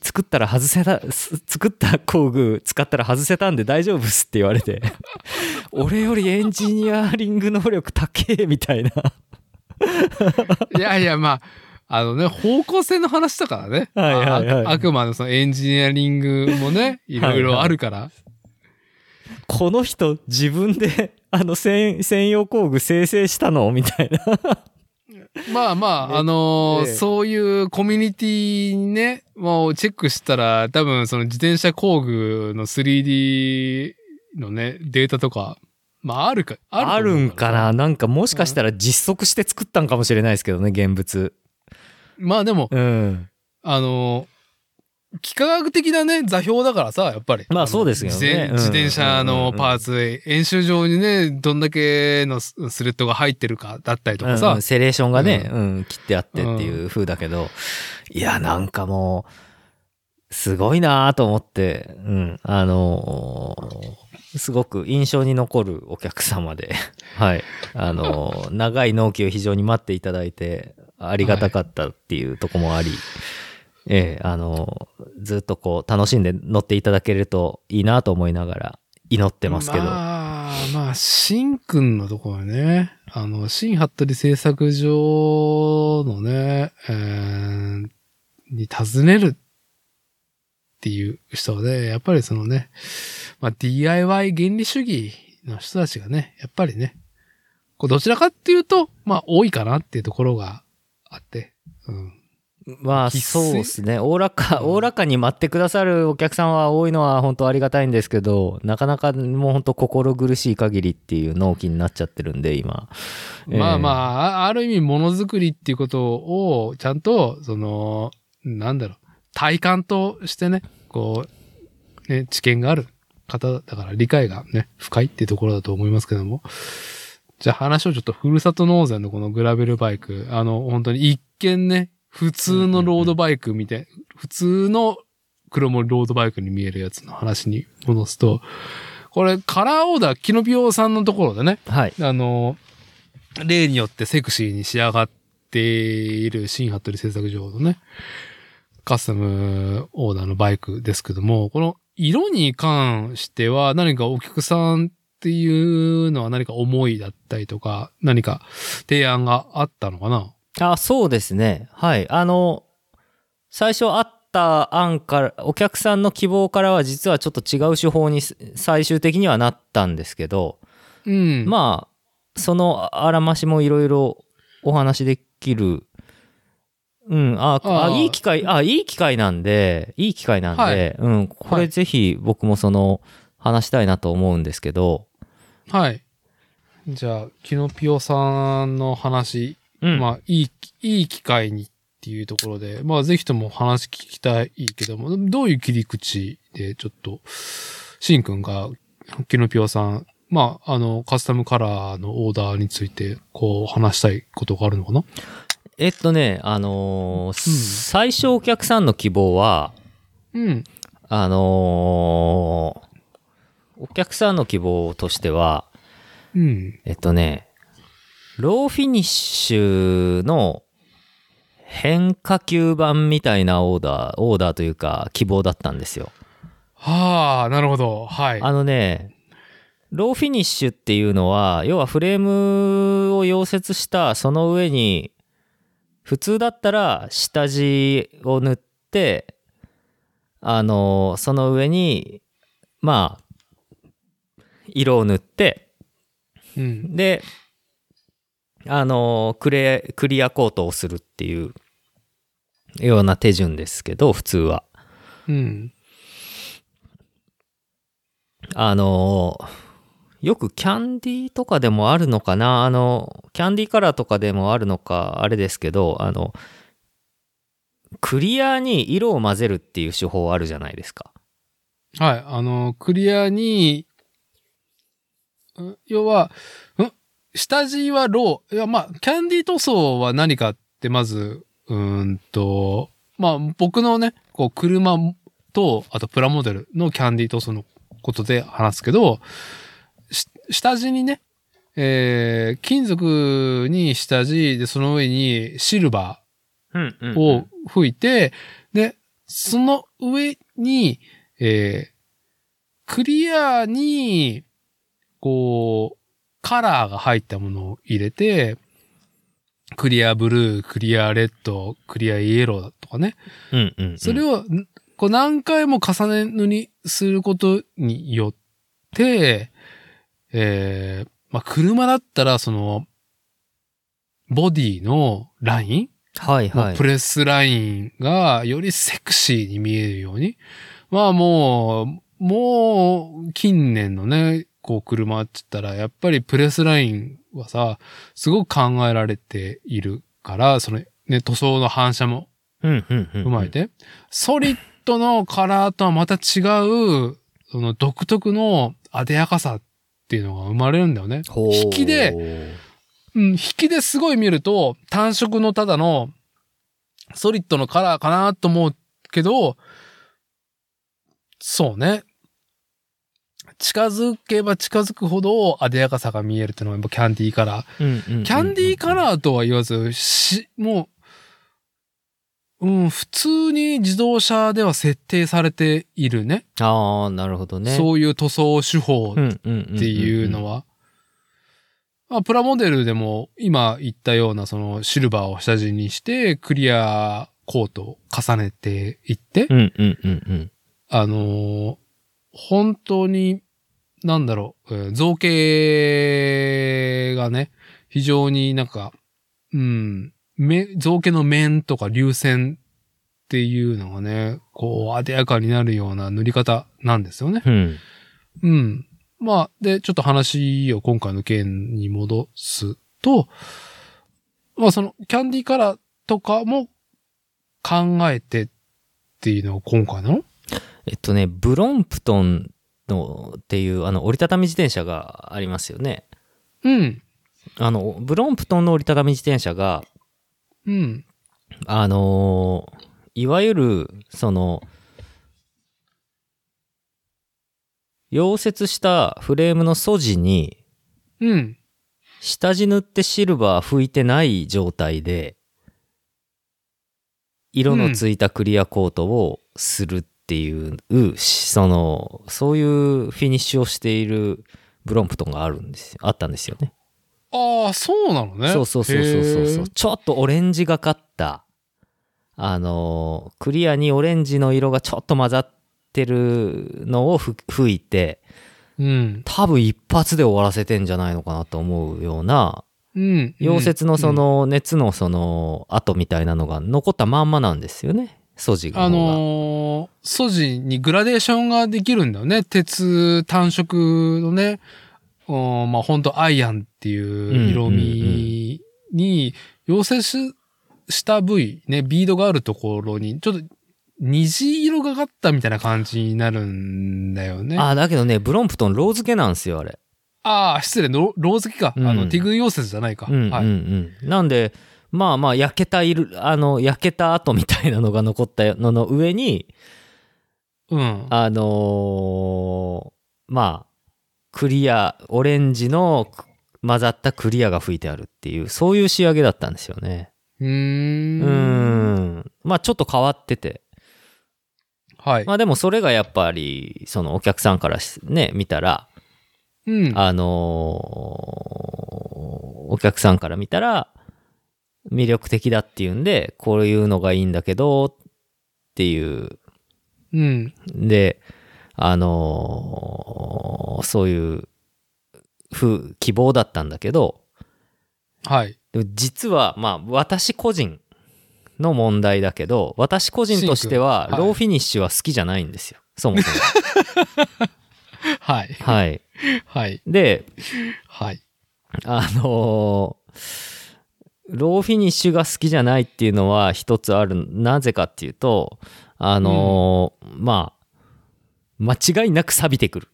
った工具使ったら外せたんで大丈夫っすって言われて俺よりエンジニアリング能力高えみたいな。 いやいや、まあ、方向性の話だからね。あくまでそのエンジニアリングもね、いろいろあるから。 この人自分で専用工具生成したのみたいな。 まあ、そういうコミュニティにね、もうチェックしたら、多分その自転車工具の 3D のね、データとか、まああるんかな。なんかもしかしたら実測して作ったんかもしれないですけどね、現物。 まあでも、幾何学的なね、座標だからさ、やっぱり。 まあそうですよね。 自転車のパーツ、演習場にね、どんだけのスレッドが入ってるかだったりとかさ。 セレーションがね、切ってあってっていう風だけど、いや、なんかもう、すごいなと思って、すごく印象に残るお客様で、はい。長い納期を非常に待っていただいて、ありがたかったっていうとこもあり、ずっとこう楽しんで乗っていただけるといいなと思いながら祈ってますけど。 まあ、シンくんのところはね、新服部製作所のね、に訪ねるっていう人で、やっぱりそのね、まあ DIY 原理主義の人たちがね、やっぱりね、どちらかっていうと、まあ多いかなっていうところがあって、 まあそうですね。おおらかに待ってくださるお客さんは多いのは本当ありがたいんですけど、なかなかもう本当心苦しい限りっていう納期になっちゃってるんで今。 まあ、ある意味ものづくりっていうことをちゃんとなんだろう、体感としてね、こう、ね、知見がある方だから理解がね、深いっていうところだと思いますけども。じゃあ話をちょっとふるさと納税のこのグラベルバイク、本当に一見ね、普通のロードバイクみたい、普通の黒森ロードバイクに見えるやつの話に戻すと、これカラーオーダー、キノピオさんのところでね、 はい。 例によってセクシーに仕上がっている新服部製作所のね、カスタムオーダーのバイクですけども、この色に関しては何かお客さんっていうのは何か思いだったりとか、何か提案があったのかな？ そうですね。はい。最初あった案から、お客さんの希望からは実はちょっと違う手法に最終的にはなったんですけど、 うん。 まあ、そのあらましもいろいろお話できる。うん、いい機会なんで、はい、うん、これぜひ僕も話したいなと思うんですけど。 はい。じゃあ、キノピオさんの話、まあ、いい機会にっていうところで、まあ、ぜひとも話聞きたいけども、どういう切り口でちょっと、シンくんが、キノピオさん、まあ、カスタムカラーのオーダーについて、こう、話したいことがあるのかな？ 最初お客さんの希望は、お客さんの希望としては、ローフィニッシュの変化球版みたいなオーダーというか希望だったんですよ。 はあ、なるほど。はい。 ローフィニッシュっていうのは、要はフレームを溶接したその上に、普通だったら下地を塗って、その上に、まあ、色を塗って、で、クリアコートをするっていうような手順ですけど、普通は。よくキャンディーとかでもあるのかな、キャンディーカラーとかでもあるのか、あれですけど、クリアに色を混ぜるっていう手法あるじゃないですか。 はい。クリアに、要は、下地はロー。いや、まあ、キャンディー塗装は何かってまず、まあ、僕のね、こう、車と、あとプラモデルのキャンディー塗装のことで話すけど、下地にね、金属に下地で、その上にシルバーを吹いて、で、その上に、クリアに、こう、カラーが入ったものを入れて、クリアブルー、クリアレッド、クリアイエローだとかね。それを、こう何回も重ね塗りすることによって、まあ、車だったら、ボディのライン、プレスラインがよりセクシーに見えるように。まあもう、近年のね、こう車って言ったら、やっぱりプレスラインはさ、すごく考えられているから、ね、塗装の反射も踏まえて、ソリッドのカラーとはまた違う、独特の艶やかさっていうのが生まれるんだよね。引きですごい見ると、単色のただのソリッドのカラーかなと思うけど、そうね。近づけば近づくほど艶やかさが見えるっていうのがやっぱキャンディーカラー。キャンディーカラーとは言わず、もう、普通に自動車では設定されているね。 ああ、なるほどね。 そういう塗装手法っていうのは。プラモデルでも今言ったようなそのシルバーを下地にしてクリアコートを重ねていって、本当に、なんだろう、造形がね、非常になんか、造形の面とか流線っていうのがね、こう、艶やかになるような塗り方なんですよね。まあ、で、ちょっと話を今回の件に戻すと、まあその、キャンディーカラーとかも考えてっていうのが今回なの？ ブロンプトンのっていう折りたたみ自転車がありますよね。 うん。 ブロンプトンの折りたたみ自転車が、 うん。 いわゆる、溶接したフレームの素地に、 うん。 下地塗ってシルバー拭いてない状態で、色のついたクリアコートをするっていう、そういうフィニッシュをしているブロンプトンがあったんですよね。 ああ、そうなのね。 そう。ちょっとオレンジがかった、クリアにオレンジの色がちょっと混ざってるのを拭いて、 うん、 多分一発で終わらせてんじゃないのかなと思うような、溶接の熱の跡みたいなのが残ったまんまなんですよね、素地が。 素地にグラデーションができるんだよね。鉄単色のね、まあ本当アイアンっていう色味に溶接した部位ね、ビードがあるところにちょっと虹色がかったみたいな感じになるんだよね。 だけどね、ブロンプトンロー付けなんですよ、あれ。 失礼、ロー付けか。ティグ溶接じゃないか。 はい。なんで、まあ、焼けた跡みたいなのが残ったのの上に、クリア、オレンジの混ざったクリアが吹いてあるっていう、そういう仕上げだったんですよね。まあ、ちょっと変わってて。 はい。 まあでもそれがやっぱり、お客さんからね、見たら、お客さんから見たら、魅力的だっていうんで、こういうのがいいんだけど、っていう。で、そういう希望だったんだけど、 はい。 でも実は、まあ、私個人の問題だけど、私個人としては、ローフィニッシュは好きじゃないんですよ。そもそも。 はい。 はい。 はい。 で、 はい。 ローフィニッシュが好きじゃないっていうのは一つある。なぜかっていうと、まあ、間違いなく錆びてくる。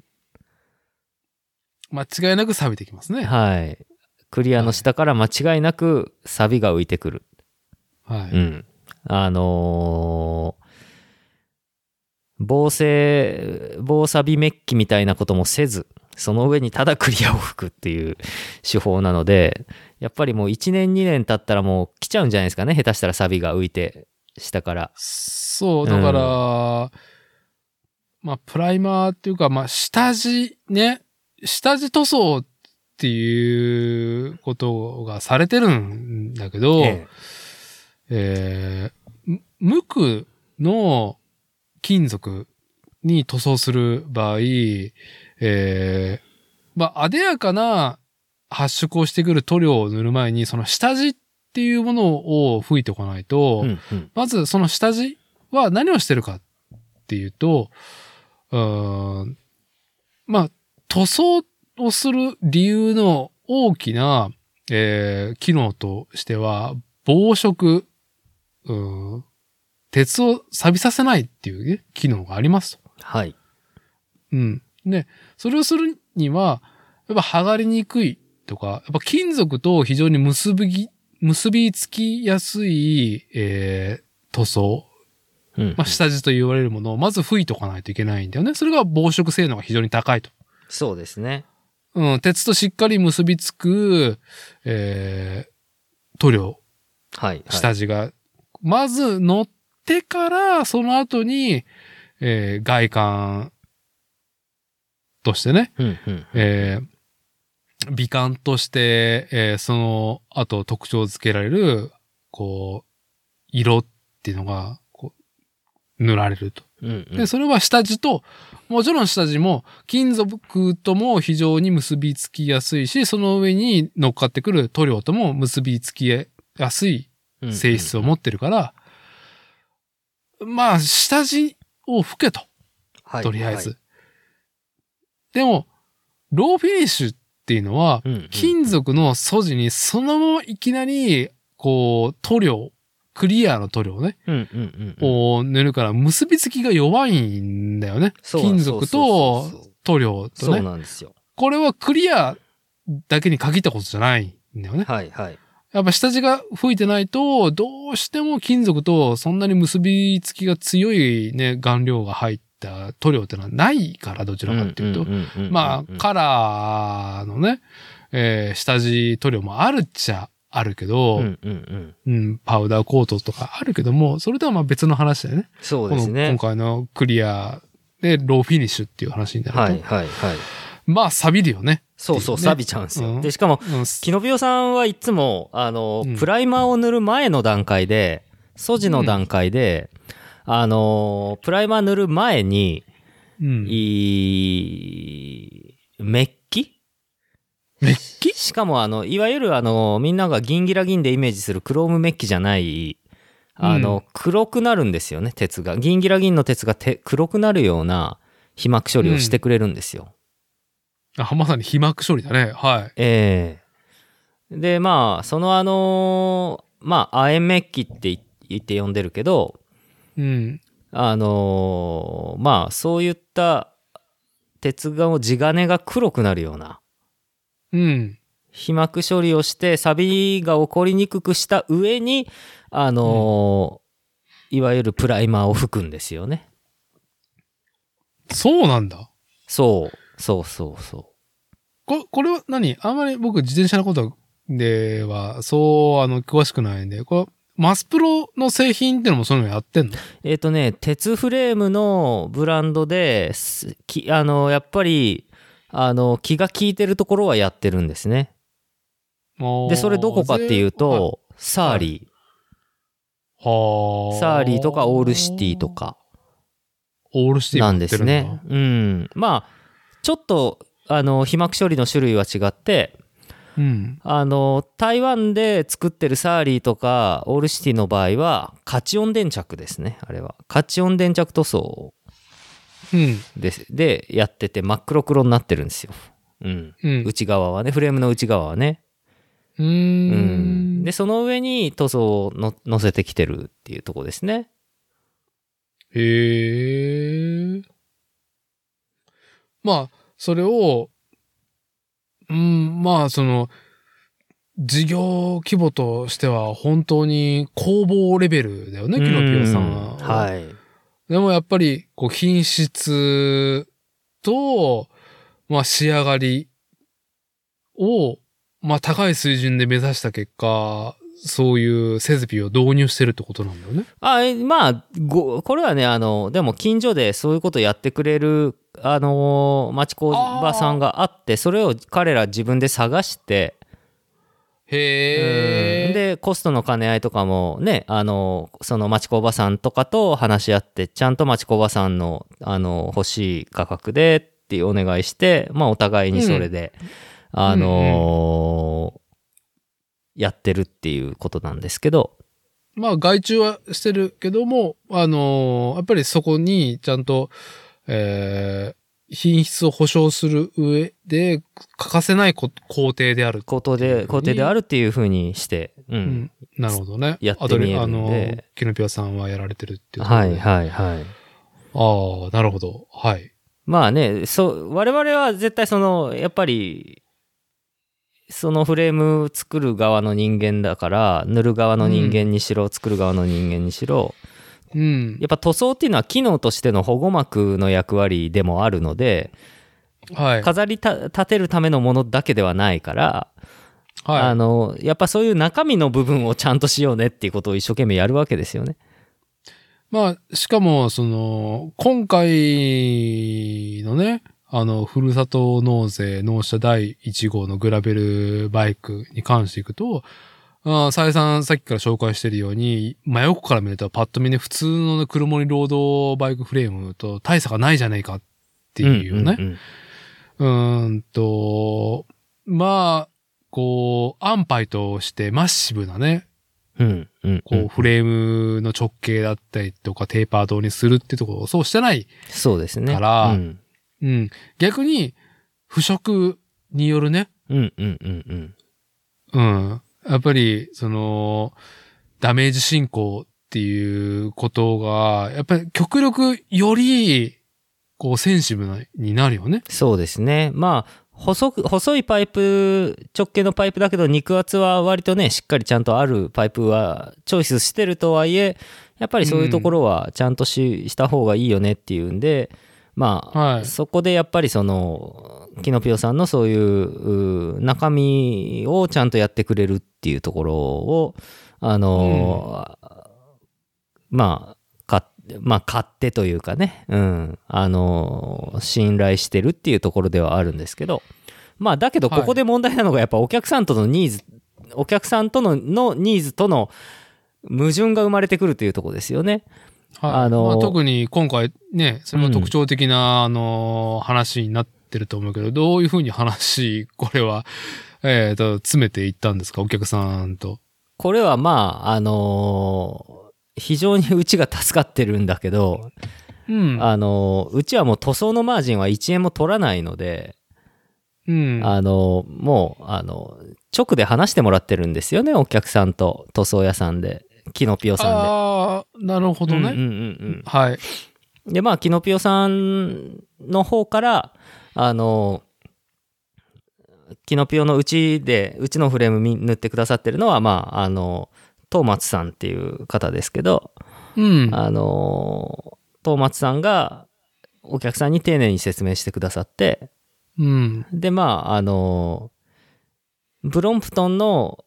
間違いなく錆びてきますね。 はい。クリアの下から間違いなく錆びが浮いてくる。 はい。 防錆メッキみたいなこともせず、その上にただクリアを吹くっていう手法なので、やっぱりもう1年2年経ったらもう来ちゃうんじゃないですかね。下手したら錆が浮いて、下から。 そう、だから、まあ、プライマーっていうか、まあ、下地塗装っていうことがされてるんだけど、無垢の金属に塗装する場合、まあ、艶やかな発色をしてくる塗料を塗る前に、その下地っていうものを吹いておかないと、まずその下地は何をしてるかっていうと、まあ、塗装をする理由の大きな、機能としては、防食、鉄を錆びさせないっていう、ね、機能がありますと。 はい。 で、それをするには、やっぱ剥がれにくいとか、やっぱ金属と非常に結びつきやすい、塗装。まあ、下地と言われるものをまず吹いとかないといけないんだよね。それが防食性能が非常に高いと。 そうですね。 鉄としっかり結びつく、塗料。 はい。 下地が、まず乗ってから、その後に、外観としてね、美観として、その後特徴づけられる、こう、色っていうのが、塗られると。で、それは下地と、もちろん下地も金属とも非常に結びつきやすいし、その上に乗っかってくる塗料とも結びつきやすい性質を持ってるから、まあ、下地を吹けと。はい、とりあえず。でも、ローフィニッシュっていうのは、金属の素地にそのままいきなり、こう、塗料、 クリアの塗料ね。を塗るから結びつきが弱いんだよね。金属と塗料とね。 そうなんですよ。 これはクリアだけに限ったことじゃないんだよね。 はいはい。 やっぱ下地が吹いてないと、どうしても金属とそんなに結びつきが強いね、顔料が入った塗料ってのはないから、どちらかっていうと。まあ、カラーのね、下地塗料もあるっちゃあるけど、パウダーコートとかあるけども、それとはまあ別の話だよね。 そうですね。 今回のクリアでローフィニッシュっていう話になると。 はいはいはい。 まあ、錆びるよね。 そうそう、錆びちゃうんですよ。で、しかも、キノピオさんはいつも、プライマーを塗る前の段階で、素地の段階で、プライマー塗る前に、メッキしかも、いわゆるみんなが銀ギラ銀でイメージするクロームメッキじゃない、黒くなるんですよね、鉄が。銀ギラ銀の鉄が黒くなるような被膜処理をしてくれるんですよ。 まさに被膜処理だね。はい。 で、まあ、そのまあ、亜鉛メッキって言って呼んでるけど、まあ、そういった鉄が地金が黒くなるような、被膜処理をして錆が起こりにくくした上に、いわゆるプライマーを吹くんですよね。 そうなんだ。 そう。 これは何？あんまり僕自転車のことでは、そう、詳しくないんで、マスプロの製品ってのもそういうのやってんの？ 鉄フレームのブランドで、やっぱり、気が利いてるところはやってるんですね。で、それどこかっていうと、サーリー。サーリーとかオールシティとか。 オールシティなんですね。まあ、ちょっと、被膜処理の種類は違って、台湾で作ってるサーリーとかオールシティの場合はカチオン電着ですね。あれはカチオン電着塗装でやってて真っ黒黒になってるんですよ。内側はね、フレームの内側はね。でその上に塗装を乗せてきてるっていうとこですね。 へえ。まあそれをまあ、事業規模としては本当に工房レベルだよね、キノピオさんは。 はい。 でもやっぱり、品質と、まあ、仕上がりを、まあ、高い水準で目指した結果、そういう設備を導入してるってことなんだよね。 まあ、これはね、でも近所でそういうことやってくれる、町工場さんがあって、それを彼ら自分で探して、で、コストの兼ね合いとかもね、その町工場さんとかと話し合って、ちゃんと町工場さんの、欲しい価格でっていうお願いして、まあ、お互いにそれで、やってるっていうことなんですけど。 まあ外注はしてるけども、やっぱりそこにちゃんと、品質を保証する上で欠かせない工程である。 工程であるっていう風にして、 なるほどね。 やってみえるんで。 キノピオさんはやられてるっていう。 はいはいはい。 ああ、なるほど。はい。 まあね、我々は絶対やっぱり、そのフレーム作る側の人間だから、塗る側の人間にしろ、作る側の人間にしろ、やっぱ塗装っていうのは機能としての保護膜の役割でもあるので、飾り立てるためのものだけではないから、やっぱそういう中身の部分をちゃんとしようねっていうことを一生懸命やるわけですよね。 まあ、しかも、今回のね、ふるさと納税納車第1号のグラベルバイクに関していくと、再三さっきから紹介してるように、真横から見るとパッと見ね、普通の黒森ロードバイクフレームと大差がないじゃないかっていうね。まあ、安牌としてマッシブなね、フレームの直径だったりとかテーパードにするってところをそうしてない。 そうですね。 から、逆に、腐食によるね。やっぱり、 ダメージ進行っていうことが、やっぱり極力より、こう、センシブになるよね。 そうですね。まあ、細いパイプ、直径のパイプだけど肉厚は割とね、しっかりちゃんとあるパイプはチョイスしてるとはいえ、やっぱりそういうところはちゃんとした方がいいよねっていうんで、まあ、はい、そこでやっぱりその、キノピオさんのそういう中身をちゃんとやってくれるっていうところを、まあ、買ってというかね、信頼してるっていうところではあるんですけど、まあ、だけどここで問題なのがやっぱお客さんとのニーズ、お客さんとのニーズとの矛盾が生まれてくるというところですよね。 はい。特に今回ね、それが特徴的な、話になってると思うけど、どういうふうにこれは、詰めていったんですか、お客さんと。 これはまあ、非常にうちが助かってるんだけど、うちはもう塗装のマージンは1円も取らないので、もう、直で話してもらってるんですよね、お客さんと塗装屋さんで。キノピオさんで。 ああ、なるほどね。はい。 で、まあ、キノピオさんの方から、キノピオのうちのフレーム塗ってくださってるのは、まあ、東松さんっていう方ですけど、東松さんがお客さんに丁寧に説明してくださって、で、まあ、ブロンプトンの、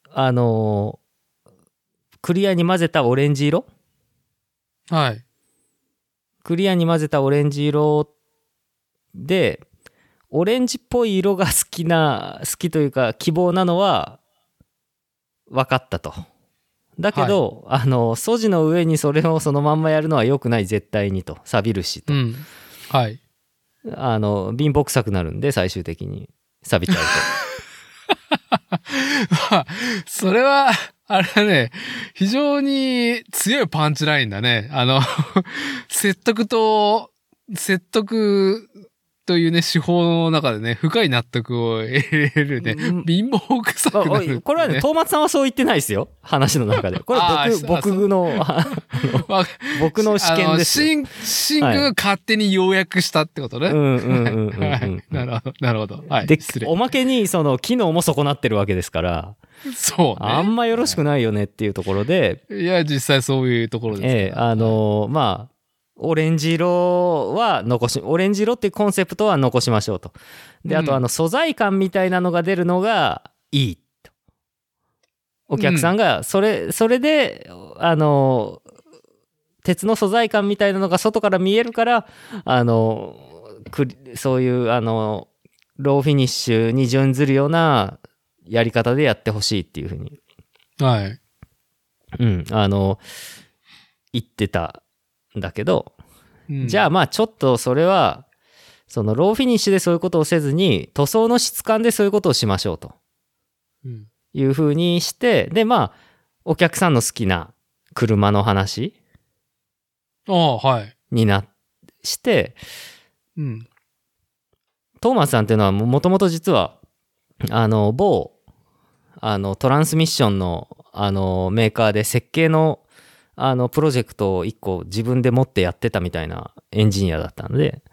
クリアに混ぜたオレンジ色、 はい。 クリアに混ぜたオレンジ色で、オレンジっぽい色が好きというか希望なのは分かったと。だけど、素地の上にそれをそのまんまやるのは良くない、絶対にと。錆びるしと。 はい。 貧乏臭くなるんで、最終的に錆びちゃうと。まあ、それは、あれはね、非常に強いパンチラインだね。説得というね、手法の中でね、深い納得を得れるね。貧乏臭くなる、ね。 これはね、東松さんはそう言ってないですよ。話の中で。これ僕の試験ですよ。 シンクが勝手に要約したってことね。なるほど。はい。 で、おまけに、その、機能も損なってるわけですから。 そうね。 あんまよろしくないよねっていうところで。 いや、実際そういうところです。 まあ、オレンジ色っていうコンセプトは残しましょうと。で、あと素材感みたいなのが出るのがいいと。お客さんが、それで、鉄の素材感みたいなのが外から見えるから、そういう、ローフィニッシュに準ずるようなやり方でやってほしいっていうふうに。 はい。 言ってた。だけど、じゃあまあちょっとそれはそのローフィニッシュでそういうことをせずに塗装の質感でそういうことをしましょうというふうにして、でまあお客さんの好きな車の話にして、トーマスさんっていうのはもともと実は某トランスミッションのメーカーで設計のプロジェクトを一個自分で持ってやってたみたいなエンジニアだったので。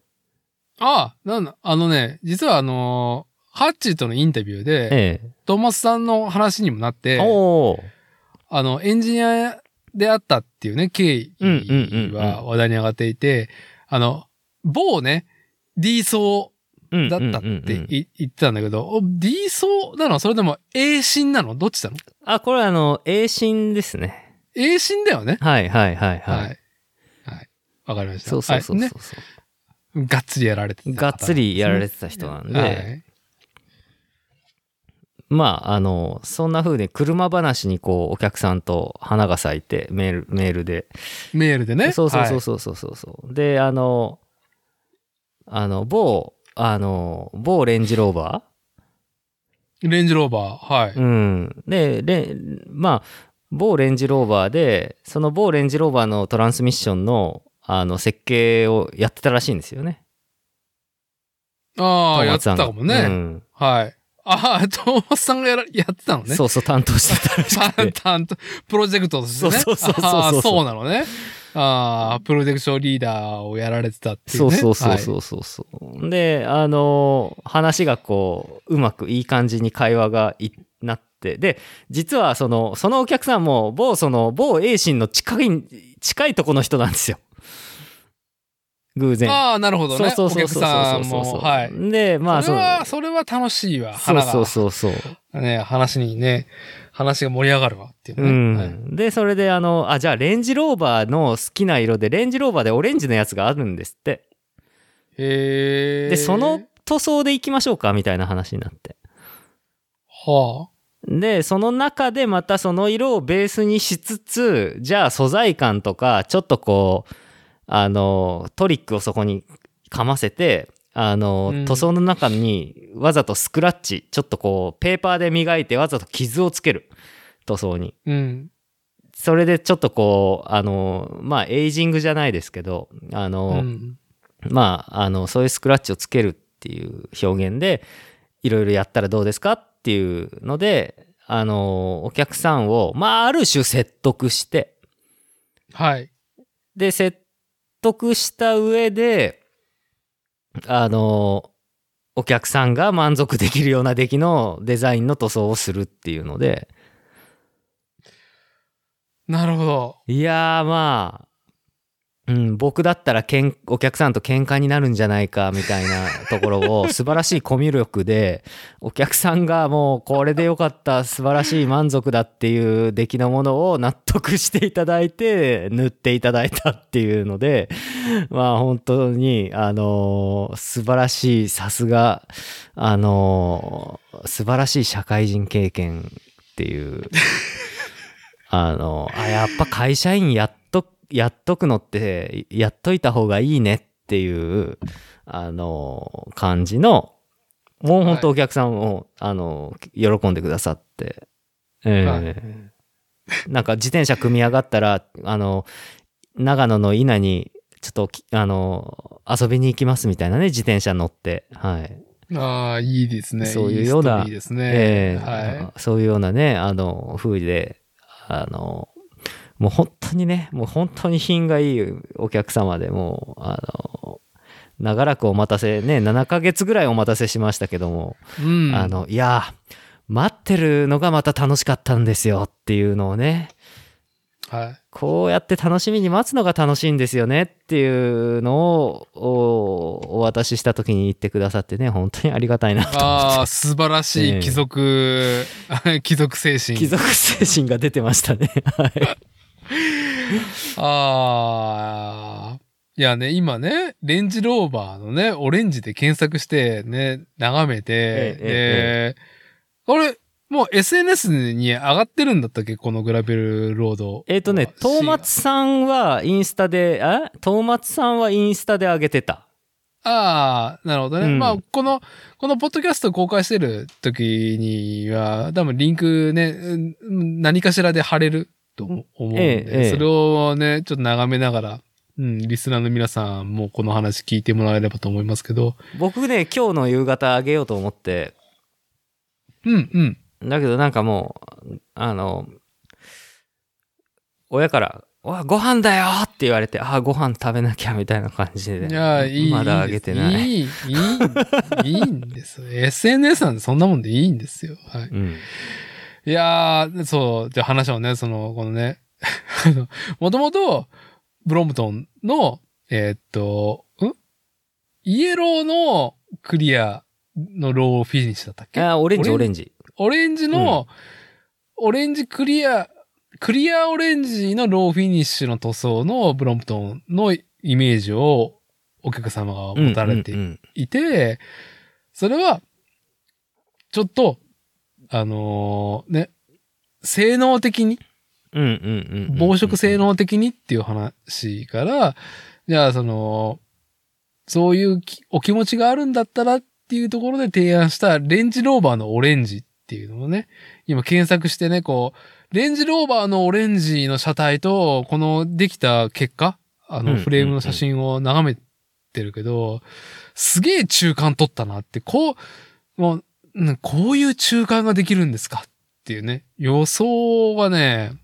実はハッチーとのインタビューで、トーマスさんの話にもなって、エンジニアであったっていうね、経緯は話題に上がっていて、某ね、D 層だったって言ってたんだけど、D 層なの？それでも A 芯なの？どっちなの？ これはA 芯ですね。 A 芯だよね。 はい。 はい。わかりました。 そう。 がっつりやられてた。 がっつりやられてた人なんで、まあ、そんな風に車話にこう、お客さんと花が咲いて、メールで。 メールでね。 そう。で、某レンジローバーはい。 で、まあ、某レンジローバーで、その某レンジローバーのトランスミッションの、設計をやってたらしいんですよね。 やってたかもね。はい。 ああ、トーマスさんがやってたのね。 そうそう、担当してたらしくて。 プロジェクトですね。 そうそうそうああ、そうなのね。ああ、プロジェクションリーダーをやられてたっていうね。 そうそう。で、話がこう、うまくいい感じに会話がなって、で、実はそのお客さんも、某A 神の近いとこの人なんですよ。偶然。 ああ、なるほどね。 そうお客さんも。はい。 で、まあそれは楽しいわ。 そう。 ね、話が盛り上がるわっていうね。 はい、で、それでじゃあレンジローバーの好きな色で、レンジローバーでオレンジのやつがあるんですって。 へえ。 で、その塗装で行きましょうかみたいな話になって。 はあ。 で、その中でまたその色をベースにしつつ、じゃあ素材感とか、ちょっとこう、トリックをそこにかませて、塗装の中にわざとスクラッチ、ちょっとこう、ペーパーで磨いてわざと傷をつける。塗装に。 うん。 それでちょっとこう、まあ、エイジングじゃないですけど、まあ、そういうスクラッチをつけるっていう表現で、いろいろやったらどうですかっていうので、お客さんを、まあ、ある種説得して、 はい。 で、説得した上で、お客さんが満足できるような出来のデザインの塗装をするっていうので。 なるほど。 いやーまあ、僕だったらお客さんと喧嘩になるんじゃないかみたいなところを素晴らしいコミュ力で、お客さんがもうこれでよかった、素晴らしい満足だっていう出来のものを納得していただいて塗っていただいたっていうので、まあ本当に素晴らしい、さすが素晴らしい社会人経験っていうやっぱ会社員やっとくのってやっといた方がいいねっていう感じの、もう本当お客さんも、喜んでくださって、なんか自転車組み上がったら長野の伊那にちょっと遊びに行きますみたいなね、自転車乗って、はい。 ああ、いいですね。 そういうような、 いいですね。 そういうようなね、風でもう本当にね、もう本当に品がいいお客様で、もう長らくお待たせね、7ヶ月ぐらいお待たせしましたけども、いや待ってるのがまた楽しかったんですよっていうのをね、 はい、 こうやって楽しみに待つのが楽しいんですよねっていうのをお渡しした時に言ってくださってね、本当にありがたいなと思って。 ああ、素晴らしい貴族精神。 貴族精神が出てましたね。はい。 ああ、いやね、今ね、レンジローバーのね、オレンジで検索してね、眺めて、これ、もう SNS に上がってるんだったっけこのグラベルロード。 トーマツさんはインスタで上げてた。 ああ、なるほどね。まあ、このポッドキャスト公開してる時には、多分リンクね、何かしらで貼れると思うんで、それをね、ちょっと眺めながら、リスナーの皆さんもこの話聞いてもらえればと思いますけど。 僕ね、今日の夕方あげようと思って。だけどなんかもう、親から、ご飯だよって言われて、ご飯食べなきゃみたいな感じで。 いや、 まだあげてない。 いいんです。SNS なんでそんなもんでいいんですよ。はい。いやー、そう、じゃあ話をね、このね、もともと、ブロンプトンの、イエローのクリアのローフィニッシュだったっけ？ オレンジ。 オレンジの、オレンジクリアオレンジのローフィニッシュの塗装のブロンプトンのイメージをお客様が持たれていて、それは、ちょっと、ね、性能的に、防食性能的にっていう話から、じゃあそういうお気持ちがあるんだったらっていうところで提案したレンジローバーのオレンジっていうのをね、今検索してね、レンジローバーのオレンジの車体と、このできた結果、フレームの写真を眺めてるけど、すげえ中間取ったなって、もう、 こういう仲介ができるんですかっていうね、予想はね、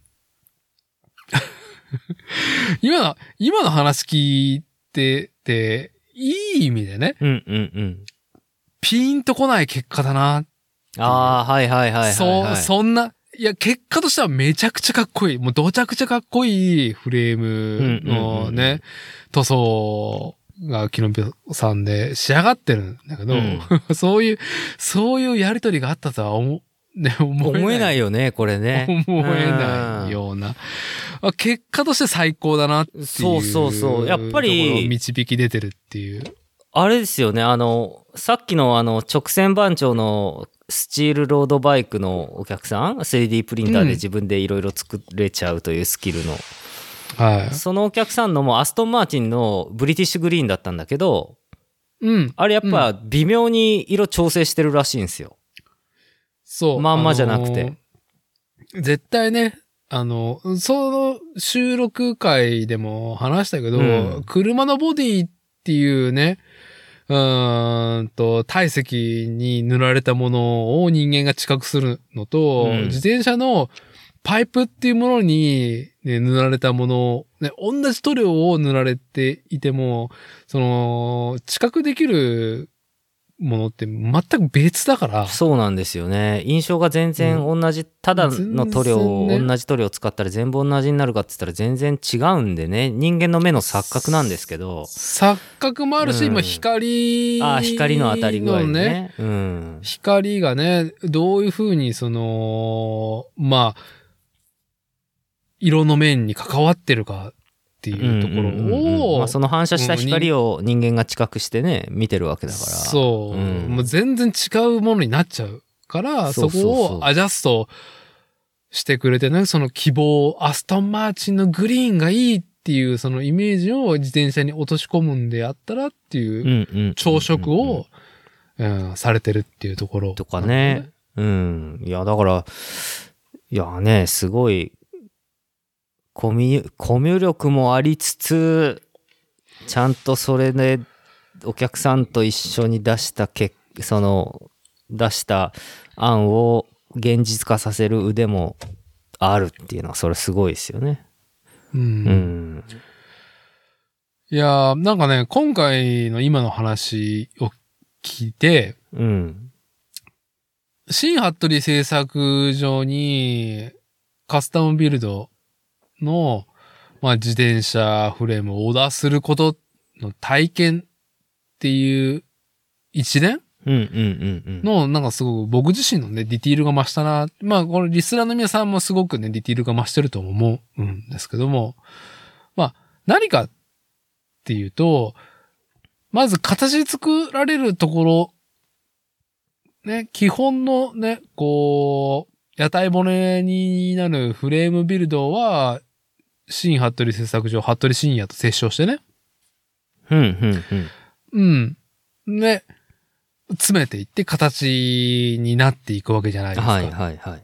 今の話聞いてて、いい意味でね、ピーンとこない結果だな。 ああ、はいはいはいはい、はい。 そんな、いや、結果としてはめちゃくちゃかっこいい。もうどちゃくちゃかっこいいフレームのね、塗装がキノピオさんで仕上がってるんだけど、そういうやりとりがあったとは思えないよね、これね。 思えないような。結果として最高だなっていう。 そう。やっぱり、 導き出てるっていう。 あれですよね、さっきの直線番長のスチールロードバイクのお客さん 3D プリンターで自分でいろいろ作れちゃうというスキルの、 はい、 そのお客さんのもアストンマーチンのブリティッシュグリーンだったんだけど、あれやっぱ微妙に色調整してるらしいんですよ。 そう。 まんまじゃなくて。 絶対ね、その収録会でも話したけど、車のボディっていうね、体積に塗られたものを人間が知覚するのと、自転車のパイプっていうものに、ね、塗られたもの、ね、同じ塗料を塗られていても、知覚できるものって全く別だから。 そうなんですよね。印象が全然同じ、ただの塗料を、同じ塗料を使ったら全部同じになるかって言ったら全然違うんでね。人間の目の錯覚なんですけど。 錯覚もあるし、今光の当たり具合ね。 光がね、どういうふうに色の面に関わってるかっていうところを、 その反射した光を人間が知覚してね、見てるわけだから。 そう。もう全然違うものになっちゃうから、そこをアジャストしてくれてね、その希望、アストンマーチンのグリーンがいいっていうそのイメージを自転車に落とし込むんであったらっていう朝食をされてるっていうところ。 とかね。いや、だから、いやね、すごい、コミュ力もありつつ、ちゃんとそれでお客さんと一緒に出した案を現実化させる腕もあるっていうのはそれすごいですよね。 いやー、なんかね、今回の今の話を聞いて、新服部製作所にカスタムビルドの、自転車フレームをオーダーすることの体験っていう一連の、なんかすごく僕自身のね、ディティールが増したな。これリスナーの皆さんもすごくね、ディティールが増してると思うんですけども、何かっていうと、まず形作られるところ、ね、基本のね、屋台骨になるフレームビルドは、新服部製作所、服部深也と折衝してね。ね、詰めていって形になっていくわけじゃないですか。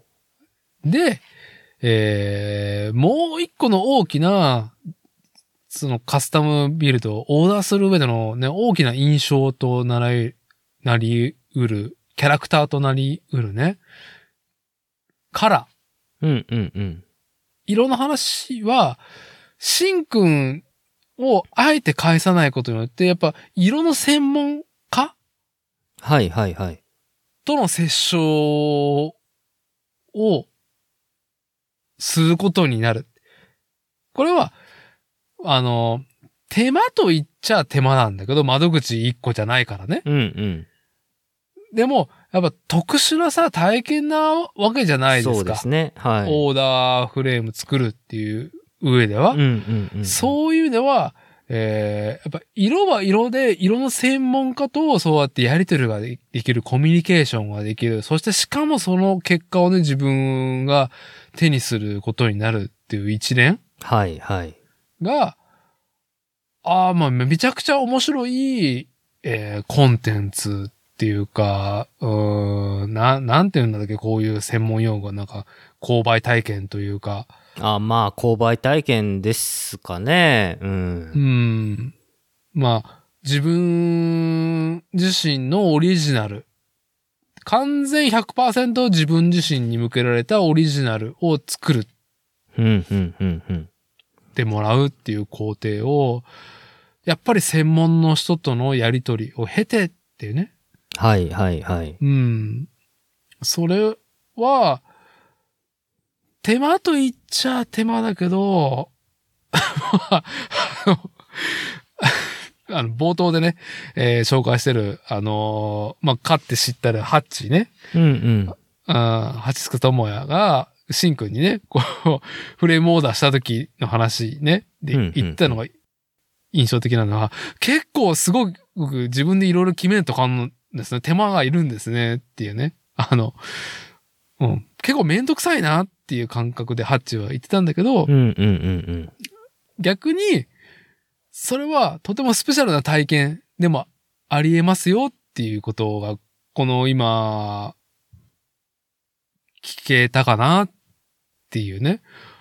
で、もう一個の大きな、そのカスタムビルドをオーダーする上でのね、大きな印象となりうる、キャラクターとなりうるね、カラー。色の話は、シンくんをあえて返さないことによって、やっぱ色の専門家との折衝をすることになる。これは、手間と言っちゃ手間なんだけど、窓口一個じゃないからね。でも、やっぱ特殊な体験なわけじゃないですか。 そうですね。 オーダーフレーム作るっていう上では。そういう意味では、やっぱ色は色で、色の専門家とそうやってやり取りができる、コミュニケーションができる。そしてしかもその結果をね、自分が手にすることになるっていう一連が、めちゃくちゃ面白い、コンテンツっていうか、なんて言うんだっけ、こういう専門用語、なんか、購買体験というか。 購買体験ですかね。 自分自身のオリジナル。 完全 100% 自分自身に向けられたオリジナルを作る。ってもらうっていう工程を、やっぱり専門の人とのやりとりを経てっていうね。 はいはいはい。 それは、手間と言っちゃ手間だけど、冒頭でね、紹介してる、飼って知ったらハッチね。ハチスクトモヤが、シンくんにね、こう、フレームオーダーした時の話ね、で、言ったのが印象的なのは、結構すごく自分でいろいろ決めるとかんですね。手間がいるんですね、っていうね。結構めんどくさいなっていう感覚でハッチは言ってたんだけど、逆に、それはとてもスペシャルな体験でもあり得ますよっていうことが、この今、聞けたかなっていうね。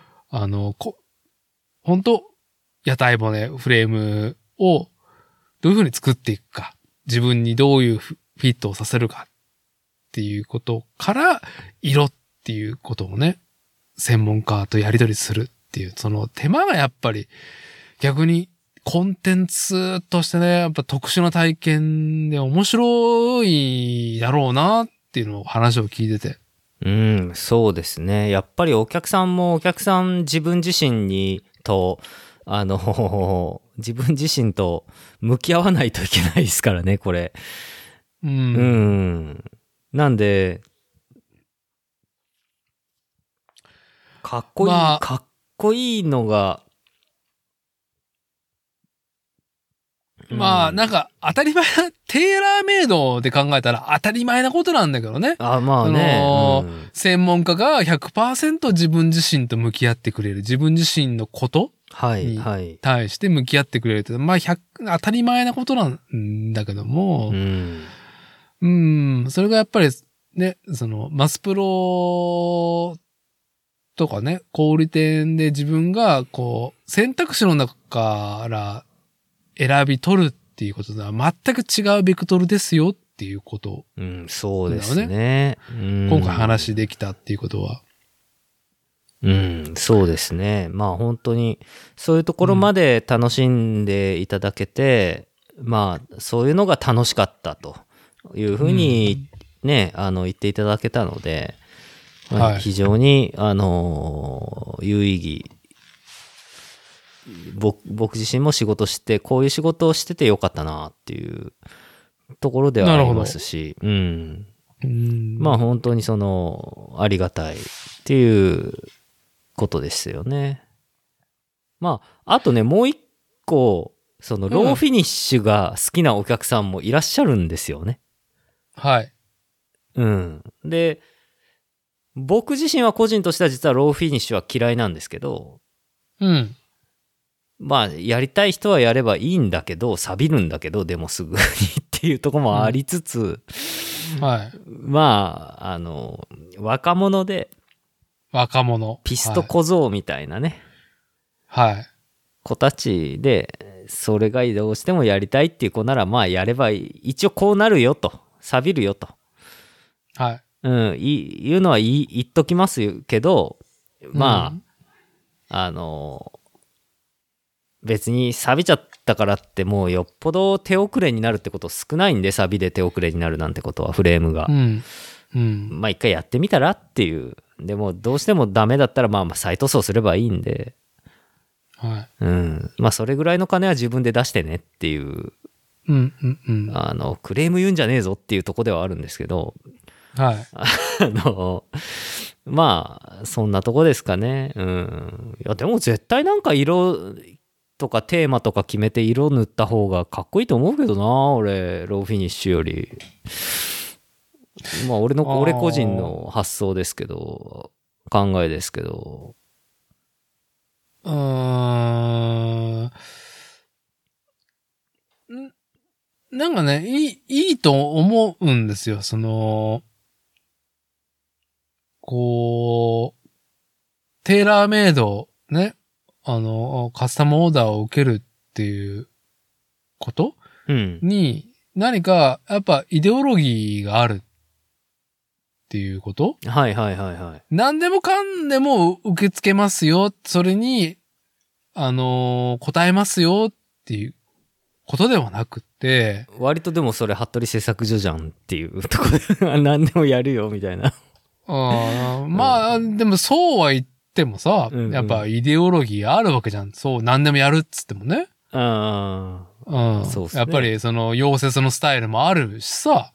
本当屋台骨、フレームをどういうふうに作っていくか、自分にどういうフィットをさせるかっていうことから、色っていうことをね、専門家とやり取りするっていう、その手間がやっぱり逆にコンテンツとしてね、やっぱ特殊な体験で面白いだろうなっていうのを話を聞いてて。 そうですね。やっぱりお客さんも自分自身にと、自分自身と向き合わないといけないですからね、これ。なんで、かっこいいのが、 なんか、当たり前な、テーラーメイドで考えたら当たり前なことなんだけどね。専門家が 100% 自分自身と向き合ってくれる。自分自身のことに対して向き合ってくれるって、当たり前なことなんだけども、それがやっぱりね、マスプロとかね、小売店で自分が選択肢の中から選び取るっていうことでは全く違うベクトルですよっていうこと、 そうですね。 今回話できたっていうことは。 そうですね。本当にそういうところまで楽しんでいただけて、そういうのが楽しかったというふうにね、言っていただけたので、非常に有意義。僕自身も仕事して、こういう仕事をしててよかったなっていうところではありますし、本当にありがたいっていうことですよね。あとね、もう一個、ローフィニッシュが好きなお客さんもいらっしゃるんですよね。 はい。 で、僕自身は個人としては実はローフィニッシュは嫌いなんですけど、やりたい人はやればいいんだけど、錆びるんだけど、でもすぐにっていうところもありつつ、若者で、ピスト小僧みたいなね、子たちで、それがどうしてもやりたいっていう子なら、やればいい。一応こうなるよと、錆びるよと。いうのは言っときますけど、別に錆びちゃったからってもうよっぽど手遅れになるってこと少ないんで、錆びで手遅れになるなんてことはフレームが。一回やってみたらっていう。でもどうしてもダメだったら再塗装すればいいんで。それぐらいの金は自分で出してねっていう。クレーム言うんじゃねえぞっていうとこではあるんですけど。そんなとこですかね。いや、でも絶対なんか色とかテーマとか決めて色塗った方がかっこいいと思うけどな、俺、ローフィニッシュより。俺個人の発想ですけど、考えですけど。 なんかね、いいと思うんですよ。テーラーメイド、ね、カスタムオーダーを受けるっていうことに、何か、やっぱイデオロギーがあるっっていうこと？ はいはいはいはい。 何でもかんでも受け付けますよ。それに、答えますよっていうことではなくて。 割とでもそれ、服部製作所じゃんっていうところで、何でもやるよみたいな。 まあ、でもそうは言ってもさ、やっぱイデオロギーあるわけじゃん。そう、何でもやるっつってもね。そうっすね。やっぱりその溶接のスタイルもあるしさ。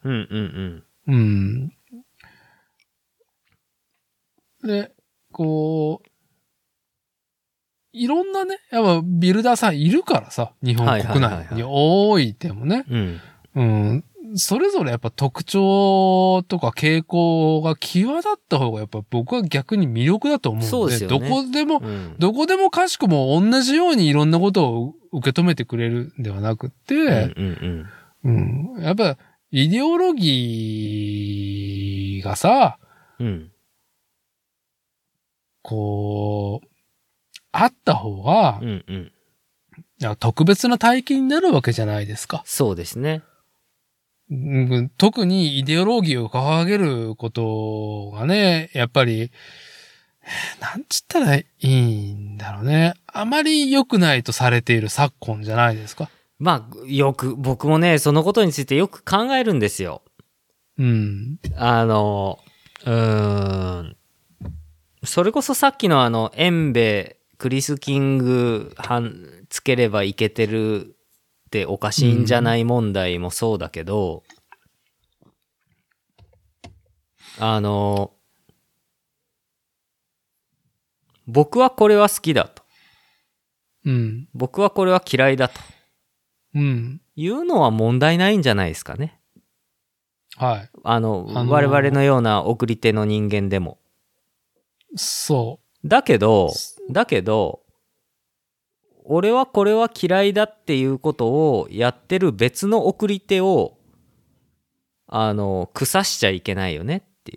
で、こう、いろんなね、やっぱビルダーさんいるからさ、日本国内に多いてもね。それぞれやっぱ特徴とか傾向が際立った方がやっぱ僕は逆に魅力だと思うので、そうですよね、どこでもかしくも同じようにいろんなことを受け止めてくれるんではなくて、やっぱイデオロギーがさ、こう、あった方が、特別な体験になるわけじゃないですか。 そうですね。 特にイデオロギーを掲げることがね、やっぱり、なんつったらいいんだろうね。あまり良くないとされている昨今じゃないですか。 まあ、僕もね、そのことについてよく考えるんですよ。それこそさっきのエンベ、クリス・キングつければいけてるっておかしいんじゃない問題もそうだけど、僕はこれは好きだと。僕はこれは嫌いだと。いうのは問題ないんじゃないですかね。 はい。 我々のような送り手の人間でも。 そう。 だけど、俺はこれは嫌いだっていうことをやってる別の送り手を、腐しちゃいけないよねっていう。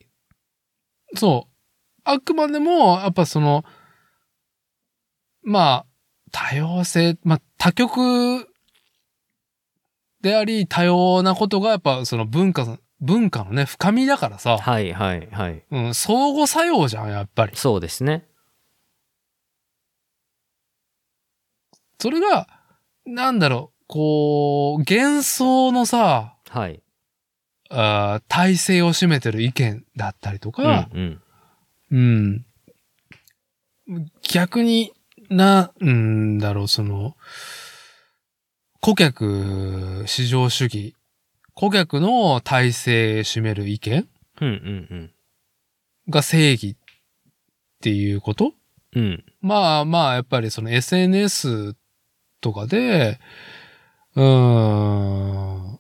そう。あくまでも、やっぱまあ、多様性、まあ、多極であり、多様なことがやっぱその文化のね、深みだからさ。 相互作用じゃん、やっぱり。 そうですね。 それが、なんだろう、こう、幻想のさ、体制を占めてる意見だったりとか、逆に、なんだろう、顧客至上主義、顧客の体制占める意見が正義っていうこと、まあ、やっぱりSNS とかで、ま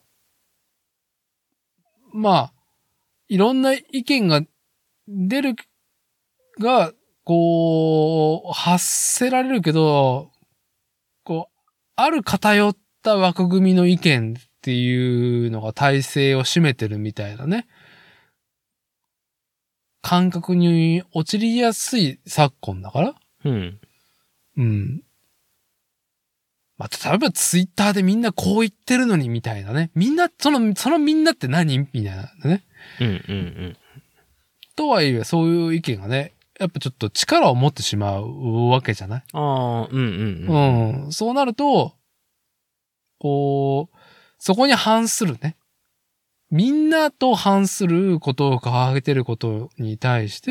あ、いろんな意見が出るが、こう、発せられるけど、こう、ある偏った枠組みの意見っていうのが体制を占めてるみたいなね。感覚に陥りやすい昨今だから。まあ、例えばツイッターでみんなこう言ってるのにみたいなね。みんな、そのみんなって何みたいなね。とはいえ、そういう意見がね、やっぱちょっと力を持ってしまうわけじゃない？そうなると、こう、そこに反するね。みんなと反することを掲げてることに対して、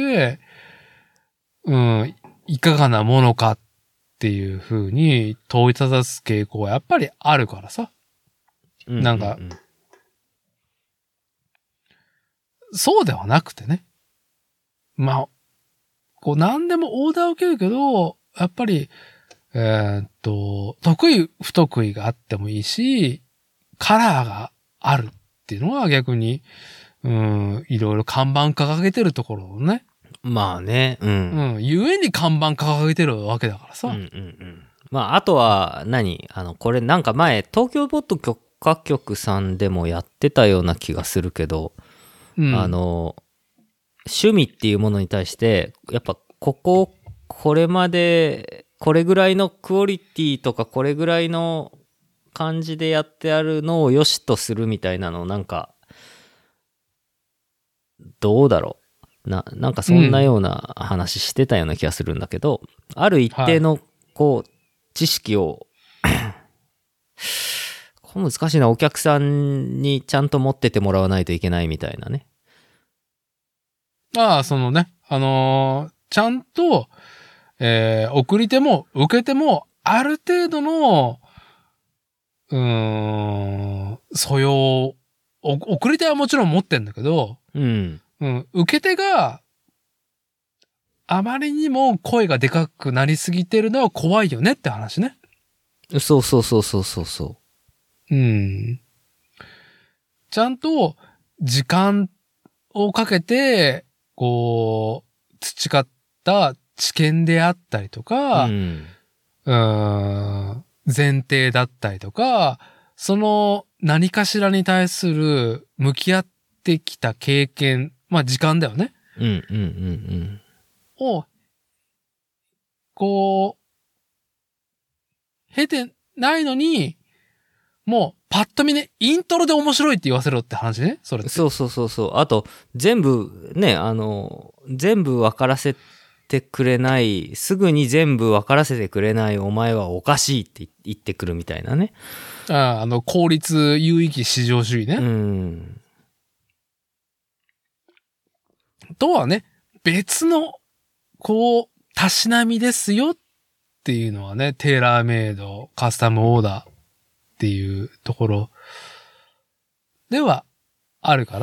いかがなものかっていう風に問いただす傾向はやっぱりあるからさ。なんか、そうではなくてね。まあ、こう何でもオーダーを受けるけど、やっぱり、得意不得意があってもいいし、カラーがあるっていうのは逆に、いろいろ看板掲げてるところをね。 まあね、 ゆえに看板掲げてるわけだからさ。 まあ、あとはこれなんか前、東京ポッド許可局さんでもやってたような気がするけど、趣味っていうものに対して、やっぱこれまで、これぐらいのクオリティとか、これぐらいの感じでやってあるのを良しとするみたいなの、なんか、どうだろう。 なんかそんなような話してたような気がするんだけど、ある一定の、こう、知識を、これ難しいな、お客さんにちゃんと持っててもらわないといけないみたいなね。 そのね、ちゃんと、送り手も受け手も、ある程度の、素養、送り手はもちろん持ってんだけど、受け手が、あまりにも声がでかくなりすぎてるのは怖いよねって話ね。 そうそうそうそうそうそう。 ちゃんと、時間をかけて、こう、培った知見であったりとか、前提だったりとか、その何かしらに対する向き合ってきた経験、まあ時間だよね。を、こう、経てないのに、もうパッと見ね、イントロで面白いって言わせろって話ね、それって。 そうそうそうそう。あと、全部ね、全部分からせてくれない、すぐに全部分からせてくれないお前はおかしいって言ってくるみたいなね。 効率有意義至上主義ね。とはね、別の、こう、たしなみですよっていうのはね、テーラーメイド、カスタムオーダーっていうところではあるから、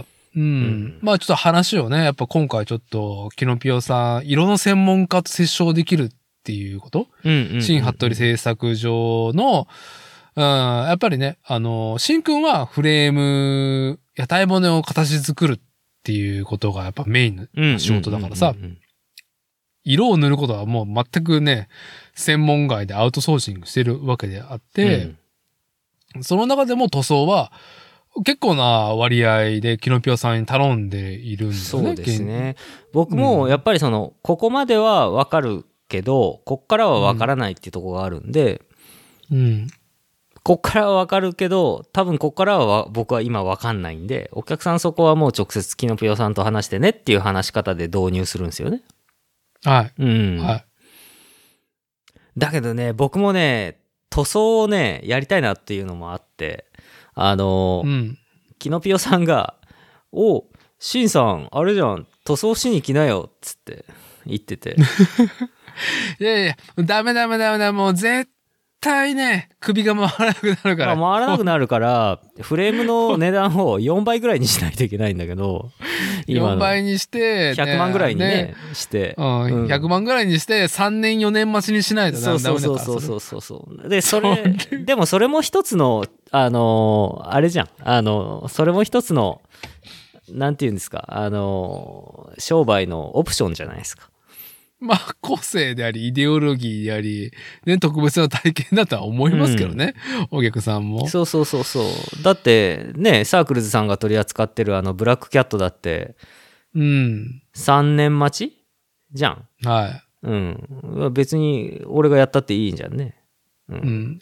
まあちょっと話をね、やっぱ今回ちょっと、キノピオさん、色の専門家と接触できるっていうこと、新服部製作所の、やっぱりね、新君はフレーム、屋台骨を形作るっていうことがやっぱメインの仕事だからさ、色を塗ることはもう全くね、専門外でアウトソーシングしてるわけであって、その中でも塗装は結構な割合でキノピオさんに頼んでいるんですね。 そうですね。僕もやっぱりここまではわかるけど、こっからはわからないっていうところがあるんで、こっからはわかるけど、多分こっからは僕は今わかんないんで、お客さんそこはもう直接キノピオさんと話してねっていう話し方で導入するんですよね。 はい。 だけどね、僕もね、塗装をね、やりたいなっていうのもあって、キノピオさんが、シンさん、あれじゃん、塗装しに来なよ、つって言ってて。 いやいや、ダメ、もう絶対ね、首が回らなくなるから。 回らなくなるから、フレームの値段を4倍ぐらいにしないといけないんだけど、 今の4倍にして、 100万ぐらいにね、して。 100万ぐらいにして、3年4年待ちにしないとダメだから。 そう。で、でもそれも一つの、あれじゃん。それも一つの、なんて言うんですか、商売のオプションじゃないですか。 まあ、個性であり、イデオロギーであり、ね、特別な体験だとは思いますけどね、お客さんも。 そう。だって、ね、サークルズさんが取り扱ってるブラックキャットだって、3年待ちじゃん。 はい。 別に、俺がやったっていいんじゃんね。 なん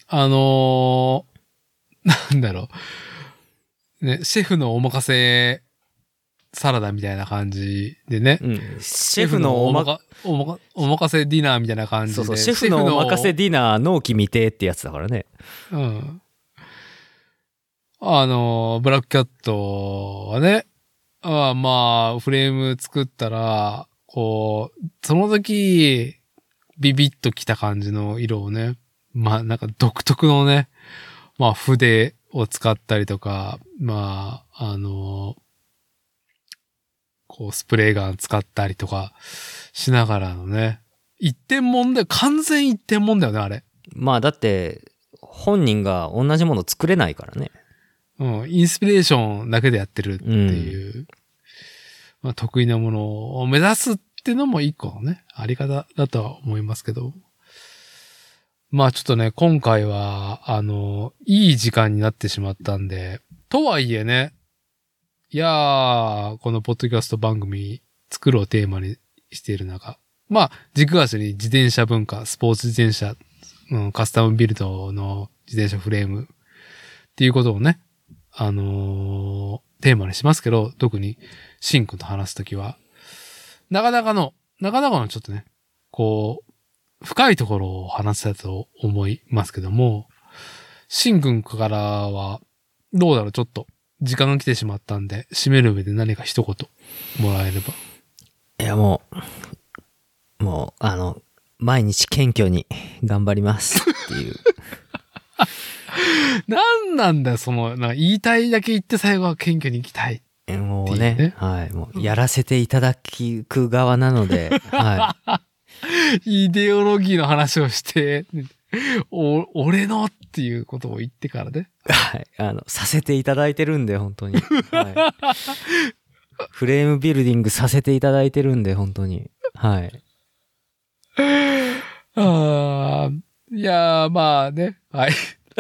だろう。ね、シェフのお任せ、サラダみたいな感じでね。 シェフのお任せディナーみたいな感じで。 そう、シェフのお任せディナー納期未定ってやつだからね。 ブラックキャットはね、まあ、フレーム作ったら、こう、その時、ビビッときた感じの色をね、まあ、なんか独特のね、まあ、筆を使ったりとか、まあ、こう、スプレーガン使ったりとかしながらのね、完全一点もんだよね、あれ。 まあ、だって、本人が同じもの作れないからね。 インスピレーションだけでやってるっていう、まあ、得意なものを目指すっていうのも一個のね、あり方だとは思いますけど。まあちょっとね、今回は、いい時間になってしまったんで、とはいえね、いやー、このポッドキャスト番組作ろうテーマにしている中、まあ軸足に自転車文化、スポーツ自転車、カスタムビルドの自転車フレームっていうことをね、テーマにしますけど、特にシンクと話すときは、 なかなかのちょっとね、こう、深いところを話せたと思いますけども、シン君からは、どうだろう、ちょっと、時間が来てしまったんで、締める上で何か一言もらえれば。 いや、もう、毎日謙虚に頑張りますっていう。 なんなんだよ、言いたいだけ言って最後は謙虚に行きたい。 もうね、はい、もうやらせていただく側なので、はい。 イデオロギーの話をして、俺のっていうことを言ってからね。 はい、させていただいてるんで、本当に。はい、フレームビルディングさせていただいてるんで、本当に。はい。 いやー、まあね、はい。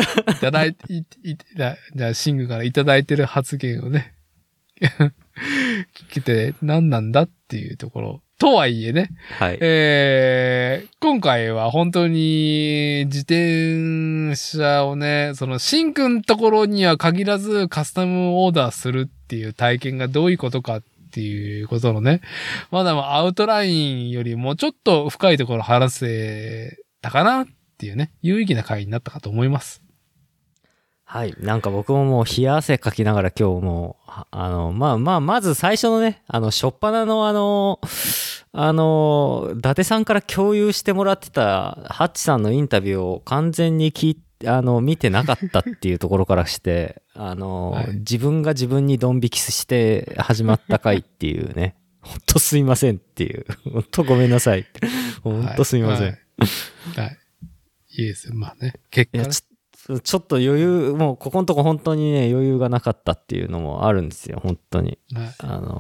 じゃあ、シングからいただいてる発言をね、聞けて何なんだっていうところ。とはいえね、 はい。 今回は本当に自転車をね、シンくんところには限らずカスタムオーダーするっていう体験がどういうことかっていうことのね、まだアウトラインよりもちょっと深いところ話せたかなっていうね、有意義な回になったかと思います。 はい。なんか僕ももう冷や汗かきながら今日も、まず最初のね、初っ端の伊達さんから共有してもらってたハッチさんのインタビューを完全に見てなかったっていうところからして、はい、自分が自分にドン引きして始まった回っていうね、ほんとすいませんっていう、ほんとごめんなさいって、ほんとすいません。 はい。いいですよ。まあね、結果ね。 ちょっと余裕、もうここのとこ本当にね、余裕がなかったっていうのもあるんですよ、本当に。はい、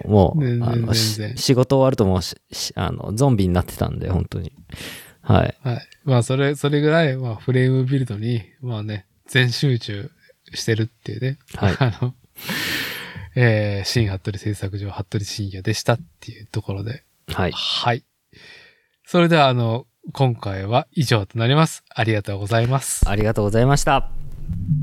もう、仕事終わるともうゾンビになってたんで、本当に。はい。 はい。まあ、それぐらい、フレームビルドに、まあね、全集中してるっていうね。 はい。 新服部製作所、服部深夜でしたっていうところで。 はい。 はい。それでは、今回は以上となります。ありがとうございます。 ありがとうございました。